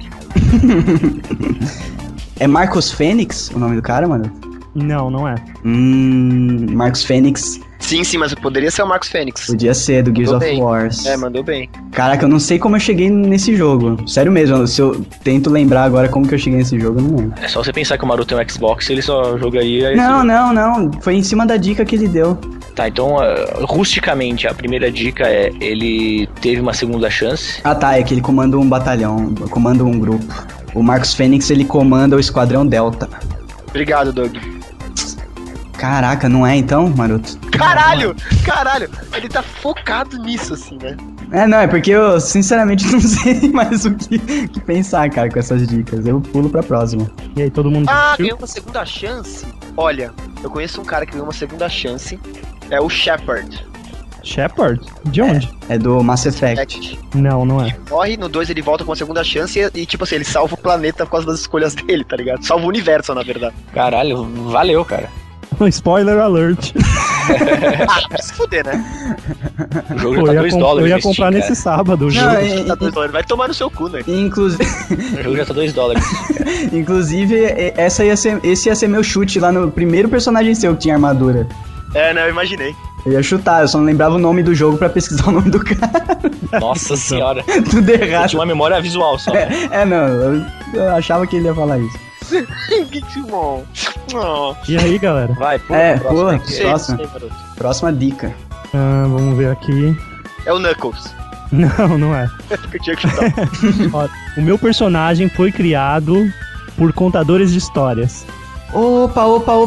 É Marcos Fênix o nome do cara, mano? Não, não é. Marcos Fênix Sim, mas poderia ser o Marcos Fênix. podia ser do Gears Mandou of bem. Wars. É, mandou bem. Caraca, eu não sei como eu cheguei nesse jogo. Sério mesmo, se eu tento lembrar agora como que eu cheguei nesse jogo, eu não lembro. É só você pensar que o Maroto tem um Xbox, ele só jogaria. Não. Foi em cima da dica que ele deu. Tá, então, rusticamente, a primeira dica é: ele teve uma segunda chance. Ah tá, é que ele comanda um batalhão, comanda um grupo. O Marcos Fênix, ele comanda o Esquadrão Delta. Obrigado, Doug. Caraca, não é então, Maroto? Caralho! Ele tá focado nisso, assim, né? Não, é porque eu sinceramente não sei mais o que pensar, cara, com essas dicas. Eu pulo pra próxima. E aí, todo mundo Ah, assistiu? ganhou uma segunda chance? Olha, eu conheço um cara que ganhou uma segunda chance. É o Shepard. Shepard? De onde? É do Mass Effect. Não, não é. Morre, no 2 ele volta com uma segunda chance e, tipo assim, ele salva o planeta por causa das escolhas dele, tá ligado? Salva o universo, na verdade. Caralho, valeu, cara. Spoiler alert. Ah, pra se fuder, né? O jogo Pô, já eu tá ia, 2 dólares. eu ia no Steam, comprar cara. nesse sábado o Não, jogo. Tá $2. Vai tomar no seu cu, né? O jogo já tá 2 dólares. Inclusive, esse ia ser meu chute lá no primeiro personagem seu que tinha armadura. É, né? Eu imaginei. Eu ia chutar, eu só não lembrava o nome do jogo pra pesquisar o nome do cara. Nossa senhora. Tudo Eu errado. tinha uma memória visual só. Não, eu achava que ele ia falar isso. Que bom. Oh. E aí, galera? Vai, pula. É, pro próximo pula. aqui. Próxima. garoto. Próxima dica. Vamos ver aqui. É o Knuckles. Não, não é. Que eu tinha que chutar. Ó, o meu personagem foi criado por contadores de histórias. Opa.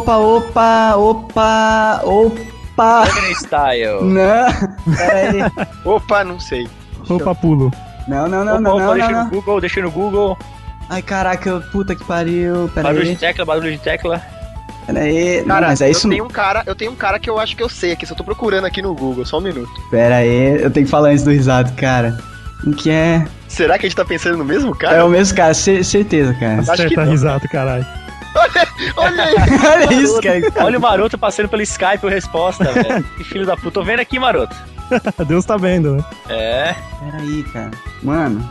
Gangnam Style. Não, pera aí. Opa, não sei. Opa, pulo. Não. Opa, deixa no Google. Ai, caraca, puta que pariu. Pera Barulho aí. de tecla. Pera aí. Não, Cara, mas é isso. eu tenho um cara que eu acho que eu sei aqui, só tô procurando aqui no Google, só um minuto. Pera aí, eu tenho que falar antes do risado, cara. O que é? Será que a gente tá pensando no mesmo cara? É o mesmo cara, certeza, cara. Acho que Acerta não. risado, caralho. Olha aí! Olha isso, cara. Olha o Maroto passando pelo Skype a resposta, velho. Que filho da puta. Tô vendo aqui, Maroto. Deus tá vendo, né? É. Pera aí, cara. Mano.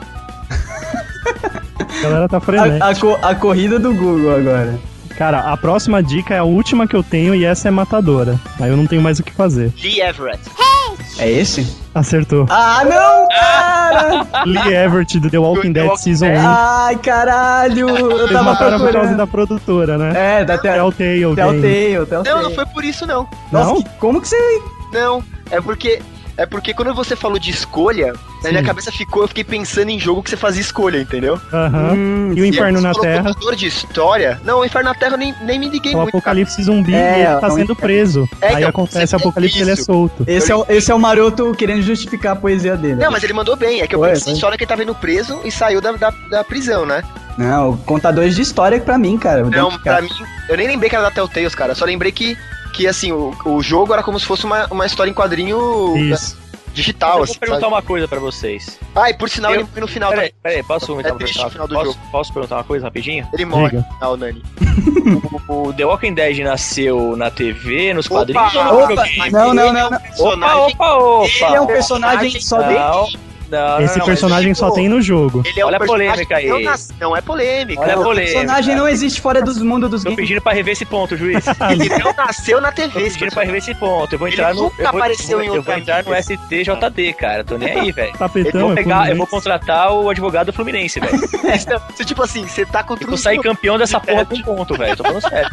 A galera tá frenética. A corrida do Google agora. Cara, a próxima dica é a última que eu tenho e essa é matadora. Aí eu não tenho mais o que fazer. Lee Everett. É esse? Acertou. Ah, não, cara! Lee Everett do The Walking The Dead Walking Season Dead. 1. Ai, caralho! Eu Eles tava mataram por causa procurando. da produtora, né? É, da Telltale Game. Telltale. Não, não foi por isso, não. Nossa, Não? como que você... Não, é porque quando você falou de escolha, na minha cabeça eu fiquei pensando em jogo que você fazia escolha, entendeu? Aham. E o E Inferno aí na você falou Terra. contador de história. Não, o Inferno na Terra eu nem me liguei É o muito, cara. apocalipse zumbi É, e ele tá é um sendo preso. É, Aí então, acontece é o apocalipse e ele é isso. solto. Esse é o Maroto querendo justificar a poesia dele. Não, mas ele mandou bem. É que eu Foi, pensei só na que ele tava indo preso e saiu da prisão, né? Não, contadores de história pra mim, cara. Não, pra mim, eu nem lembrei que era da Telltale, cara. Eu só lembrei que assim, o jogo era como se fosse uma história em quadrinho Isso. digital, Eu assim, vou perguntar sabe? uma coisa pra vocês. Ah, e por sinal, ele morre no final. Peraí, posso É triste o final do jogo. posso perguntar uma coisa rapidinho? Ele morre Diga. no final, Nani. O The Walking Dead nasceu na TV, nos Opa! quadrinhos ou no Opa! videogame? Não. Ele é um personagem- Opa! Ele é um personagem só dele. Não, Esse personagem só tem no jogo. Ele é Olha um a personagem polêmica que não aí. Não é polêmica. Olha a Não, polêmica. O personagem não existe fora do mundo dos Tô games. pedindo pra rever esse ponto, juiz. Ele não nasceu na Tô TV. esse pedindo pra rever esse ponto. Eu vou Ele entrar no. nunca apareceu em eu vou outra entrar no mídia. STJD, cara. Tô nem aí, velho. Tapetão, Eu vou é pegar, eu Fluminense. vou contratar o advogado do Fluminense, velho. personagem. Você, tipo assim, você tá contra Eu vou sair campeão dessa porra com ponto, velho. Tô falando sério.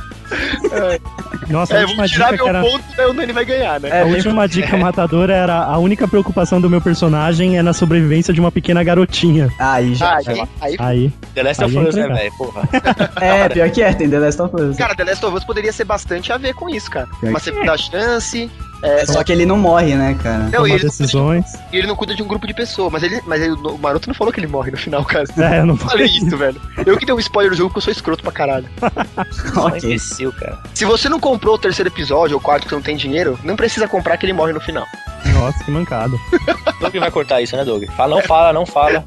Nossa, a É, eu última vou tirar dica meu que era... ponto, daí o Nani vai ganhar, né? É, A bem- última dica matadora era a única preocupação do meu personagem é na sobrevivência de uma pequena garotinha. Aí já. Aí, The Last of Aí Us, né, entra, velho? Porra. É, pior que é, tem The Last of Us. Cara, The Last of Us poderia ser bastante a ver com isso, cara. Pior Uma que segunda chance. Só que ele não morre, né, cara? Não, e tomar ele, decisões. ele não cuida de um grupo de pessoas, mas o Maroto não falou que ele morre no final, cara. É, eu não Falei isso, velho. Eu que dei um spoiler do jogo porque eu sou escroto pra caralho. Só Ok. imbecil, cara. Se você não comprou o terceiro episódio ou o quarto que você não tem dinheiro, não precisa comprar que ele morre no final. Nossa, que mancado. Doug vai cortar isso, né, Doug? Não fala.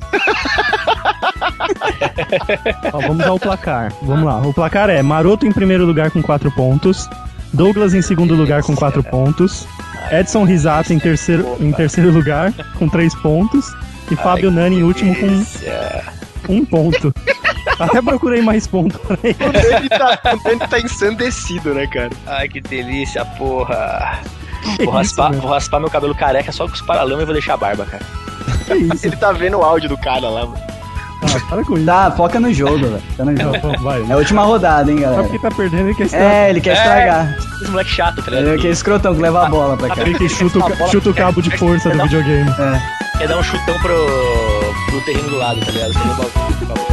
Ó, vamos ao placar. Vamos lá. O placar é Maroto em primeiro lugar com 4 pontos. Douglas em segundo lugar com 4 pontos. Edson Risato em terceiro lugar com 3 pontos. E Fábio Nani em último com Delícia. 1 ponto. Até procurei mais pontos pra ele. O Nani tá ensandecido, né, cara? Ai, que delícia, porra. Que Vou isso, raspar, meu? vou raspar meu cabelo careca só com os paralamas e vou deixar a barba, cara. Que isso? Ele tá vendo o áudio do cara lá, mano. Ah, para com isso. Tá, foca no jogo, velho. Foca no jogo. Não, vai. É a última rodada, hein, Só galera. porque tá perdendo ele quer estragar. É, ele quer estragar. Esse moleque chato, tá ligado? Ele é aquele escrotão que leva a bola pra cá. Ele que chuta o cabo de força do videogame. É. Quer dar um chutão pro terreno do lado, tá ligado? Você derruba o bagulho.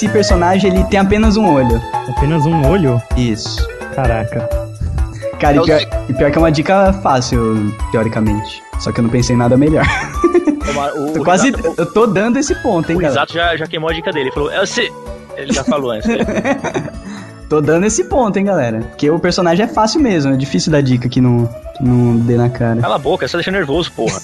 esse personagem, ele tem apenas um olho. Apenas um olho? Isso. Caraca. Cara, É o e pior que é uma dica fácil, teoricamente. Só que eu não pensei em nada melhor. O Quase, Risato- eu tô dando esse ponto, hein, O galera. Risato já queimou a dica dele. Ele falou, ele já falou antes. Tô dando esse ponto, hein, galera. Porque o personagem é fácil mesmo, é difícil dar dica que não dê na cara. Cala a boca, você tá deixando nervoso, porra.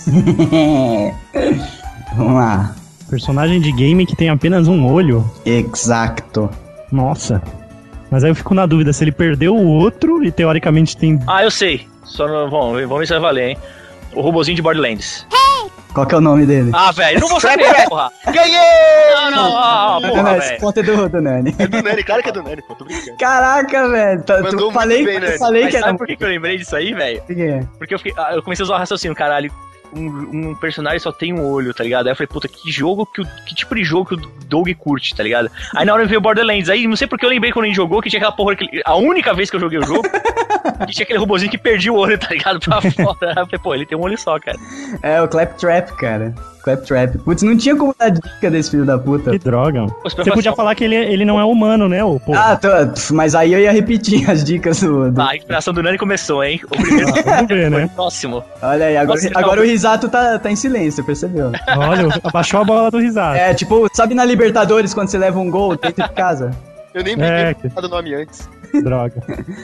Vamos lá. Personagem de game que tem apenas um olho? Exacto. Nossa. Mas aí eu fico na dúvida se ele perdeu o outro e teoricamente tem... Ah, eu sei. Só não, vamos ver se vai valer, hein. O robozinho de Borderlands. Qual que é o nome dele? Ah, velho, não vou saber, porra. Ganhei! Não, porra, Esse velho. ponto é do Nani. É do Nani, claro que é do Nani, pô, tô brincando. Caraca, velho. Mandou Eu muito falei, bem, Nani. eu falei Mas que era... sabe por que eu lembrei disso aí, velho? O que é? Porque eu comecei a usar o raciocínio, caralho. Um personagem só tem um olho, tá ligado? Aí eu falei, puta, que tipo de jogo que o Doug curte, tá ligado? Aí na hora veio Borderlands, aí não sei porque eu lembrei quando a gente jogou que tinha aquela porra, a única vez que eu joguei o jogo, que tinha aquele robozinho que perdia o olho, tá ligado? Pra fora. Aí eu falei, pô, ele tem um olho só, cara. É o Claptrap, cara. Claptrap. Putz, não tinha como dar dica desse filho da puta. Que droga. Pô, Você podia falar que ele não é humano, né, ô porra? Mas aí eu ia repetir as dicas do... A inspiração do Nani começou, hein? O primeiro Vamos ver, foi né? próximo. Olha aí, Nossa, agora não. o Risato tá em silêncio, percebeu? Olha, abaixou a bola do risado. É, tipo, sabe na Libertadores quando você leva um gol dentro de casa? Eu nem É, briguei do nome antes. Droga.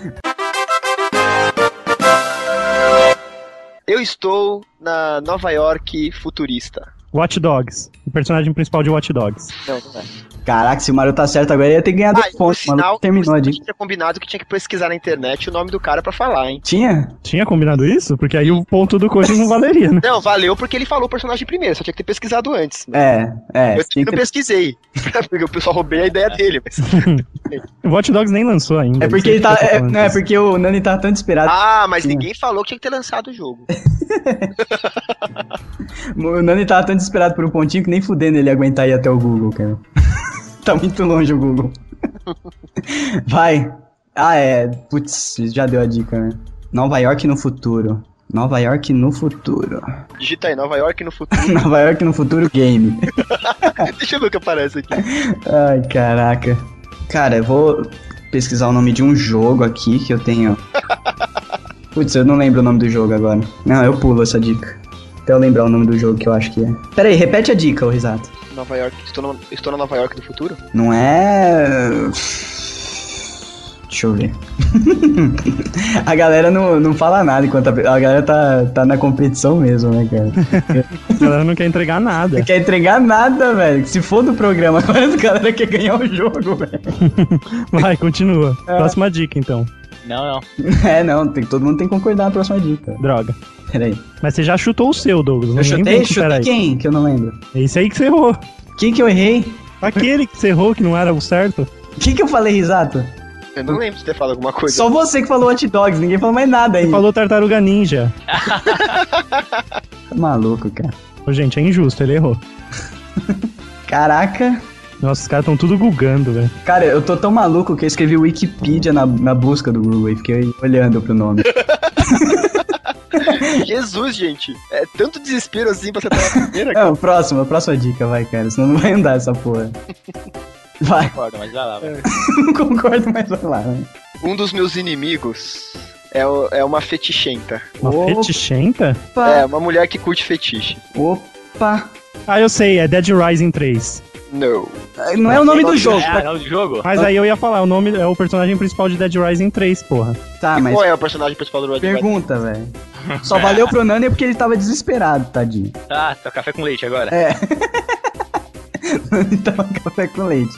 Eu estou na Nova York futurista. Watch Dogs. O personagem principal de Watch Dogs. Não, não é. Caraca, se o Mario tá certo agora, ele ia ter ganhado Ah, e por pontos, mano. sinal, Terminou a a dica. gente tinha combinado que tinha que pesquisar na internet o nome do cara pra falar, hein? Tinha? Tinha combinado isso? Porque aí o ponto do coisa não valeria, né? Não, valeu porque ele falou o personagem primeiro, só tinha que ter pesquisado antes. Né? Eu Tinha não que ter- pesquisei, porque o pessoal roubei a ideia dele. Mas... O Watch Dogs nem lançou ainda. É porque não sei ele o tá. que eu tô falando Não, é disso. porque o Nani tá tão desesperado. Ah, mas Sim. ninguém falou que tinha que ter lançado o jogo. O Nani tava tão desesperado por um pontinho que nem fudendo ele ia aguentar ir até o Google, cara. Tá muito longe o Google. Vai. Ah, é. Putz, já deu a dica, né? Nova York no futuro. Nova York no futuro. Digita aí, Nova York no futuro. Nova York no futuro game. Deixa eu ver o que aparece aqui. Ai, caraca. Cara, eu vou pesquisar o nome de um jogo aqui que eu tenho. Putz, eu não lembro o nome do jogo agora. Não, eu pulo essa dica. Até eu lembrar o nome do jogo que eu acho que é. Pera aí, repete a dica, ô Risato. Nova York. Estou na Nova York do futuro? Não é. Deixa eu ver. A galera não fala nada enquanto a galera tá na competição mesmo, né, cara? A galera não quer entregar nada. Não quer entregar nada, velho. Se for do programa, agora a galera quer ganhar o jogo, velho. Vai, continua. Próxima dica, então. Não. Não, todo mundo tem que concordar na próxima dica. Droga. Peraí. Mas você já chutou o seu, Douglas. Eu Nem chutei peraí. quem? Que eu não lembro. É esse aí que você errou. Quem que eu errei? Aquele que você errou, que não era o certo. Quem que eu falei, Risato? Eu não lembro de ter falado alguma coisa. Só você que falou Hot Dogs, ninguém falou mais nada aí. Falou Tartaruga Ninja. Tá maluco, cara. Ô, gente, é injusto, ele errou. Caraca. Nossa, os caras estão tudo googando, velho. Cara, eu tô tão maluco que eu escrevi Wikipedia na busca do Google e fiquei olhando pro nome. Jesus, gente. É tanto desespero assim pra você estar na primeira, cara. Não, a próxima dica, vai, cara. Senão não vai andar essa porra. Vai. Concordo, mas vai lá, vai. Não concordo, mas vai lá, né? Um dos meus inimigos é uma fetichenta. Uma fetichenta? É, uma mulher que curte fetiche. Opa. Ah, eu sei, é Dead Rising 3. Não. Não é o nome do jogo. É, não, do jogo? Mas aí eu ia falar, o nome é o personagem principal de Dead Rising 3, porra. Tá, mas Qual é o personagem principal do Red Dead? pergunta, velho. Só valeu pro Nani porque ele tava desesperado, tadinho. Ah, tá café com leite agora. É. Nani tava café com leite.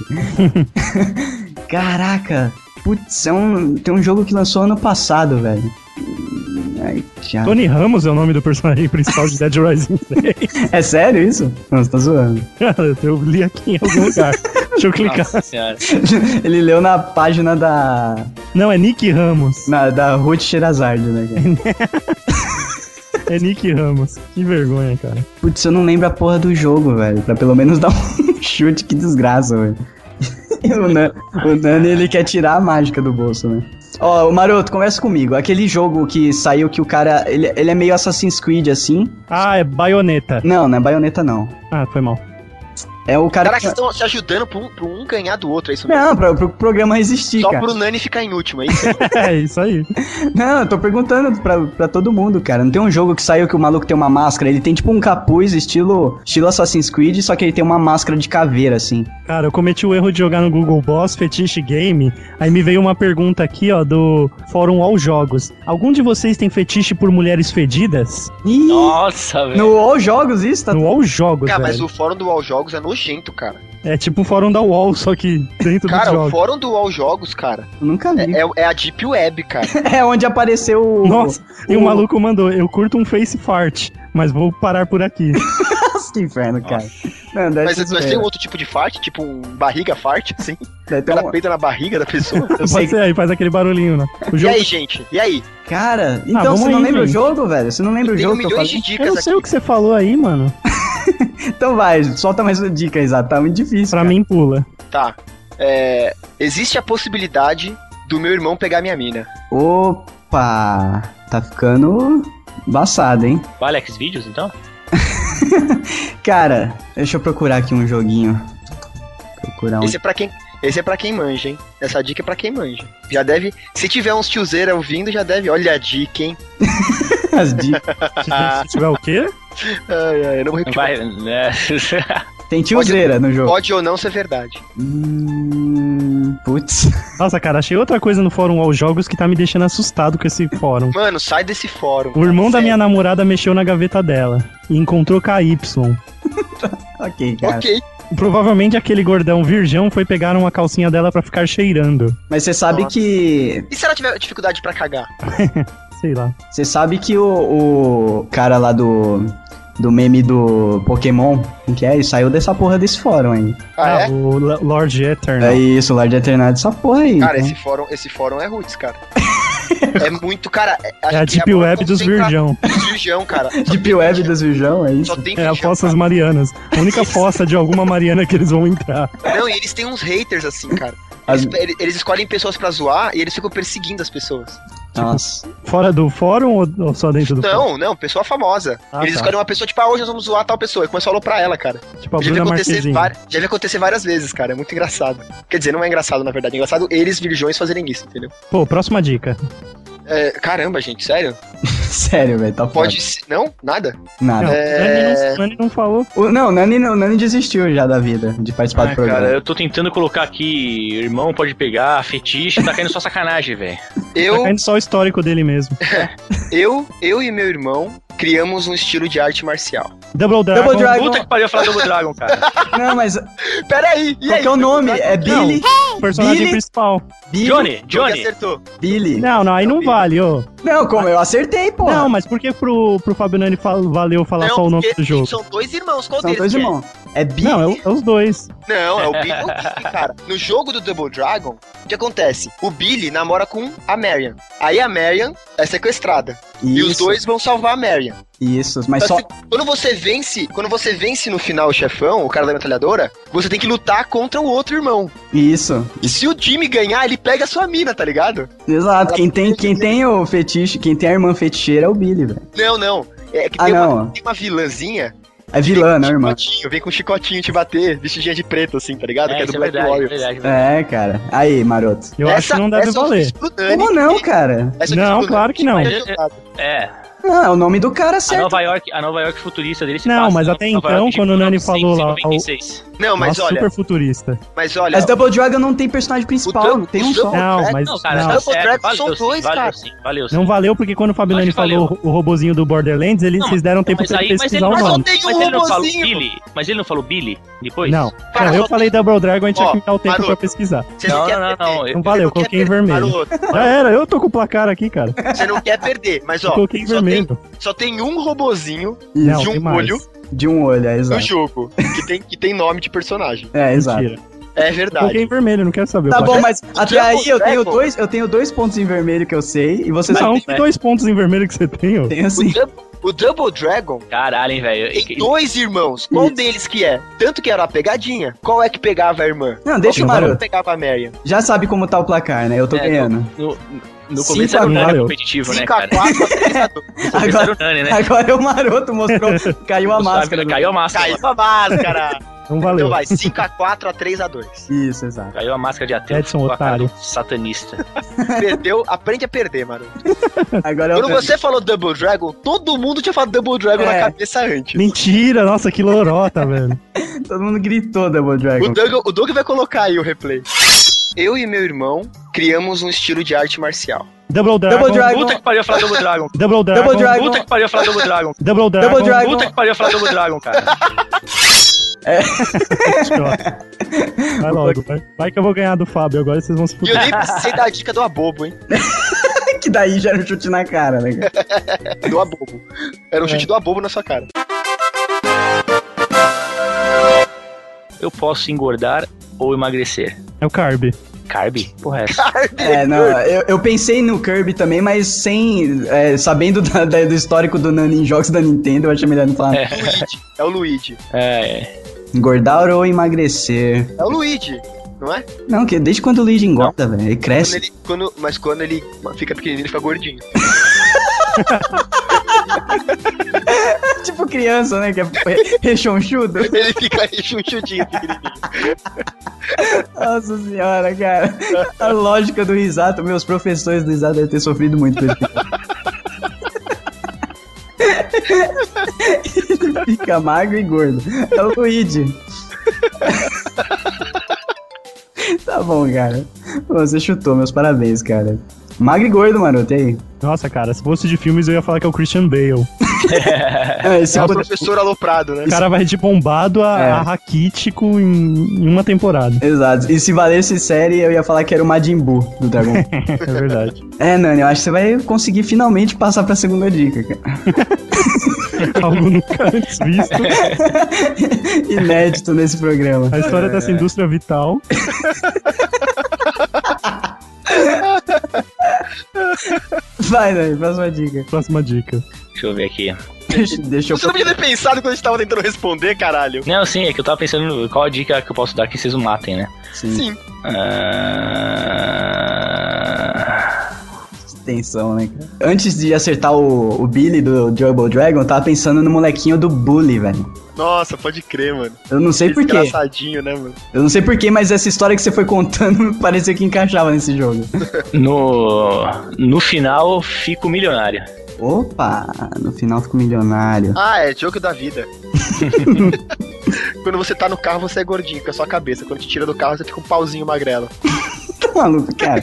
Caraca. Putz, tem um jogo que lançou ano passado, velho. Ai, tchau. Tony Ramos é o nome do personagem principal de Dead Rising 3. É sério isso? Não, você tá zoando. Eu li aqui em algum lugar. Deixa eu clicar. Nossa senhora. Ele leu na página Não, é Nick Ramos. da Ruth Sherazade, né, cara? É Nick Ramos. Que vergonha, cara. Putz, eu não lembro a porra do jogo, velho. Pra pelo menos dar um chute, que desgraça, velho. O Nani, ele quer tirar a mágica do bolso, né? Ó, o Maroto, conversa comigo. Aquele jogo que saiu que o cara... Ele é meio Assassin's Creed, assim. Ah, é Bayonetta. Não é Bayonetta, não. Ah, foi mal. É o cara Caraca, que... vocês estão se ajudando pro um ganhar do outro, é isso mesmo? Não, pro programa existir, Só cara. pro Nani ficar inútil, é isso? É isso aí. Não, eu tô perguntando pra todo mundo, cara. Não tem um jogo que saiu que o maluco tem uma máscara? Ele tem tipo um capuz estilo Assassin's Creed, só que ele tem uma máscara de caveira, assim. Cara, eu cometi o erro de jogar no Google Boss Fetiche Game. Aí me veio uma pergunta aqui, ó, do Fórum All Jogos. Algum de vocês tem fetiche por mulheres fedidas? Ih, Nossa, velho. no All Jogos isso? Tá... No All Jogos, Cara, mas velho. o fórum do All Jogos é nojento, cara. É tipo o fórum da UOL, só que dentro dos Cara, o jogos. fórum do All Jogos, cara, Eu nunca vi. é a Deep Web, cara. É onde apareceu o... Nossa, e o maluco mandou, eu curto um face fart, mas vou parar por aqui. Nossa, que inferno, cara. Não, deve Mas ser tem zoeira. outro tipo de fart, tipo um barriga fart, assim. Deve O ter cara um... peita na barriga da pessoa. Eu sei Pode ser aí, faz aquele barulhinho, né? O E jogo... aí, gente? E aí? Cara, então vamos você não aí, lembra o gente. jogo, velho? Você não lembra o Tem jogo que eu milhões falei? de Eu dicas não sei aqui. o que você falou aí, mano. Então vai, solta mais uma dica, exato. Tá muito difícil, Pra cara. mim, pula. Tá. Existe a possibilidade do meu irmão pegar minha mina. Opa, tá ficando embaçado, hein? Vale Xvideos, então? Cara, deixa eu procurar aqui um joguinho. Procurar um... Esse é pra quem manja, hein? Essa dica é pra quem manja. Já deve... Se tiver uns tiozeira ouvindo, já deve... Olha a dica, hein? As dicas. Se tiver o quê? Ai, eu não vou Não repetir. vai, né? Tem tiozeira no jogo. Pode ou não ser verdade. Putz. Nossa, cara, achei outra coisa no fórum All Jogos que tá me deixando assustado com esse fórum. Mano, sai desse fórum. O irmão da Sério. minha namorada mexeu na gaveta dela e encontrou KY. Ok, cara. Ok. Provavelmente aquele gordão virgão foi pegar uma calcinha dela pra ficar cheirando. Mas você sabe Nossa. que... E se ela tiver dificuldade pra cagar? Sei lá. Você sabe que o cara lá do meme do Pokémon, que é? Ele saiu dessa porra desse fórum aí. Ah, é? O Lord Eternal. É isso, o Lorde Eternal dessa porra aí. Cara, então. esse fórum é roots, cara. É muito, cara. É a Deep Web dos virgão. Dos virgão, cara. Deep Web dos Virgão, é isso? Só tem É a virgão, Fossas cara. Marianas. A única fossa de alguma Mariana que eles vão entrar. Não, e eles têm uns haters assim, cara. As- Eles escolhem pessoas pra zoar e eles ficam perseguindo as pessoas. Nossa. Fora do fórum ou só dentro do fórum? Não, pessoa famosa. Ah, Eles tá. escolhem uma pessoa, tipo, hoje nós vamos zoar tal pessoa. E começou a aloprar ela, cara. Tipo a Já vi, Bruna acontecer Marquezine. já vi acontecer várias vezes, cara. É muito engraçado. Quer dizer, não é engraçado, na verdade. É engraçado eles, virgões, fazerem isso, entendeu? Pô, próxima dica. Caramba, gente, sério? Sério, velho, tá Pode foda. ser. Não? Nada? Nada. Nani não falou. Não, o Nani desistiu já da vida, de participar do programa. Cara, eu tô tentando colocar aqui, irmão pode pegar, fetiche, tá caindo só sacanagem, velho. Tá Eu, caindo só o histórico dele mesmo. eu e meu irmão criamos um estilo de arte marcial. Double Dragon. Double Dragon. Puta que pariu, eu falar Double Dragon, cara. Não, mas Pera aí, e qual aí? que é o nome? É Billy? O personagem Billy? principal. Billy? Johnny, Quem Johnny. acertou? Billy. Não, aí não vale, ô. Não, como? Eu acertei, pô. Não, mas por que pro Fábio Nani valeu falar só o nome porque do jogo? são dois irmãos, qual São deles dois que é? irmãos. É Billy? Não, é os dois. Não, é o Billy ou o Billy, cara. No jogo do Double Dragon, o que acontece? O Billy namora com a Marion. Aí a Marion é sequestrada. E os dois vão salvar a Marion. Isso, mas Só só... que quando você vence no final o chefão, o cara da metralhadora, você tem que lutar contra o outro irmão. Isso. E se o Jimmy ganhar, ele pega a sua mina, tá ligado? Exato. Quem tem o fetiche, quem tem a irmã feticheira é o Billy, velho. Não. É que Ah, não. tem uma vilãzinha. É vilã, não, irmã? Vem com um chicotinho te bater, vestidinha de preto, assim, tá ligado? que é do Isso é Black verdade, Warriors. verdade. É, cara. Aí, maroto. Eu acho que não deve essa eu valer. fiz pro Dani, Como não, cara? essa eu Não, fiz pro claro Dani, que não. mas eu jogado. Não, é o nome do cara A certo. Nova York futurista dele se Não, passa mas na até Nova então, York de quando o Nani falou lá, 1996. Não, mas Nossa, olha, super futurista. mas olha, Mas Double Dragon não tem personagem principal, não tem um só. Não, mas Não, cara, não. tá Double certo. Dragon Valeu são sim, dois, valeu cara. sim, valeu sim. Não valeu porque quando o Fábio Nani Acho que valeu. falou o robozinho do Borderlands, vocês deram tempo Mas pra aí, ele mas ele pesquisar o não nome. tem um Mas ele não falou robozinho. Billy? Mas ele não falou Billy depois? Não, Cara, não, eu só falei Double Dragon, a gente tinha Ó, que me dar o tempo maroto. pra pesquisar. você Não, quer não, perder. não. Não valeu, eu Você não coloquei em quer perder, vermelho. maroto. Já era, eu tô com o placar aqui, cara. Você não quer perder, mas Eu ó, coloquei em só vermelho. só tem um robozinho Não, de tem um mais. olho De um olho, é no exato. jogo, que tem nome de personagem. É, exato. Mentira. É Eu coloquei verdade. em vermelho, não quero saber. Tá o bom, placar. mas até Double aí Dragon. eu tenho dois pontos em vermelho que eu sei e você Não, só que 2 pontos em vermelho que você tem, ó. tem assim. O Double Dragon Caralho, hein, velho. tem dois irmãos. Qual Isso. deles que é? Tanto que era a pegadinha. Qual é que pegava a irmã? Não, deixa o Qual que maroto. pegava a Marion? Já sabe como tá o placar, né? Eu tô É, ganhando. No começo 5 era a o Nani valeu. competitivo, né, 5x4, cara? 3x2. No começo era o Nani, né? Agora é o Maroto mostrou. Caiu a máscara. Caiu a máscara. Caiu a máscara. Então valeu. Então vai, 5x4 a 3x2. Isso, exato. Caiu a máscara de ateu. Edson, ficou a cara otário. do satanista. Perdeu, aprende a perder, mano. Agora é o Quando você falou Double Dragon, todo mundo tinha falado Double Dragon É. na cabeça antes. Mentira, nossa, que lorota, velho. Todo mundo gritou Double Dragon. O Doug vai colocar aí o replay. Eu e meu irmão criamos um estilo de arte marcial. Double Dragon. Double Dragon. Puta que pariu falar Double Dragon. Double Dragon. Double Dragon. Puta que pariu falar Double Dragon. Double Dragon. Double Dragon. Puta que pariu falar Double Dragon, cara. Vai logo, vai. Vai que eu vou ganhar do Fábio agora, vocês vão se E fuder. eu nem precisei dar a dica do Abobo, hein? Que daí já era um chute na cara, né? Do Abobo. Era um chute do Abobo na sua cara. Eu posso engordar ou emagrecer? É o Carb. Carb? Porra, é essa? É, não, eu pensei no Kirby também, mas sem. Sabendo do histórico do Nani em jogos da Nintendo, eu achei melhor não falar. É o Luigi. É. Engordar ou emagrecer? É o Luigi, não é? Não, que desde quando o Luigi engorda, velho? Ele cresce. Mas quando ele fica pequenininho, ele fica gordinho. Tipo criança, né? Que é rechonchudo. Ele fica chudinho, pequenininho. Nossa senhora, cara. A lógica do Risato, meus professores do Risato devem ter sofrido muito com isso. Ele fica magro e gordo. É o Luigi. Tá bom, cara. Pô, você chutou, meus parabéns, cara. Magro e gordo, mano, tem aí. Nossa, cara, se fosse de filmes eu ia falar que é o Christian Bale. Esse É é o o professor aloprado, né? O cara vai de bombado a raquítico em uma temporada. Exato. E se valesse série, eu ia falar que era o Majin Buu do Dragon Ball. É verdade. Nani, eu acho que você vai conseguir finalmente passar pra segunda dica, cara. Algo nunca antes visto. Inédito nesse programa. A história dessa indústria vital. Vai, Nani, próxima dica. Próxima dica. Deixa eu ver aqui. Deixa eu... Você não podia ter pensado quando a gente tava tentando responder, caralho. Não, sim, é que eu tava pensando qual a dica que eu posso dar que vocês não matem, né? Sim. Tensão, né, cara? Antes de acertar o Billy do Double Dragon, eu tava pensando no molequinho do Bully, velho. Nossa, pode crer, mano. Eu não sei porquê. Engraçadinho, né, mano? Eu não sei porquê, mas essa história que você foi contando parecia que encaixava nesse jogo. No final, fico milionário. Opa, no final fico milionário. Ah, é jogo da vida. Quando você tá no carro, você é gordinho, com a sua cabeça. Quando te tira do carro, você fica um pauzinho magrelo. Tá maluco, cara?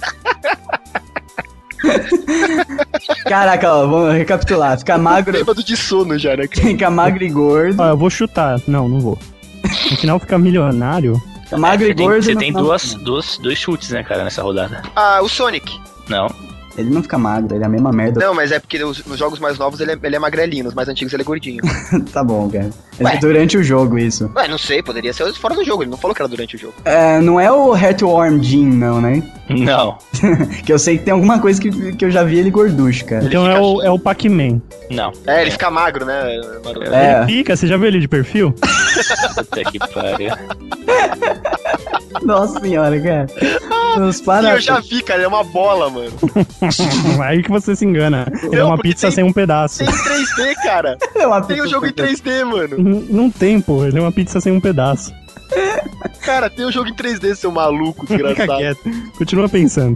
Caraca, ó, vamos recapitular. Ficar magro, Bêbado de sono já, né, cara? ficar magro e gordo. Ah, eu vou chutar. Não vou. No final fica milionário. Ficar magro e gordo. Você no tem final- dois chutes, né, cara, nessa rodada. Ah, o Sonic. Não. Ele não fica magro, ele é a mesma merda. Não, mas é porque nos jogos mais novos ele é magrelinho, nos mais antigos ele é gordinho. Tá bom, cara. É Ué. durante o jogo isso. Ué, não sei, poderia ser fora do jogo, ele não falou que era durante o jogo. Não é o Heartworm Jim, não, né? Não. Que eu sei que tem alguma coisa que eu já vi ele gorducho, cara. Então fica- é o Pac-Man. Não. É, ele fica magro, né, Maroto? É, Fica, você já viu ele de perfil? Puta que pariu. nossa senhora, cara. Meus Sim, eu parabéns. já vi, cara, ele é uma bola, mano. Aí que você se engana. Ele é uma porque pizza tem- sem um pedaço. Tem em 3D, cara. É uma Tem o jogo em 3D, mano. Não tem, pô. Ele é uma pizza sem um pedaço. Cara, tem o jogo em 3D, seu maluco, Fica desgraçado. quieto. Continua pensando.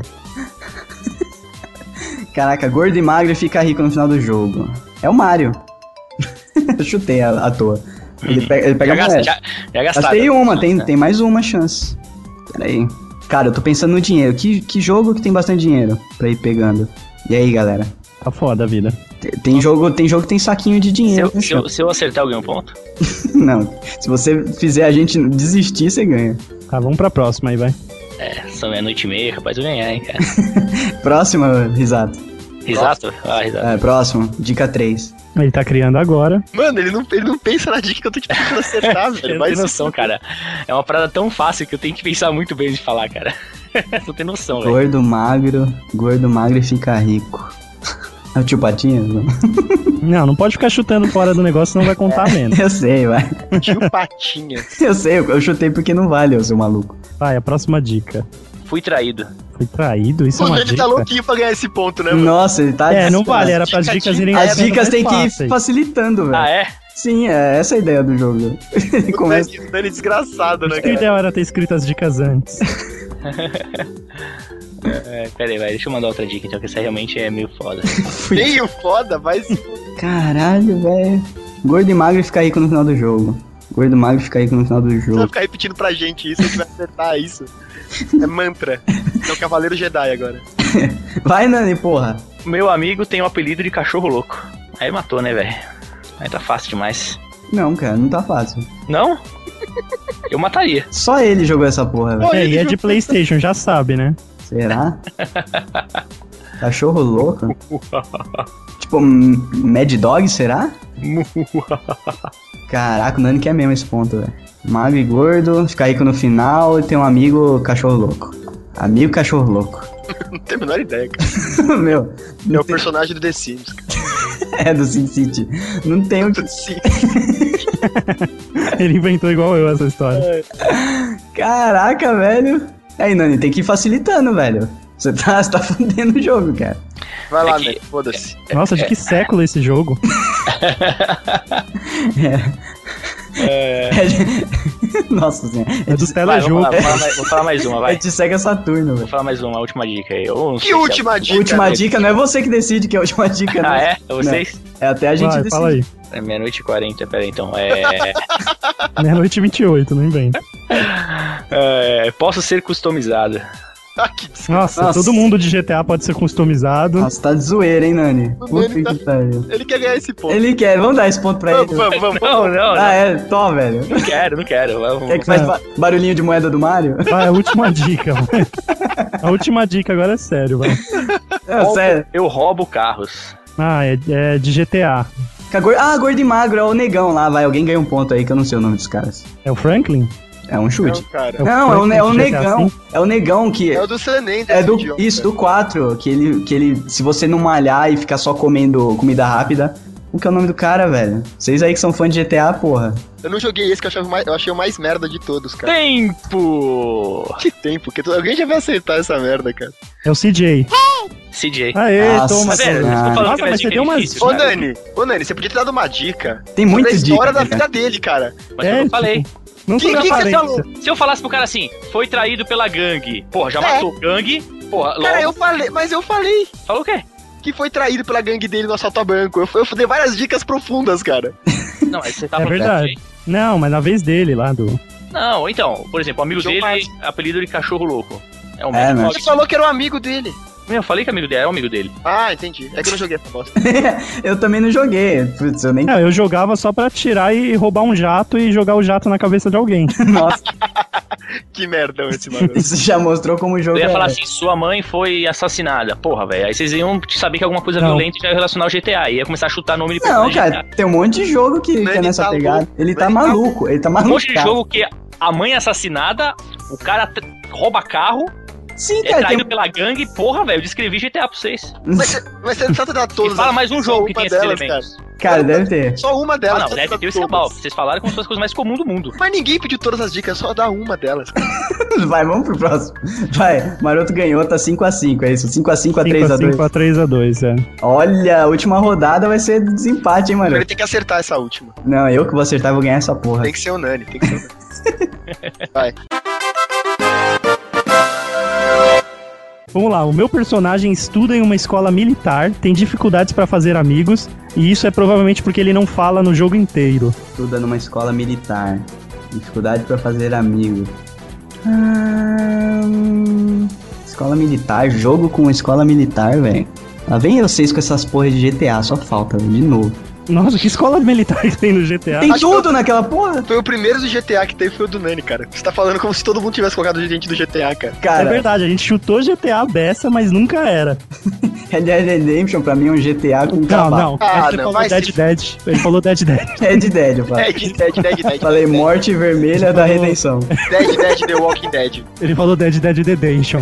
Caraca, gordo e magro e fica rico no final do jogo. É o Mario. Eu chutei à toa. Ele pega a moeda. Já gastaram. Gastei uma, tem mais uma chance. Pera aí. Cara, eu tô pensando no dinheiro. Que jogo que tem bastante dinheiro pra ir pegando? E aí, galera? Tá foda a vida. Tem jogo que tem saquinho de dinheiro. Se eu acertar, eu ganho um ponto? Não, se você fizer a gente desistir, você ganha. Tá, vamos pra próxima aí, vai. São meia-noite e meia, capaz de eu ganhar, hein, cara. Próxima, Risato. Risato? Ah, risato. Próximo, dica 3. Ele tá criando agora. Mano, ele não pensa na dica que eu tô te pedindo acertar, Você velho. não Mas tem noção, cara. É uma parada tão fácil que eu tenho que pensar muito bem de falar, cara. Você não tem noção, velho. Gordo magro e fica rico. É o tio Patinhas? Não? Não pode ficar chutando fora do negócio, senão vai contar menos. Eu sei, vai. tio Patinha. Eu sei, eu chutei porque não vale, ô seu maluco. Vai, a próxima dica. Fui traído. Foi traído? Isso é O uma Nani dica? tá louquinho pra ganhar esse ponto, né, mano? Nossa, ele tá... É, não vale, era pras Dica, dicas dica. irem As sendo dicas mais tem que ir fáceis. facilitando, velho. Ah, é? Sim, é essa a ideia do jogo. Ele começa... O Nani desgraçado, né, Que cara? ideal era ter escrito as dicas antes. Pera aí, vai, deixa eu mandar outra dica então, que essa realmente é meio foda. Meio foda, mas... Caralho, velho. Gordo e magro fica rico no final do jogo. Gordo e magro fica rico no final do Você vai jogo. ficar repetindo pra gente isso, a gente vai acertar isso. É mantra. É o Cavaleiro Jedi agora. Vai, Nani, porra. Meu amigo tem o apelido de cachorro louco. Aí matou, né, velho? Aí tá fácil demais. Não, cara, não tá fácil. Não? Eu mataria. Só ele jogou essa porra, velho. É, e é de PlayStation, já sabe, né? Será? Cachorro louco? Tipo, Mad Dog, será? Caraca, o Nani quer mesmo esse ponto, velho. Magro e gordo, fica rico no final e tem um amigo cachorro louco. Amigo cachorro louco. Não tenho a menor ideia, cara. Meu, É o personagem do The Sims, cara. é do Sin City. Não tem o que... Sim. Ele inventou igual eu essa história. Caraca, velho. Aí, Nani, tem que ir facilitando, velho. Você tá fudendo o jogo, cara. Vai lá, É que- né? Foda-se. Nossa, de que século é esse jogo? Nossa senhora. É do Vai, telejogo. vou falar mais uma, É vai. de Sega Saturno, Vou velho. falar mais uma, última dica aí. Eu não sei Que se é- última dica? Última né? dica, não é você que decide que é a última dica, Ah, né? é? É vocês? É até a gente Vai, decidir. fala aí. É meia-noite e 40, pera aí, então. Meia-noite e 28, não inventa. Posso ser customizado. Ah, que desgraça. Nossa, Nossa. todo mundo de GTA pode ser customizado. Nossa, tá de zoeira, hein, Nani? O Puta Nani tá- que pariu. Ele quer ganhar esse ponto. Ele quer, vamos dar esse ponto pra ele. Vamos. Não, não, Ah, é, tó, velho. não quero. Quer que faz barulhinho de moeda do Mario? Vai, a última dica, vai. A última dica agora é sério, vai. É, sério. Eu roubo carros. Ah, é de GTA. Gordo e magro, é o negão lá, vai. Alguém ganha um ponto aí que eu não sei o nome dos caras. É o Franklin? É um chute. Não, cara. Não, é o Franklin de negão. GTA V? É o negão que. É o do San Andreas. É do. idiota. Isso, do 4. Que ele. Se você não malhar e ficar só comendo comida rápida. O que é o nome do cara, velho? Vocês aí que são fãs de GTA, porra. Eu não joguei esse que eu achei o mais merda de todos, cara. Tempo! Que tempo, porque alguém já vai aceitar essa merda, cara. É o CJ. CJ. Aê, Nossa, toma. Tá vendo? senhora. Eu tô falando Nossa, que minha mas dica você deu é umas- difícil, Ô, cara. Nani, você podia ter dado uma dica. Tem sobre muita a história dica. da vida dele, cara. Mas eu não falei. tipo, não Que sobre que você aparência. falou? Se eu falasse pro cara assim, foi traído pela gangue. Porra, já É. matou gangue. Porra, logo. Cara, eu falei Falou o quê? que foi traído pela gangue dele no assalto a banco. Eu dei várias dicas profundas, cara. Não, mas você tá É falando verdade. CJ. Não, mas na vez dele lá do... Não, então, por exemplo, o amigo João dele, Marcos. apelido de cachorro louco. É o É, mesmo. mas- Você falou que era um amigo dele. Eu falei que amigo dele, é o amigo dele. Ah, entendi. É que eu não joguei essa bosta. Eu também não joguei. Putz, eu nem. Não, eu jogava só pra tirar e roubar um jato e jogar o jato na cabeça de alguém. Nossa, Que merdão esse bagulho. isso já mostrou como o jogo Eu ia é. falar assim, sua mãe foi assassinada. Porra, velho. Aí vocês iam saber que alguma coisa Não. violenta já ia relacionar ao GTA. Ia começar a chutar nome de Não, personagem cara, GTA. tem um monte de jogo que é Ele nessa tá pegada. louco. Ele tá Ele tá maluco, ele tá Um maluco. monte de cara. jogo que a mãe é assassinada, o cara rouba carro, Sim, é cara, tem traído pela gangue. Porra, velho, eu descrevi GTA pra vocês. Mas você trata dar todas. E fala mais um só jogo que uma tem esses delas, elementos. Cara, deve ter. Só uma Ah, delas. não, você deve trata ter o todas. Escambau. Vocês falaram como se fossem as coisas mais comuns do mundo. Mas ninguém pediu todas as dicas, só dá uma delas. Vai, vamos pro próximo. Vai, Maroto ganhou, tá 5x5, é isso? 5x5 a 3x2. 5 a 3x2, é. Olha, a última rodada vai ser desempate, hein, Ele Maroto? tem que acertar essa última. Não, eu que vou acertar e vou ganhar essa porra. Tem que ser o Nani, tem que ser o Nani. Vai. Vamos lá, o meu personagem estuda em uma escola militar, tem dificuldades pra fazer amigos, e isso é provavelmente porque ele não fala no jogo inteiro. Estuda numa escola militar. Dificuldade pra fazer amigos. Escola militar, jogo com escola militar, velho. Lá vem vocês com essas porras de GTA, só falta, de novo. Nossa, que escola militar que tem no GTA? Tem Acho tudo naquela porra? Foi o primeiro do GTA que teve, foi o do Nani, cara. Você tá falando como se todo mundo tivesse colocado o gente do GTA, cara. É Cara, verdade, a gente chutou GTA beça, mas nunca era. Red Dead Redemption pra mim é um GTA com Não, cavalo. não. Ah, Ele não, falou vai Dead se- Dead. Ele falou Dead Dead. Red Dead, eu falei. Dead. Falei morte vermelha da redenção. Dead, The Walking Dead. Ele falou Dead Dead Redemption.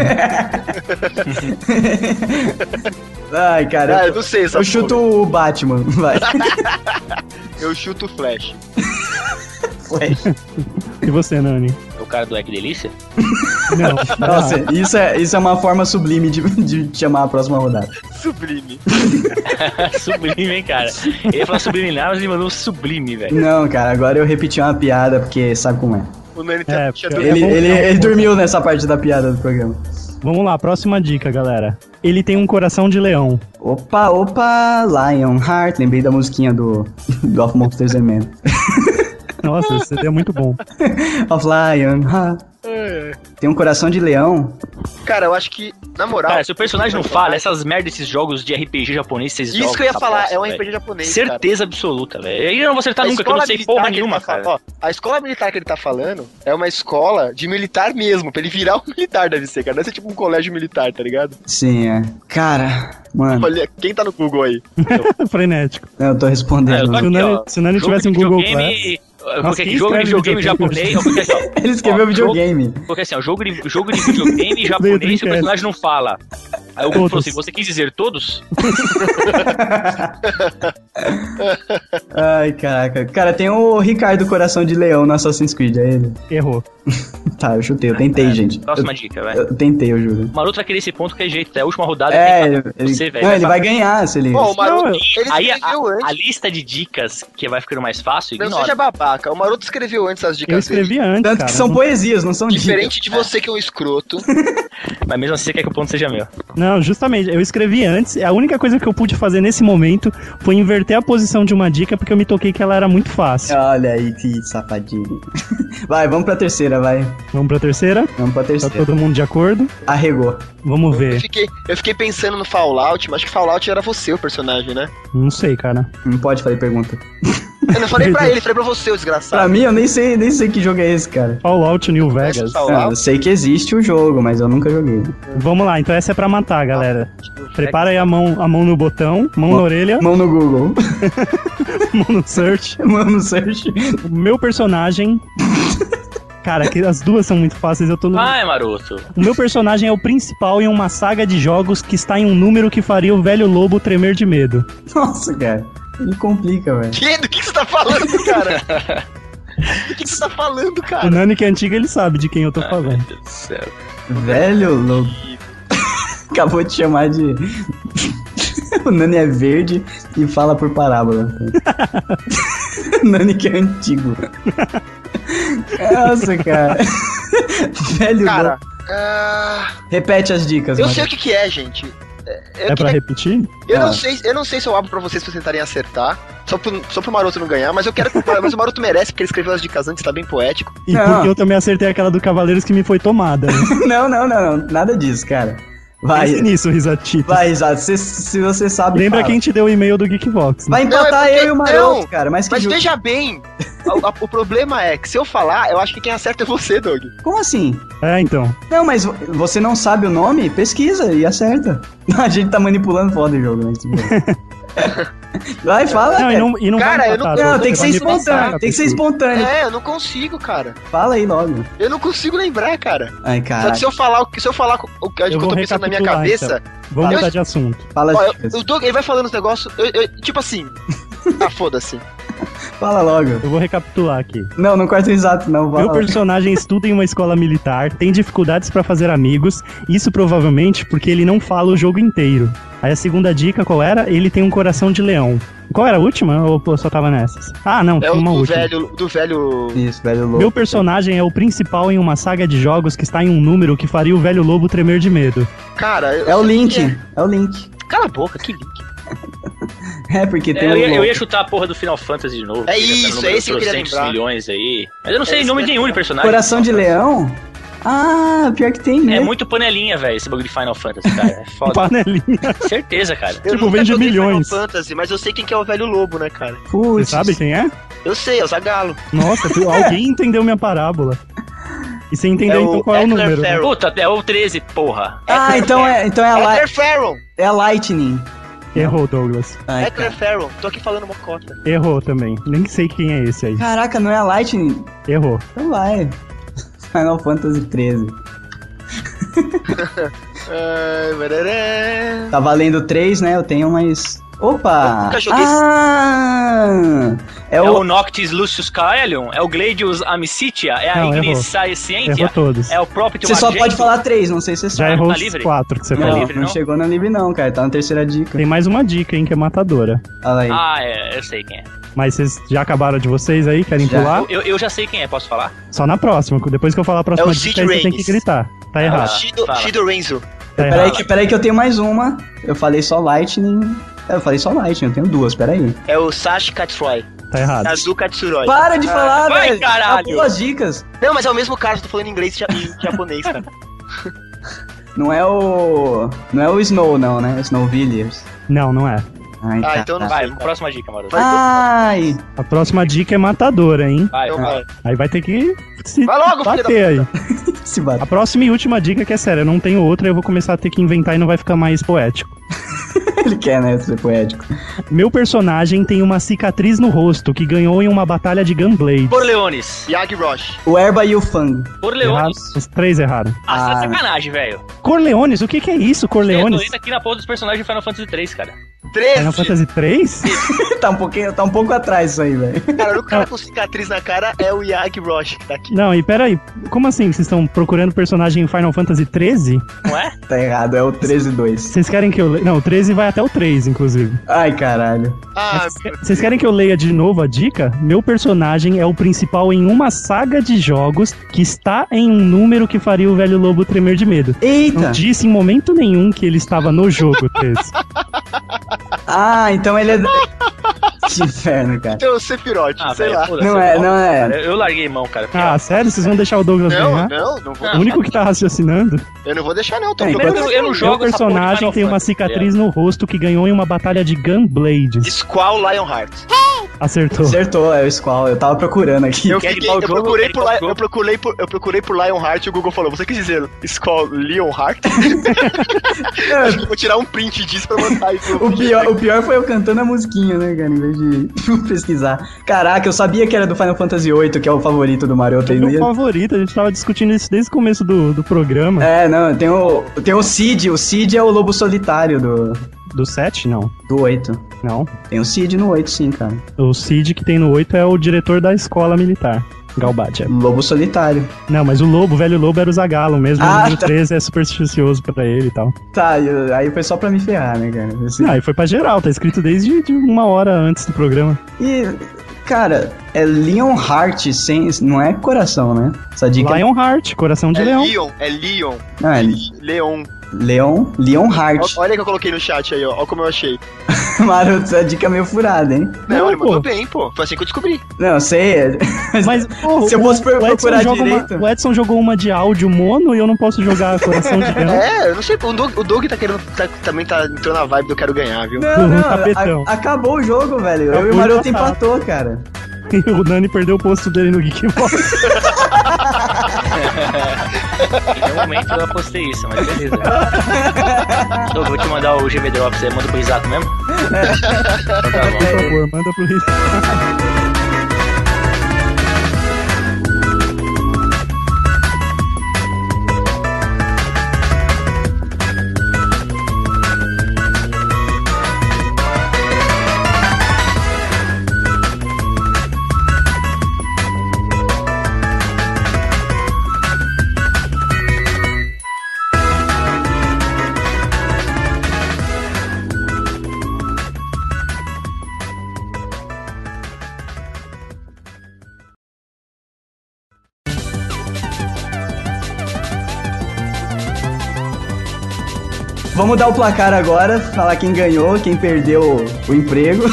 Ai, cara. Ah, eu não sei essa Eu chuto o Batman, vai. Eu chuto o Flash. Flash. E você, Nani? É o cara do Egg Delícia? Não, tá Nossa, errado. isso é uma forma sublime de chamar a próxima rodada. Sublime. Sublime, hein, cara? Ele ia falar subliminar, mas ele mandou sublime, velho. Não, cara, agora eu repeti uma piada, porque sabe como é. O Nani É, tinha porque- dormido. Ele dormiu nessa parte da piada do programa. Vamos lá, próxima dica, galera. Ele tem um coração de leão. Opa, Lionheart. Lembrei da musiquinha do of Monsters and Men. Nossa, esse CD é muito bom. Of Lionheart. Tem um coração de leão. Cara, eu acho que, na moral... Cara, se o personagem não fala, essas merdas, esses jogos de RPG japonês, vocês jogam. Isso que eu ia essa falar, bosta, é um velho. RPG japonês, cara. Certeza absoluta, velho. Aí eu não vou acertar A nunca, que eu não escola sei militar porra que ele nenhuma, tá cara. ó, a escola militar que ele tá falando é uma escola de militar mesmo, pra ele virar um militar, deve ser, cara. Deve ser tipo um colégio militar, tá ligado? Sim, é. Cara, mano, Olha, quem tá no Google aí? Frenético. eu tô Ah, eu respondendo. tô Se o aqui, Nani- ó. se o Nani Jogo tivesse de um Google videogame, Nossa, porque quem jogo de escreve videogame japonês. Porque assim, ó, Ele escreveu ó, videogame. Porque assim, ó, jogo de videogame japonês, Dreamcast. o personagem não fala. Aí o Google falou Todos. assim: você quis dizer todos? Ai, caraca. Cara, tem o Ricardo Coração de Leão no Assassin's Creed, é ele? Errou. Tá, eu chutei, eu tentei, gente. Próxima dica, vai. Eu tentei, eu juro. O Maroto vai querer esse ponto que é jeito. É a última rodada. É, tem ele, que você, velho. não, ele vai ganhar se ele... Pô, o Maroto, Não, ele Aí escreveu a antes. lista de dicas que vai ficando mais fácil, Não ignora. seja babaca, o Maroto escreveu antes as dicas Eu escrevi dele. antes, Tanto cara. que são poesias, não são Diferente dicas. de você que é um escroto. Mas mesmo assim você quer que o ponto seja meu. Não, justamente, eu escrevi antes. A única coisa que eu pude fazer nesse momento foi inverter a posição de uma dica, porque eu me toquei que ela era muito fácil. Olha aí, que safadinho. Vai, vamos pra terceira, vai. Vamos pra terceira? Vamos pra Tá terceira. todo mundo de acordo? Arregou. Vamos ver. Eu fiquei pensando no Fallout, mas acho que Fallout era você o personagem, né? Não sei, cara. Não pode fazer pergunta. Eu não falei pra ele, falei pra você, o desgraçado. Pra mim, eu nem sei que jogo é esse, cara. Fallout New Conhece Vegas. o Fallout? Eu sei que existe o jogo, mas eu nunca joguei. Vamos lá, então essa é pra matar, galera. Prepara aí a mão no botão, mão na orelha, Mão no Google. mão no search. Mão no search. O meu personagem. Cara, que as duas são muito fáceis, eu tô no. Vai, Maroto. O meu personagem é o principal em uma saga de jogos que está em um número que faria o velho lobo tremer de medo. Nossa, cara. Me complica, velho. Do que você tá falando, cara? Do que você tá falando, O cara? Nani que é antigo, ele sabe de quem eu tô falando. Meu Deus do céu. Velho lobo. Acabou de chamar de... O Nani é verde e fala por parábola. O Nani que é antigo. Nossa, cara. Velho Cara, lobo. Repete as dicas, eu mano. sei o que é, gente. É pra repetir? Eu Ah. não sei se eu abro pra vocês pra tentarem acertar. Só pro Maroto não ganhar, mas eu quero que mas o Maroto merece, porque ele escreveu as dicas antes, tá bem poético. E Não. porque eu também acertei aquela do Cavaleiros que me foi tomada. Né? Não. Nada disso, cara. Vai. Pense nisso, Risatito. Vai, exato. Se você sabe, Lembra fala. quem te deu o e-mail do Geekvox, né? Vai empatar Não, é porque- eu e o Maroto, não, cara. Mas que Mas jogo? veja bem, o problema é que se eu falar, eu acho que quem acerta é você, Doug. Como assim? É, então. Não, mas você não sabe o nome? Pesquisa e acerta. A gente tá manipulando foda o jogo, né? Vai, fala. Não, cara. e não Cara, vai eu não- empatar, Não, você tem que ser vai me passar, espontâneo. Tem que ser pessoa. espontâneo. É, eu não consigo, cara. Fala aí logo. Eu não consigo lembrar, cara. Ai, Só cara. que se eu falar o que eu vou tô pensando na minha recapitular, cabeça, Vamos Eu- mudar de assunto. Fala, ó, dicas. o Doug, ele vai falando os negócios, tipo assim. Ah, foda-se. Fala logo. Eu vou recapitular aqui. Não corta o exato, não. Meu Fala. personagem estuda em uma escola militar, tem dificuldades pra fazer amigos, isso provavelmente porque ele não fala o jogo inteiro. Aí a segunda dica, qual era? Ele tem um coração de leão. Qual era a última? Ou eu só tava nessas? Ah, não, É tem o uma do última. velho. Isso, velho louco. Meu personagem é o principal em uma saga de jogos que está em um número que faria o velho lobo tremer de medo. Cara, eu É o sei Link. que É o Link. Cala a boca, que Link. É, porque tem Eu o ia louco. chutar a porra do Final Fantasy de novo. É que já tá no isso, número é esse que eu queria 300 lembrar. milhões aí. Mas eu não sei esse nome que de eu nenhum ia de personagem. Coração de leão? Ah, pior que tem É mesmo. muito panelinha, velho, esse bagulho de Final Fantasy, cara. É foda. Panelinha. Certeza, cara. Eu Tipo, nunca vende joguei milhões. Final Fantasy, mas eu sei quem que é o velho lobo, né, cara? Você Putz. sabe quem é? Eu sei, é o Zagalo. Nossa, alguém entendeu minha parábola. E você entendeu É o então qual é o Eckler número? né? Farrell. Puta, é o 13, porra. Ah, então é a Eckler Farrell. é a Lightning. Errou, Douglas. Ai, Eckler cara. Farrell. Tô aqui falando uma cota. Errou também. Nem sei quem é esse aí. Caraca, não é a Lightning? Errou. Então vai. Final Fantasy 13. Ai, barará. Tá valendo 3, né? Eu tenho mais Opa! nunca joguei É É o... o Noctis Lucius Caelium, é o Gladius Amicitia, é a Não, Ignis errou. Scientia, Errou todos. é o Propitium Você só Argentum. pode falar 3, não sei se você Já sabe. errou tá os livre? 4 que você Tá falou. livre, Não não? chegou na livre não, cara. Tá na terceira dica. Tem mais uma dica, hein, que é matadora. Olha aí. Ah, eu sei quem é. Mas vocês já acabaram de vocês aí? Querem Já. pular? Eu já sei quem é, posso falar? Só na próxima. Depois que eu falar a próxima É o dica, Sid aí você tem Reigns. que gritar. Tá errado. Fala. Shido Renzo. Tá Peraí errado. peraí que eu tenho mais uma. Eu falei só Lightning. Eu falei só Lightning, eu tenho duas, peraí. É o Sashi Katsuroi. Tá errado. Kazu Katsuroi. Para de falar, vai, velho. caralho. Acabou as dicas. Não, mas é o mesmo cara, eu tô falando em inglês e japonês, cara. Não é o Snow, não, né? Snow Villiers. Não, não é. Ai, Ah, então não Vai, sei. próxima dica, Maroto. Ai, A próxima dica é matadora, hein? Vai, Então vai. Aí vai ter que se Vai logo, filho da bater aí. se bate. A próxima e última dica que é séria, eu não tenho outra, eu vou começar a ter que inventar e não vai ficar mais poético. Ele quer, né, ser poético. Meu personagem tem uma cicatriz no rosto que ganhou em uma batalha de Gunblade. Corleones. Yagi Rosh. O Erba e o Fang. Errado. Corleones. Os 3 erraram. Ah, você tá Ah. sacanagem, velho. Corleones? O que é isso, Eu tô Corleones? indo aqui na porra dos personagens de Final Fantasy 3, cara. Final 13. Fantasy 3? tá um pouco atrás isso aí, velho. Cara, o cara com cicatriz na cara é o Yagi Rosh que tá aqui. Não, e peraí, como assim? Vocês estão procurando personagem em Final Fantasy 13? Não é? Tá errado, é o 13-2. Vocês querem que eu leia? Não, o 13 vai até o 3, inclusive. Ai, caralho. Ah, Vocês querem que eu leia de novo a dica? Meu personagem é o principal em uma saga de jogos que está em um número que faria o velho lobo tremer de medo. Não Eita! disse em momento nenhum que ele estava no jogo, 13. Ah, então ele é... Que inferno, cara. então o Sephiroth, Ah, sei velho, lá. foda-se. Não é, não é. Cara, eu larguei mão, cara. Ah, sério? Vocês vão deixar o Douglas Não, ganhar? não vou. O único que tá raciocinando. Eu não vou deixar não, tô É, procurando. eu não Meu jogo essa porra de personagem Final tem uma Fantasy, cicatriz no rosto que ganhou em uma batalha de Gunblade. Squall Lionheart. Acertou. Acertou, é o Squall. Eu tava procurando aqui. Eu, Quer fiquei, limpar o eu, jogo? procurei Quer por, limpar o eu procurei por Lionheart e o Google falou, você quis dizer Squall Lionheart? Acho que eu vou tirar um print disso pra mandar aí pro... O pior foi eu cantando a musiquinha, né, cara, em vez de pesquisar. Caraca, eu sabia que era do Final Fantasy VIII, que é o favorito do Maroto. É aí, meu não ia- favorito, a gente tava discutindo isso desde o começo do programa. É, não, tem o Cid. O Cid é o lobo solitário Do 7? Não. do 8. Não. Tem o Cid no 8, sim, cara. O Cid que tem no 8 é o diretor da escola militar. Galbad. É. Lobo solitário. Não, mas o velho lobo era o Zagalo mesmo. Ah, o número tá. 13 é supersticioso pra ele e tal. Tá, aí foi só pra me ferrar, né, cara? Assim. Ah, e foi pra geral, tá escrito desde de uma hora antes do programa. E, cara, é Leonheart, não é coração, né? Essa dica Lionheart, coração de É leão. Leon, é Leon. Não, é Leon. Leonheart. Olha que eu coloquei no chat aí, ó. Olha como eu achei. Maroto, essa dica é meio furada, hein? Não, ele pô. mandou bem, pô. Foi assim que eu descobri. Não, sei. Mas, pô, Se eu fosse o Edson procurar joga direito. o Edson jogou uma de áudio mono e eu não posso jogar coração de leão. É, eu não sei, o Doug tá querendo. Também tá entrando na vibe do quero ganhar, viu? Não, Tapetão. acabou o jogo, velho. Eu e o Acabou Maroto de matar. empatou, cara. E o Nani perdeu o posto dele no Geekbox. Em nenhum momento eu apostei isso, mas beleza. Eu vou te mandar o GV Drop, você manda pro Risato mesmo? Então tá bom. Por favor, manda pro Risato. Vamos dar o placar agora, falar quem ganhou, quem perdeu o emprego.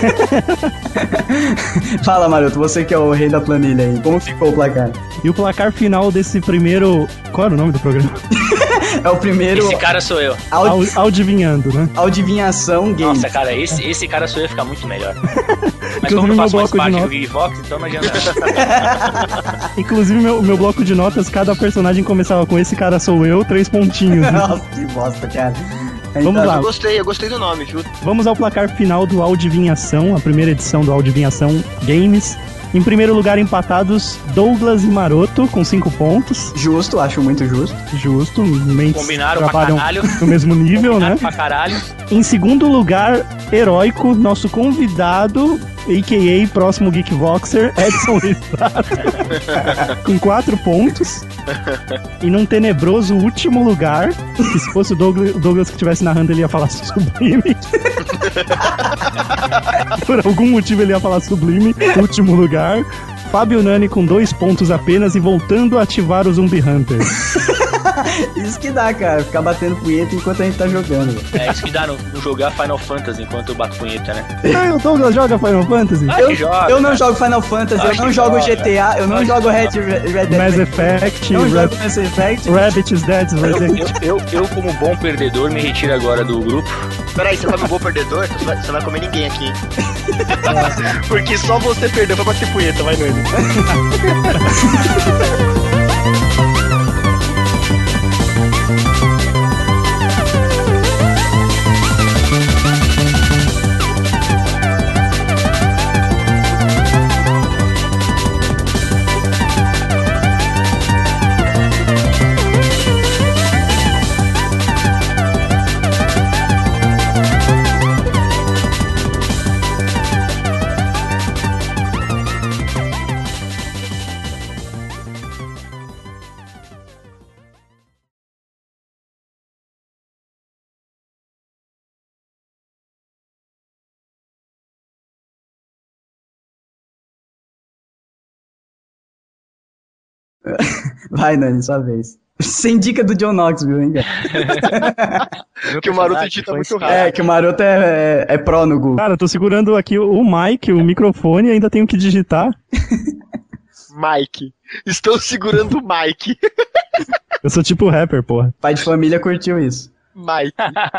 Fala, Maroto, você que é o rei da planilha aí. Como ficou o placar? E o placar final desse primeiro... Qual era o nome do programa? É o primeiro Esse cara sou eu. Adivinhando, né? Adivinhação Game. Nossa, cara, esse cara sou eu fica muito melhor. Mas Inclusive, como eu meu faço mais bloco de parte do notas. Geekvox, então não adianta. Inclusive, meu bloco de notas, cada personagem começava com esse cara sou eu, 3 pontinhos. Né? Nossa, que bosta, cara. Aí Vamos tá. lá. Eu gostei do nome, viu? Vamos ao placar final do Audivinhação, a primeira edição do Audivinhação Games. Em primeiro lugar, empatados Douglas e Maroto, com 5 pontos. Justo, acho muito justo. Justo, mentes Combinaram pra trabalham caralho. no mesmo nível, né? Pra caralho. Em segundo lugar, heróico, nosso convidado, a.k.a. próximo Geekvoxer, Edson Risato, com 4 pontos. E num tenebroso último lugar, que se fosse o Douglas que estivesse narrando, ele ia falar Sublime. Por algum motivo ele ia falar Sublime, último lugar. Fábio Nani com 2 pontos apenas e voltando a ativar o Zumbi Hunter. Isso que dá, cara, ficar batendo punheta enquanto a gente tá jogando. É isso que dá no jogar Final Fantasy enquanto eu bato punheta, né? Ah, o Douglas joga Final Fantasy? Ah, que joga, Eu não cara. jogo Final Fantasy, eu Acho não que jogo joga. GTA, eu não Acho jogo que Red joga. Dead Mass Effect, não jogo Mass Effect. Rabbit is Dead, Resident. Eu, como bom perdedor, me retiro agora do grupo. Peraí, você come um bom perdedor? Você vai comer ninguém aqui, hein? Porque só você perdeu pra bater punheta, vai Nani. Vai, Nani, sua vez. Sem dica do John Knoxville, hein, cara? Que o Maroto digita muito rápido. É, que o Maroto é pró no Google. Cara, eu tô segurando aqui o mic, o microfone e ainda tenho que digitar. Mike. Estou segurando o Mike. Eu sou tipo rapper, porra. Pai de família curtiu isso. Mike.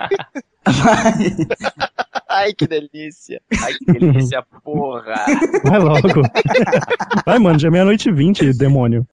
Ai, que delícia. Ai, que delícia, porra. Vai logo. Vai, mano, já é 00:20, demônio.